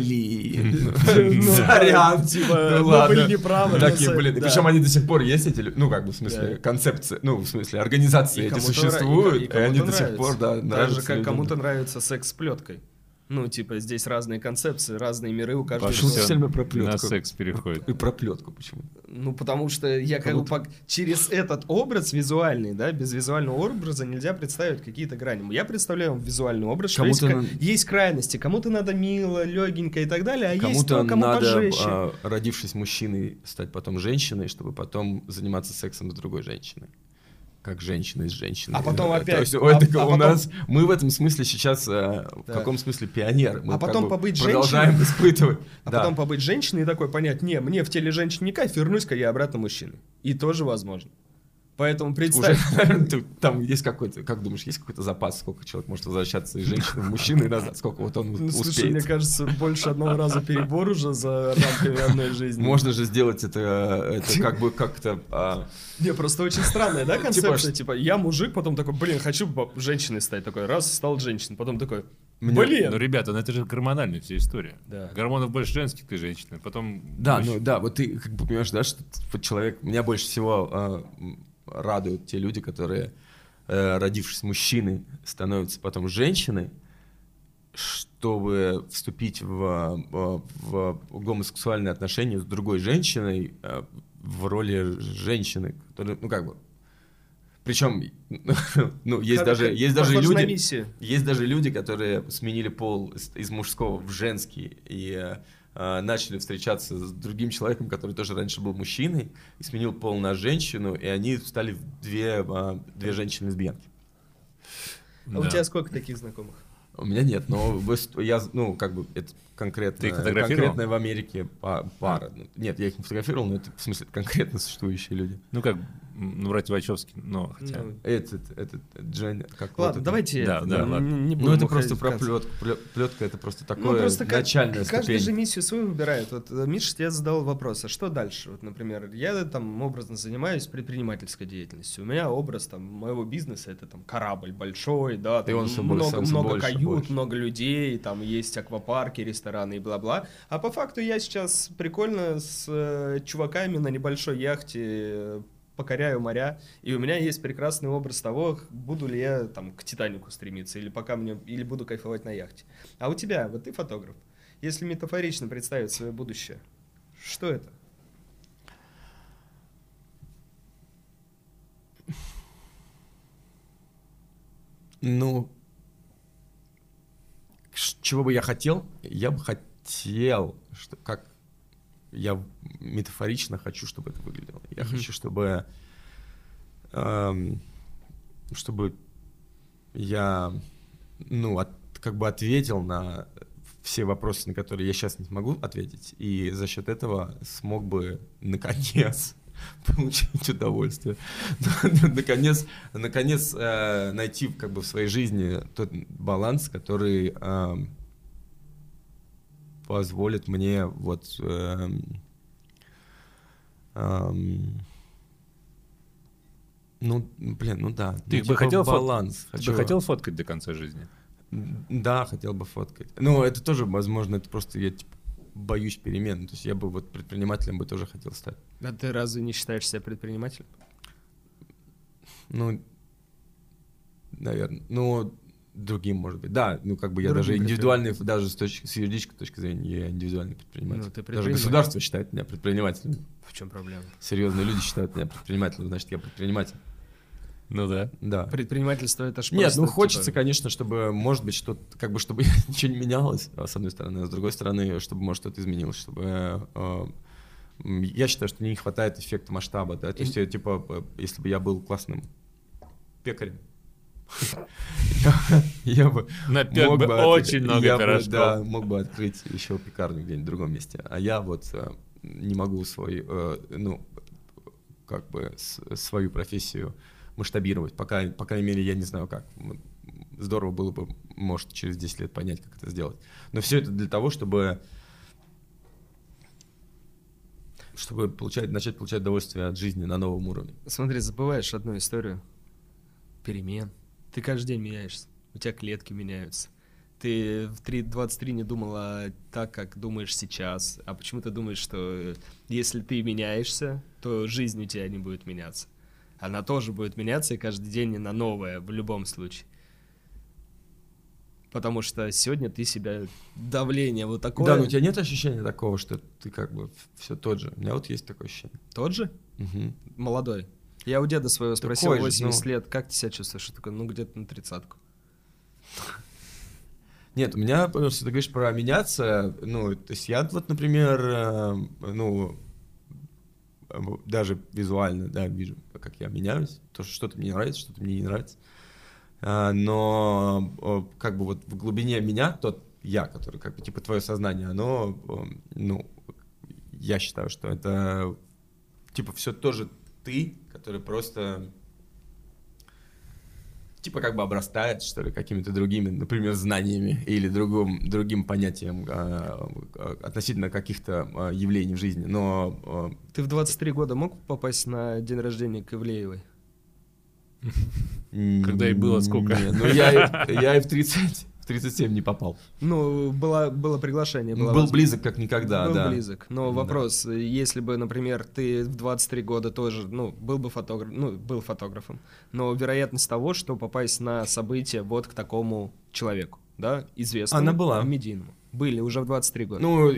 сорян, типа, мы были неправы. Причем они до сих пор есть эти, ну, как бы, в смысле, концепции, ну, в смысле, организации эти существуют, и они до сих пор, да, так же, как кому-то нравится секс с плеткой. Ну, типа, здесь разные концепции, разные миры у каждого. Все про плетку. На секс переходит. И про плетку почему? Ну, потому что я как бы через этот образ визуальный, да, без визуального образа нельзя представить какие-то грани. Я представляю визуальный образ, что есть крайности. Кому-то надо мило, легенько и так далее, а есть то, кому пожестче. Кому-то надо, родившись мужчиной, стать потом женщиной, чтобы потом заниматься сексом с другой женщиной. Как женщина с женщиной. А потом опять... Мы в этом смысле сейчас в каком смысле пионеры. Мы потом побыть продолжаем испытывать. Потом побыть женщиной и такой понять, не, мне в теле женщины не кайф, вернусь-ка я обратно мужчиной. И тоже возможно. Поэтому представь... Там есть какой-то, как думаешь, есть какой-то запас, сколько человек может возвращаться из женщины в мужчину и назад, сколько вот он успеет? Слушай, мне кажется, больше одного раза перебор уже за рамками одной жизни. Можно же сделать это как бы как-то... Не, просто очень странная, да, концепция, типа, я мужик, потом такой, блин, хочу женщиной стать, такой, раз, стал женщиной, потом такой, блин. Ну, ребята, это же гормональная вся история. Да. Гормонов больше женских, ты женщина, потом... Да, вот ты как бы понимаешь, да, что человек, меня больше всего... радуют те люди, которые, родившись мужчиной, становятся потом женщиной, чтобы вступить в гомосексуальные отношения с другой женщиной в роли женщины, которая, ну как бы, причем, ну есть даже люди, которые сменили пол из мужского в женский и начали встречаться с другим человеком, который тоже раньше был мужчиной, и сменил пол на женщину, и они стали две женщины-лесбиянки. А у тебя сколько таких знакомых? У меня нет, но я, ну, как бы, это конкретная в Америке пара. Нет, я их не фотографировал, но это, в смысле, конкретно существующие люди. Ну, как, братья Вачовски, но хотя... Этот Джен, как ладно, давайте ладно. Не будем. Ну, это просто про плетку. Плетка — это просто такое начальная ступень. Каждый же миссию свою выбирает. Вот Миша тебе задал вопрос, а что дальше? Вот, например, я там образно занимаюсь предпринимательской деятельностью. У меня образ там моего бизнеса — это там корабль большой, да, там много кают, много людей, там есть аквапарки, рестораны и бла-бла. А по факту я сейчас прикольно с чуваками на небольшой яхте покоряю моря, и у меня есть прекрасный образ того, буду ли я там к Титанику стремиться, или буду кайфовать на яхте. А у тебя, вот ты фотограф, если метафорично представить свое будущее, что это? Ну, чего бы я хотел? Я бы хотел, что как я метафорично хочу, чтобы это выглядело. Я хочу, чтобы я, ну, как бы ответил на все вопросы, на которые я сейчас не смогу ответить, и за счет этого смог бы наконец получить удовольствие. Наконец найти как бы в своей жизни тот баланс, который позволит мне вот ну, блин, ну да. Ты бы хотел баланс. Ты бы хотел фоткать до конца жизни? Да, хотел бы фоткать. Ну, это тоже, возможно, это просто я типа боюсь перемен. То есть я бы вот предпринимателем бы тоже хотел стать. А ты разве не считаешь себя предпринимателем? Ну, наверное. Ну, другим, может быть. Да, ну как бы я даже индивидуальный, даже с юридической точки зрения, я индивидуальный предприниматель. Даже государство считает меня предпринимателем. В чем проблема? Серьезные люди считают меня предпринимателем, значит, я предприниматель. Ну да. Да. Предпринимательство это ж Нет, просто, ну хочется, конечно, чтобы, может быть, что-то, как бы, чтобы ничего не менялось, с одной стороны, а с другой стороны, чтобы, может, что-то изменилось, чтобы... Я считаю, что мне не хватает эффекта масштаба, да, то есть, типа, если бы я был классным пекарем, я бы напек бы очень много пирожков. Да, мог бы открыть еще пекарню где-нибудь в другом месте, а я вот не могу ну, как бы свою профессию масштабировать, по крайней мере, я не знаю как. Здорово было бы, может, через 10 лет понять, как это сделать. Но все это для того, чтобы начать получать удовольствие от жизни на новом уровне. Смотри, забываешь одну историю перемен. Ты каждый день меняешься, у тебя клетки меняются. Ты в 23 не думала так, как думаешь сейчас, а почему ты думаешь, что если ты меняешься, то жизнь у тебя не будет меняться. Она тоже будет меняться, и каждый день на новое, в любом случае. Потому что сегодня ты себя... Давление вот такое... Да, но у тебя нет ощущения такого, что ты как бы все тот же? У меня вот есть такое ощущение. Тот же? Угу. Молодой. Я у деда своего спросил, такой 80 лет, как ты себя чувствуешь? Я такой, ну где-то на 30-ку. Нет, у меня, если ты говоришь про меняться, ну, то есть я вот, например, ну... даже визуально, да, вижу, как я меняюсь, то, что что-то мне нравится, что-то мне не нравится, но как бы вот в глубине меня, тот я, который как бы типа твое сознание, оно, ну, я считаю, что это типа все тоже ты, который просто типа как бы обрастает, что ли, какими-то другими, например, знаниями или другим понятием относительно каких-то явлений в жизни, но... Ты в 23 года мог попасть на день рождения к Ивлеевой? Когда ей было сколько? Ну, я и в 37 не попал. Ну, было приглашение. Был близок как никогда, да. Был близок. Но вопрос, если бы, например, ты в 23 года тоже, ну, был фотографом, но вероятность того, что попасть на событие вот к такому человеку, да, известному, она была. медийному, были уже в 23 года. Ну,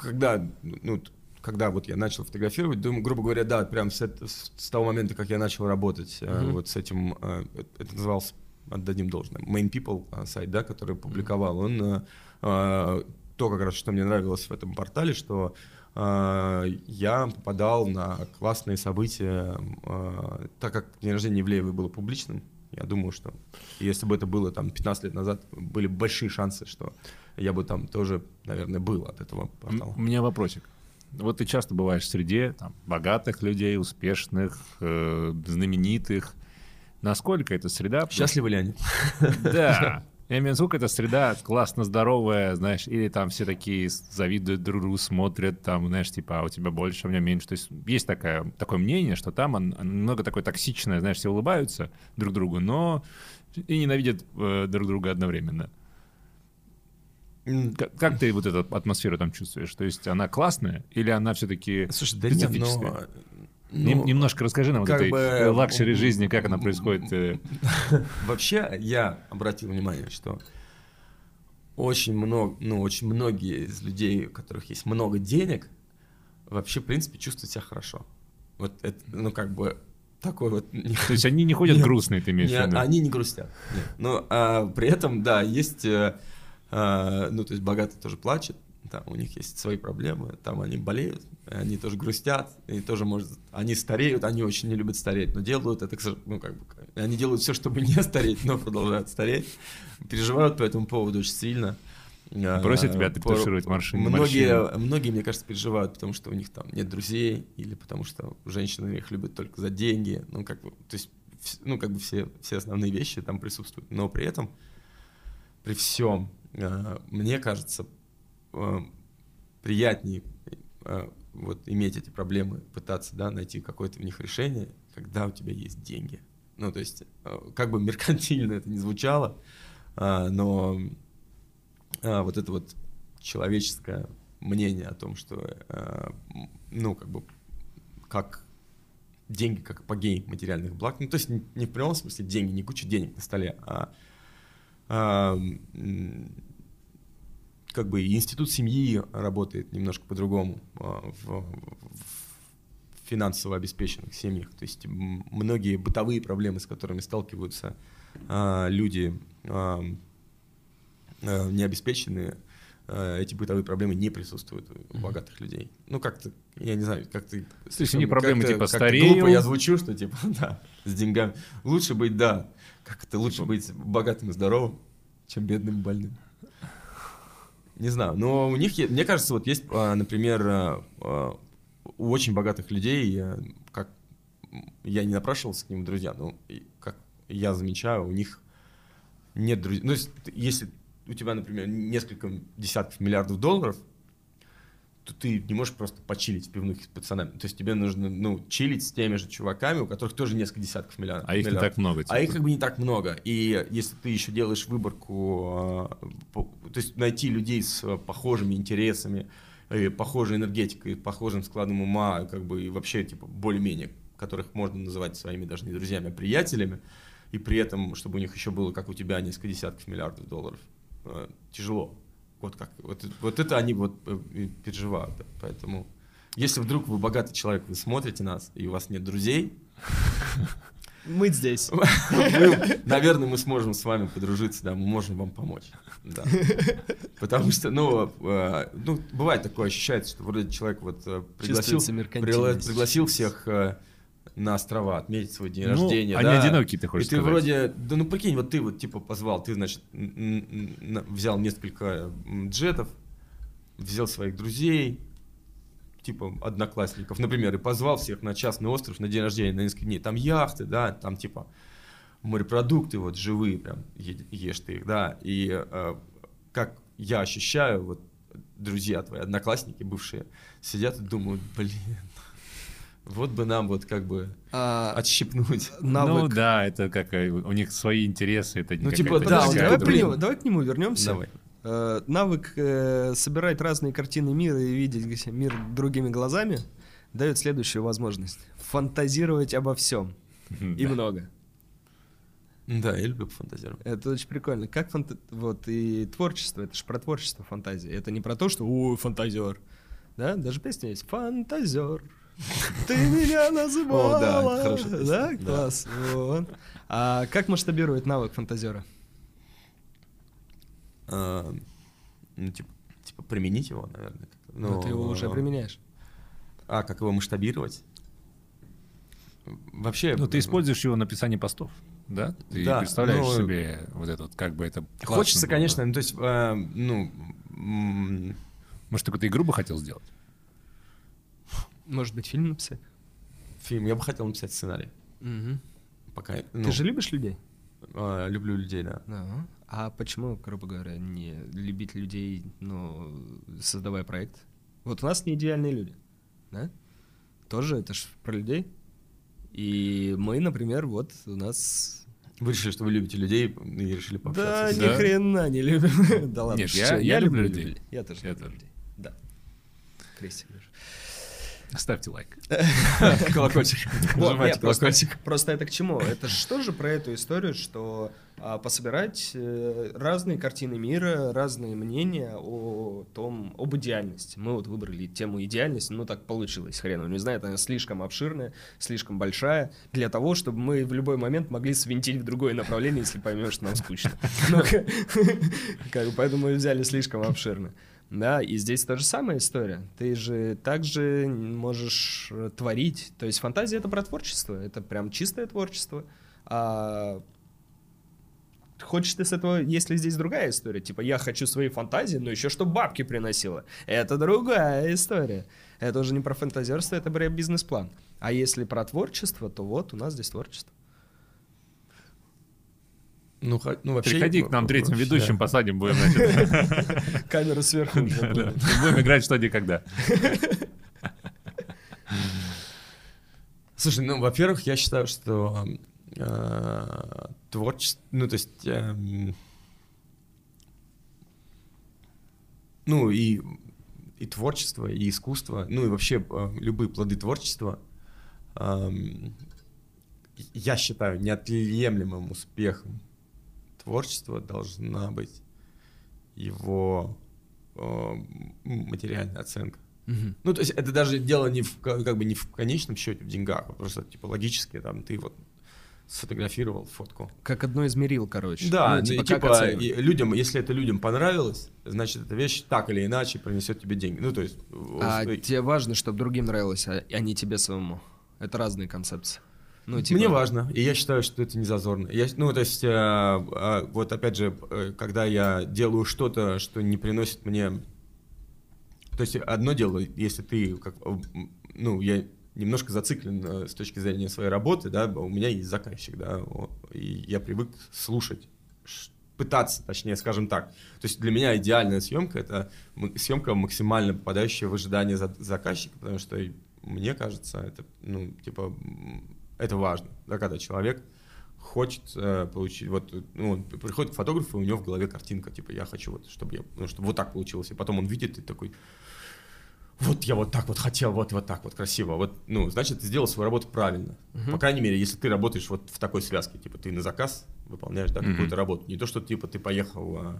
когда вот я начал фотографировать, думаю, грубо говоря, да, прям с того момента, как я начал работать вот с этим, это называлось, отдадим должное, Main People сайт, да, который публиковал, он то как раз, что мне нравилось в этом портале, что я попадал на классные события, так как день рождения Ивлеевой было публичным, я думаю, что если бы это было там 15 лет назад, были большие шансы, что я бы там тоже, наверное, был от этого портала. У меня вопросик. Вот ты часто бываешь в среде там, богатых людей, успешных, знаменитых. Насколько эта среда... Счастливы ли они? Да. Я имею в виду, сколько эта среда классно здоровая, знаешь, или там все такие завидуют друг другу, смотрят, там, знаешь, типа, а у тебя больше, а у меня меньше. То есть есть такое мнение, что там много такое токсичное, знаешь, все улыбаются друг другу, но и ненавидят друг друга одновременно. Как ты вот эту атмосферу там чувствуешь? То есть она классная или она все-таки специфическая? Немножко расскажи нам вот этой лакшери жизни, как она происходит. Вообще, я обратил внимание, что очень многие из людей, у которых есть много денег, вообще, в принципе, чувствуют себя хорошо. Вот это, как бы, такой вот... То есть они не ходят грустные, ты имеешь в виду? Они не грустят. Нет. Но при этом, да, есть... то есть богатые тоже плачут, там у них есть свои проблемы, там они болеют, они тоже грустят, и тоже, они стареют, они очень не любят стареть, но делают это, они делают все, чтобы не стареть, но продолжают стареть, переживают по этому поводу очень сильно. Просят тебя оттушировать морщины. Многие, мне кажется, переживают, потому что у них там нет друзей, или потому что женщины их любят только за деньги, все основные вещи там присутствуют, но при этом, при всем, мне кажется, приятнее вот иметь эти проблемы, пытаться, да, найти какое-то в них решение, когда у тебя есть деньги. Ну, то есть, как бы меркантильно это ни звучало, но вот это вот человеческое мнение о том, что, как деньги, как апогей материальных благ, то есть не в прямом смысле деньги, не куча денег на столе, а как бы институт семьи работает немножко по-другому в финансово обеспеченных семьях. То есть многие бытовые проблемы, с которыми сталкиваются люди необеспеченные, эти бытовые проблемы не присутствуют у богатых людей. Ну, как-то, я не знаю, как-то... То есть не проблемы типа стареют? Глупо я звучу, что типа, да, с деньгами. Лучше быть, да, как это, лучше быть богатым и здоровым, чем бедным и больным. Не знаю, но у них, мне кажется, вот есть, например, у очень богатых людей, как я не напрашивался к ним в друзья, но как я замечаю, у них нет друзей. Ну, если у тебя, например, несколько десятков миллиардов долларов, то ты не можешь просто почилить в пивных с пацанами. То есть тебе нужно, ну, чилить с теми же чуваками, у которых тоже несколько десятков миллиардов. А их не так много. Типа. А их как бы не так много. И если ты еще делаешь выборку, то есть найти людей с похожими интересами, похожей энергетикой, похожим складом ума, как бы и вообще типа более-менее, которых можно называть своими даже не друзьями, а приятелями, и при этом, чтобы у них еще было, как у тебя, несколько десятков миллиардов долларов. Тяжело. Вот это они вот переживают. Да. Поэтому, если вдруг вы богатый человек, вы смотрите нас, и у вас нет друзей, мы здесь. Наверное, мы сможем с вами подружиться, да, мы можем вам помочь. Да. Потому что, бывает такое, ощущается, что вроде человек вот пригласил всех на острова отметить свой день рождения. Они одинокие, ты хочешь сказать. И ты вроде, прикинь, вот ты вот типа позвал, ты, значит, взял несколько джетов, взял своих друзей, типа одноклассников, например, и позвал всех на частный остров на день рождения на несколько дней. Там яхты, да, там типа морепродукты вот живые, прям ешь ты их, да. И как я ощущаю, вот друзья твои, одноклассники бывшие, сидят и думают, блин, вот бы нам вот как бы отщипнуть. Навык. Ну да, это как у них свои интересы. Это ну типа да, давай к нему вернемся. Давай. Навык собирать разные картины мира и видеть мир другими глазами дает следующую возможность. Фантазировать обо всем. И много. Да, я люблю фантазировать. Это очень прикольно. Как вот и творчество, это же про творчество фантазии. Это не про то, что фантазер. Да, даже песня есть. Фантазер. Ты меня называла. О, да, хорошая песня. Да, класс. Вот. А как масштабирует навык фантазера? Типа применить его, наверное. Но ты его уже применяешь. А как его масштабировать? Вообще... Ну, ты используешь его в написании постов, да? Ты представляешь себе вот это вот, как бы это классно хочется, было. Конечно, ну, то есть, может, ты какую-то игру бы хотел сделать? Может быть, фильм написать? Фильм. Я бы хотел написать сценарий. Угу. Пока, Ты же любишь людей? Люблю людей, да. А почему, грубо говоря, не любить людей, создавая проект? Вот у нас не идеальные люди, да? Тоже это ж про людей. И мы, например, вот у нас... Вы решили, что вы любите людей и решили пообщаться? Да, ни хрена не любим. Да ладно. Нет, я люблю людей. Я тоже люблю людей. Да. Крестик вижу. Ставьте лайк. Колокольчик. Нажимайте колокольчик. Просто это к чему? Это же тоже про эту историю, что пособирать разные картины мира, разные мнения об идеальности. Мы вот выбрали тему идеальности, так получилось, хрен его не знает, она слишком обширная, слишком большая, для того, чтобы мы в любой момент могли свинтить в другое направление, если поймем, что нам скучно. Поэтому мы взяли слишком обширно. Да, и здесь та же самая история. Ты же также можешь творить. То есть фантазия — это про творчество. Это прям чистое творчество. А хочешь ты с этого, если здесь другая история, типа я хочу свои фантазии, но еще чтобы бабки приносило. Это другая история. Это уже не про фантазерство, это про бизнес-план. А если про творчество, то вот у нас здесь творчество. Вообще, приходи к нам третьим ведущим, посадим будем, значит. Камеру сверху уже будет. Будем играть что никогда. Слушай, во-первых, я считаю, что творчество, и творчество, и искусство, и вообще любые плоды творчества, я считаю неотъемлемым успехом творчество должна быть его материальная оценка. Ну, то есть это даже дело не в конечном счете в деньгах, а просто типа логически там ты вот сфотографировал фотку. Как одно из мерил, короче. Да, ну, типа людям, если это людям понравилось, значит эта вещь так или иначе принесет тебе деньги. Ну, то есть. Тебе важно, чтобы другим нравилось, а не тебе самому. Это разные концепции. Ну, типа... Мне важно, и я считаю, что это не зазорно. То есть, вот опять же, когда я делаю что-то, что не приносит мне... То есть, одно дело, если ты, я немножко зациклен с точки зрения своей работы, да, у меня есть заказчик, да, и я привык слушать, пытаться, точнее, скажем так. То есть, для меня идеальная съемка — это съемка, максимально попадающая в ожидание заказчика, потому что, мне кажется, это, это важно, да, когда человек хочет получить, он приходит к фотографу, и у него в голове картинка, типа, я хочу, чтобы вот так получилось, и потом он видит и такой, вот я вот так вот хотел, вот так вот красиво, значит, ты сделал свою работу правильно. По крайней мере, если ты работаешь вот в такой связке, типа, ты на заказ выполняешь, да, какую-то работу, не то, что, типа, ты поехал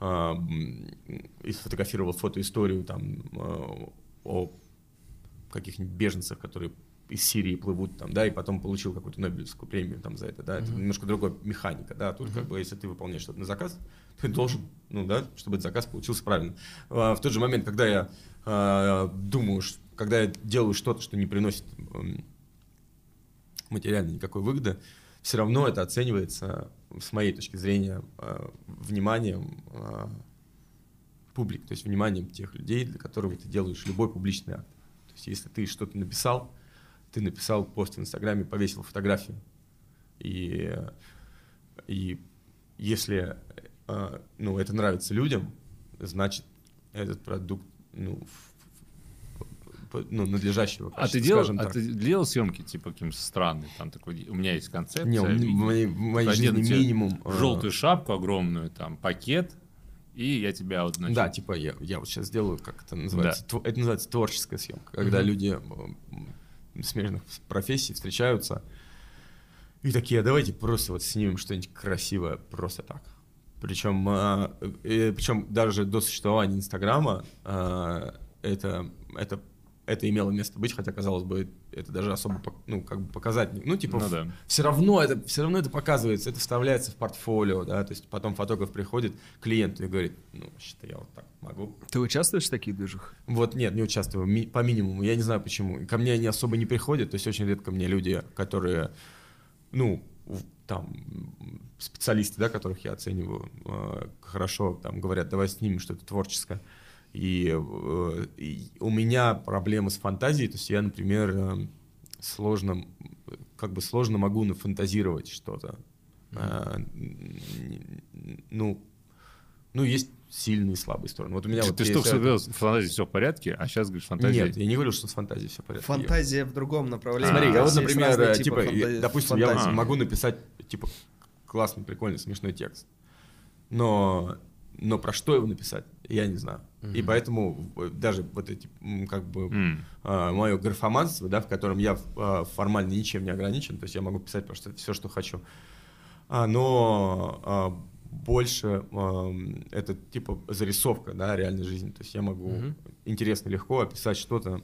и сфотографировал фотоисторию, там, о каких-нибудь беженцах, которые из Сирии плывут, там, да, и потом получил какую-то Нобелевскую премию там за это, да, это немножко другая механика, да, тут как бы, если ты выполняешь что-то на заказ, ты должен, чтобы этот заказ получился правильно. В тот же момент, когда я думаю, когда я делаю что-то, что не приносит материально никакой выгоды, все равно это оценивается, с моей точки зрения, вниманием публики, то есть вниманием тех людей, для которых ты делаешь любой публичный акт. То есть если ты что-то написал, ты написал пост в Инстаграме, повесил фотографию, и если это нравится людям, значит, этот продукт надлежащего качества, ты делал съемки типа каким-то странным, там такой, у меня есть концепция. Не, в моей жизни минимум. Желтую шапку огромную, там пакет, и я тебя вот, значит... Да, типа я вот сейчас делаю, как это называется, это называется творческая съемка, когда люди смежных профессий встречаются и такие, давайте просто вот снимем что-нибудь красивое просто так. Причем даже до существования Инстаграма это имело место быть, хотя, казалось бы, это даже особо показательно. Все равно это показывается, это вставляется в портфолио, да, то есть потом фотограф приходит к клиенту и говорит, что я вот так могу. Ты участвуешь в таких движах? Вот нет, не участвую, по минимуму, я не знаю почему. Ко мне они особо не приходят, то есть очень редко мне люди, которые, там, специалисты, да, которых я оцениваю хорошо, там, говорят, давай снимем что-то творческое. И у меня проблемы с фантазией, то есть я, например, сложно могу нафантазировать что-то. Есть сильные и слабые стороны. Вот у меня ты только что говорил, с фантазией все в порядке, а сейчас говоришь, фантазия... Нет, я не говорю, что с фантазией все в порядке. Фантазия в другом направлении. Смотри, я вот, например, допустим, я могу написать, типа, классный, прикольный, смешной текст, но про что его написать, я не знаю. И поэтому даже вот эти, мое графоманство, да, в котором я формально ничем не ограничен, то есть я могу писать просто все, что хочу, но больше это типа зарисовка, да, реальной жизни. То есть я могу интересно, легко описать что-то,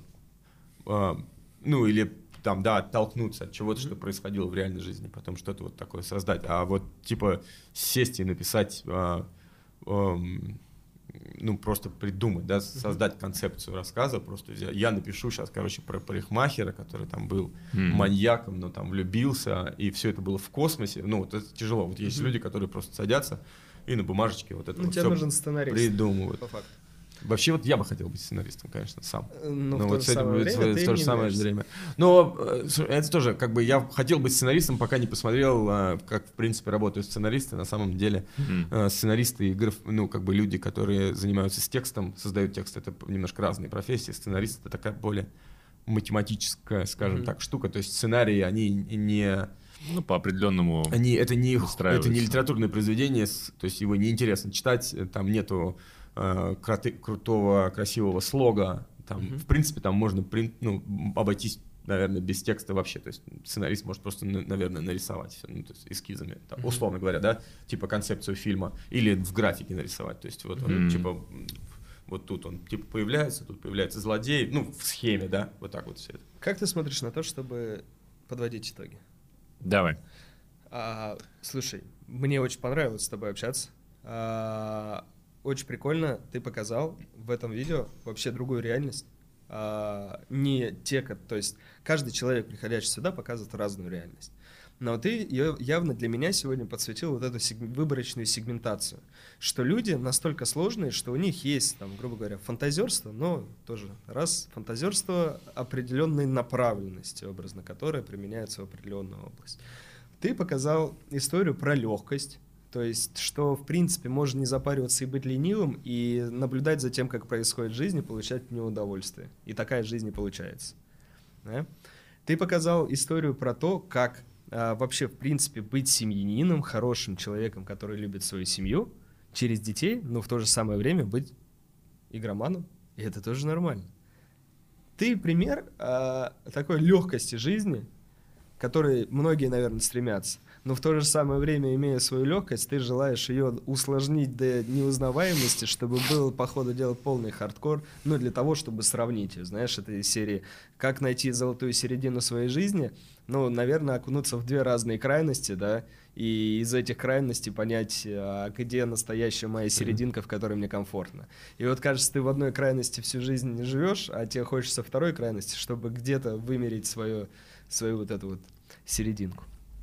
или там, да, оттолкнуться от чего-то, что происходило в реальной жизни, потом что-то вот такое создать. А вот типа сесть и написать... просто придумать, да, создать концепцию рассказа, просто я напишу сейчас, про парикмахера, который там был маньяком, но там влюбился, и все это было в космосе, вот это тяжело, вот есть люди, которые просто садятся и на бумажечке вот это вот тебе нужен сценарист, придумывают. По факту. Вообще вот я бы хотел быть сценаристом, конечно, сам. Но в то же самое время. Но это тоже, я хотел быть сценаристом, пока не посмотрел, как в принципе работают сценаристы. На самом деле сценаристы и люди, которые занимаются с текстом, создают текст, это немножко разные профессии. Сценарист — это такая более математическая, скажем так, штука. То есть сценарии, они не... по определенному это не литературное произведение, то есть его неинтересно читать, там нету крутого, красивого слога. Там, в принципе, там можно обойтись наверное, без текста вообще. То есть сценарист может просто, наверное, нарисовать все, ну, то есть эскизами, там, условно говоря, да, типа концепцию фильма, или в графике нарисовать. То есть вот он, типа, вот тут он типа появляется, тут появляется злодей, ну, в схеме, да, вот так вот все это. Как ты смотришь на то, чтобы подводить итоги? Давай. Слушай, мне очень понравилось с тобой общаться. Очень прикольно ты показал в этом видео вообще другую реальность. Не те, то есть каждый человек, приходящий сюда, показывает разную реальность. Но ты явно для меня сегодня подсветил вот эту выборочную сегментацию, что люди настолько сложные, что у них есть, там, грубо говоря, фантазерство, но тоже фантазерство определенной направленности, образно, которая применяется в определенную область. Ты показал историю про легкость, то есть, что, в принципе, можно не запариваться и быть ленивым, и наблюдать за тем, как происходит жизнь, и получать от нее удовольствие. И такая жизнь и получается. Да? Ты показал историю про то, как вообще, в принципе, быть семьянином, хорошим человеком, который любит свою семью, через детей, но в то же самое время быть игроманом, и это тоже нормально. Ты пример такой легкости жизни, к которой многие, наверное, стремятся. Но в то же самое время, имея свою легкость, ты желаешь ее усложнить до неузнаваемости, чтобы был, по ходу дела, полный хардкор, ну, для того, чтобы сравнить ее, знаешь, этой серии «Как найти золотую середину своей жизни», ну, наверное, окунуться в две разные крайности, да, и из этих крайностей понять, где настоящая моя серединка, в которой мне комфортно. И вот, кажется, ты в одной крайности всю жизнь не живешь, а тебе хочется второй крайности, чтобы где-то вымерить свою вот эту вот серединку.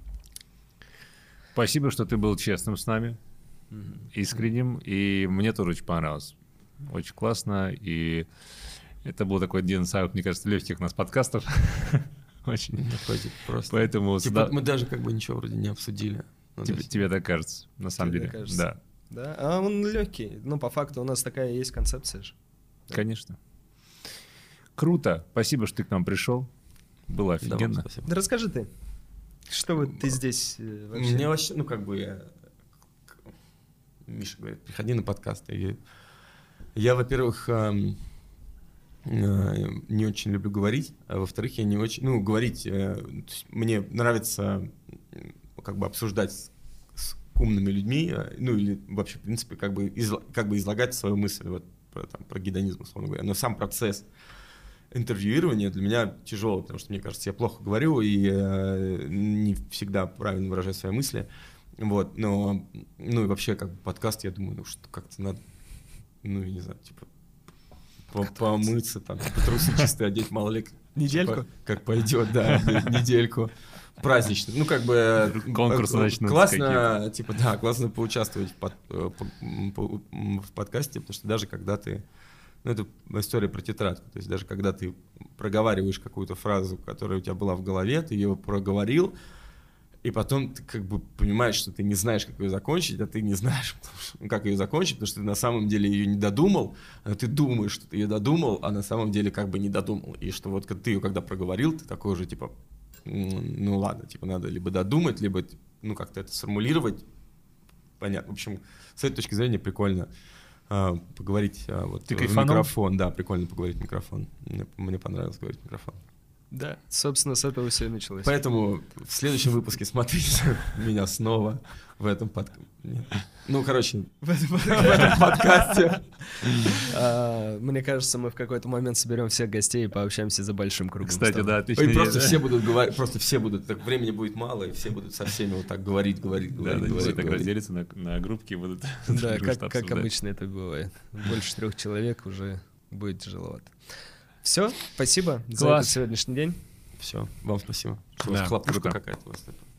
Спасибо, что ты был честным с нами, искренним, и мне тоже очень понравилось. Очень классно, и это был такой один из самых, мне кажется, легких у нас подкастов. Очень. Просто. Поэтому типа, мы даже как бы ничего вроде не обсудили. Тебе так кажется, на самом деле. Да. Да, а он легкий. Ну, по факту у нас такая есть концепция же. Конечно. Круто. Спасибо, что ты к нам пришел. Было офигенно. Да расскажи ты. Что вот ты здесь вообще? Мне вообще, ну, как бы Миша говорит, приходи на подкаст. Я, во-первых, не очень люблю говорить, а во-вторых, я не очень... Ну, говорить... мне нравится как бы обсуждать с умными людьми, ну, или вообще, в принципе, как бы излагать свою мысль вот, про гедонизм, условно говоря. Но сам процесс интервьюирование для меня тяжело, потому что, мне кажется, я плохо говорю и не всегда правильно выражаю свои мысли. Вот, но, ну и вообще, как бы подкаст, я думаю, ну что как-то надо, ну, я не знаю, типа, помыться, там, типа, трусы чистые одеть, мало ли. Недельку? Типа, как пойдет, да, недельку. Празднично. Ну, как бы... Конкурс начнутся. Классно, типа, да, классно поучаствовать в подкасте, потому что даже когда ты... Ну, это история про тетрадку. То есть даже когда ты проговариваешь какую-то фразу, которая у тебя была в голове, ты ее проговорил, и потом ты как бы понимаешь, что ты не знаешь, как ее закончить, а ты не знаешь, как ее закончить, потому что ты на самом деле ее не додумал, а ты думаешь, что ты ее додумал, а на самом деле как бы не додумал. И что вот ты ее когда проговорил, ты такой уже типа, ну ладно, типа надо либо додумать, либо ну как-то это сформулировать. Понятно. В общем, с этой точки зрения прикольно поговорить вот, в микрофон. Да, прикольно поговорить в микрофон. Мне понравилось говорить в микрофон. Да, собственно, с этого все и началось. Поэтому в следующем выпуске смотрите меня снова в этом подкасте. Ну, короче, в этом подкасте. Мне кажется, мы в какой-то момент соберем всех гостей и пообщаемся за большим кругом. Кстати, да, отлично. И просто все будут говорить, просто все будут, так времени будет мало, и все будут со всеми вот так говорить. Да, все так разделятся на группки и будут. Да, как обычно это бывает. Больше 3 человек уже будет тяжеловато. Все, спасибо за этот сегодняшний день. Все, вам спасибо. Что у вас хлопушка какая-то у вас.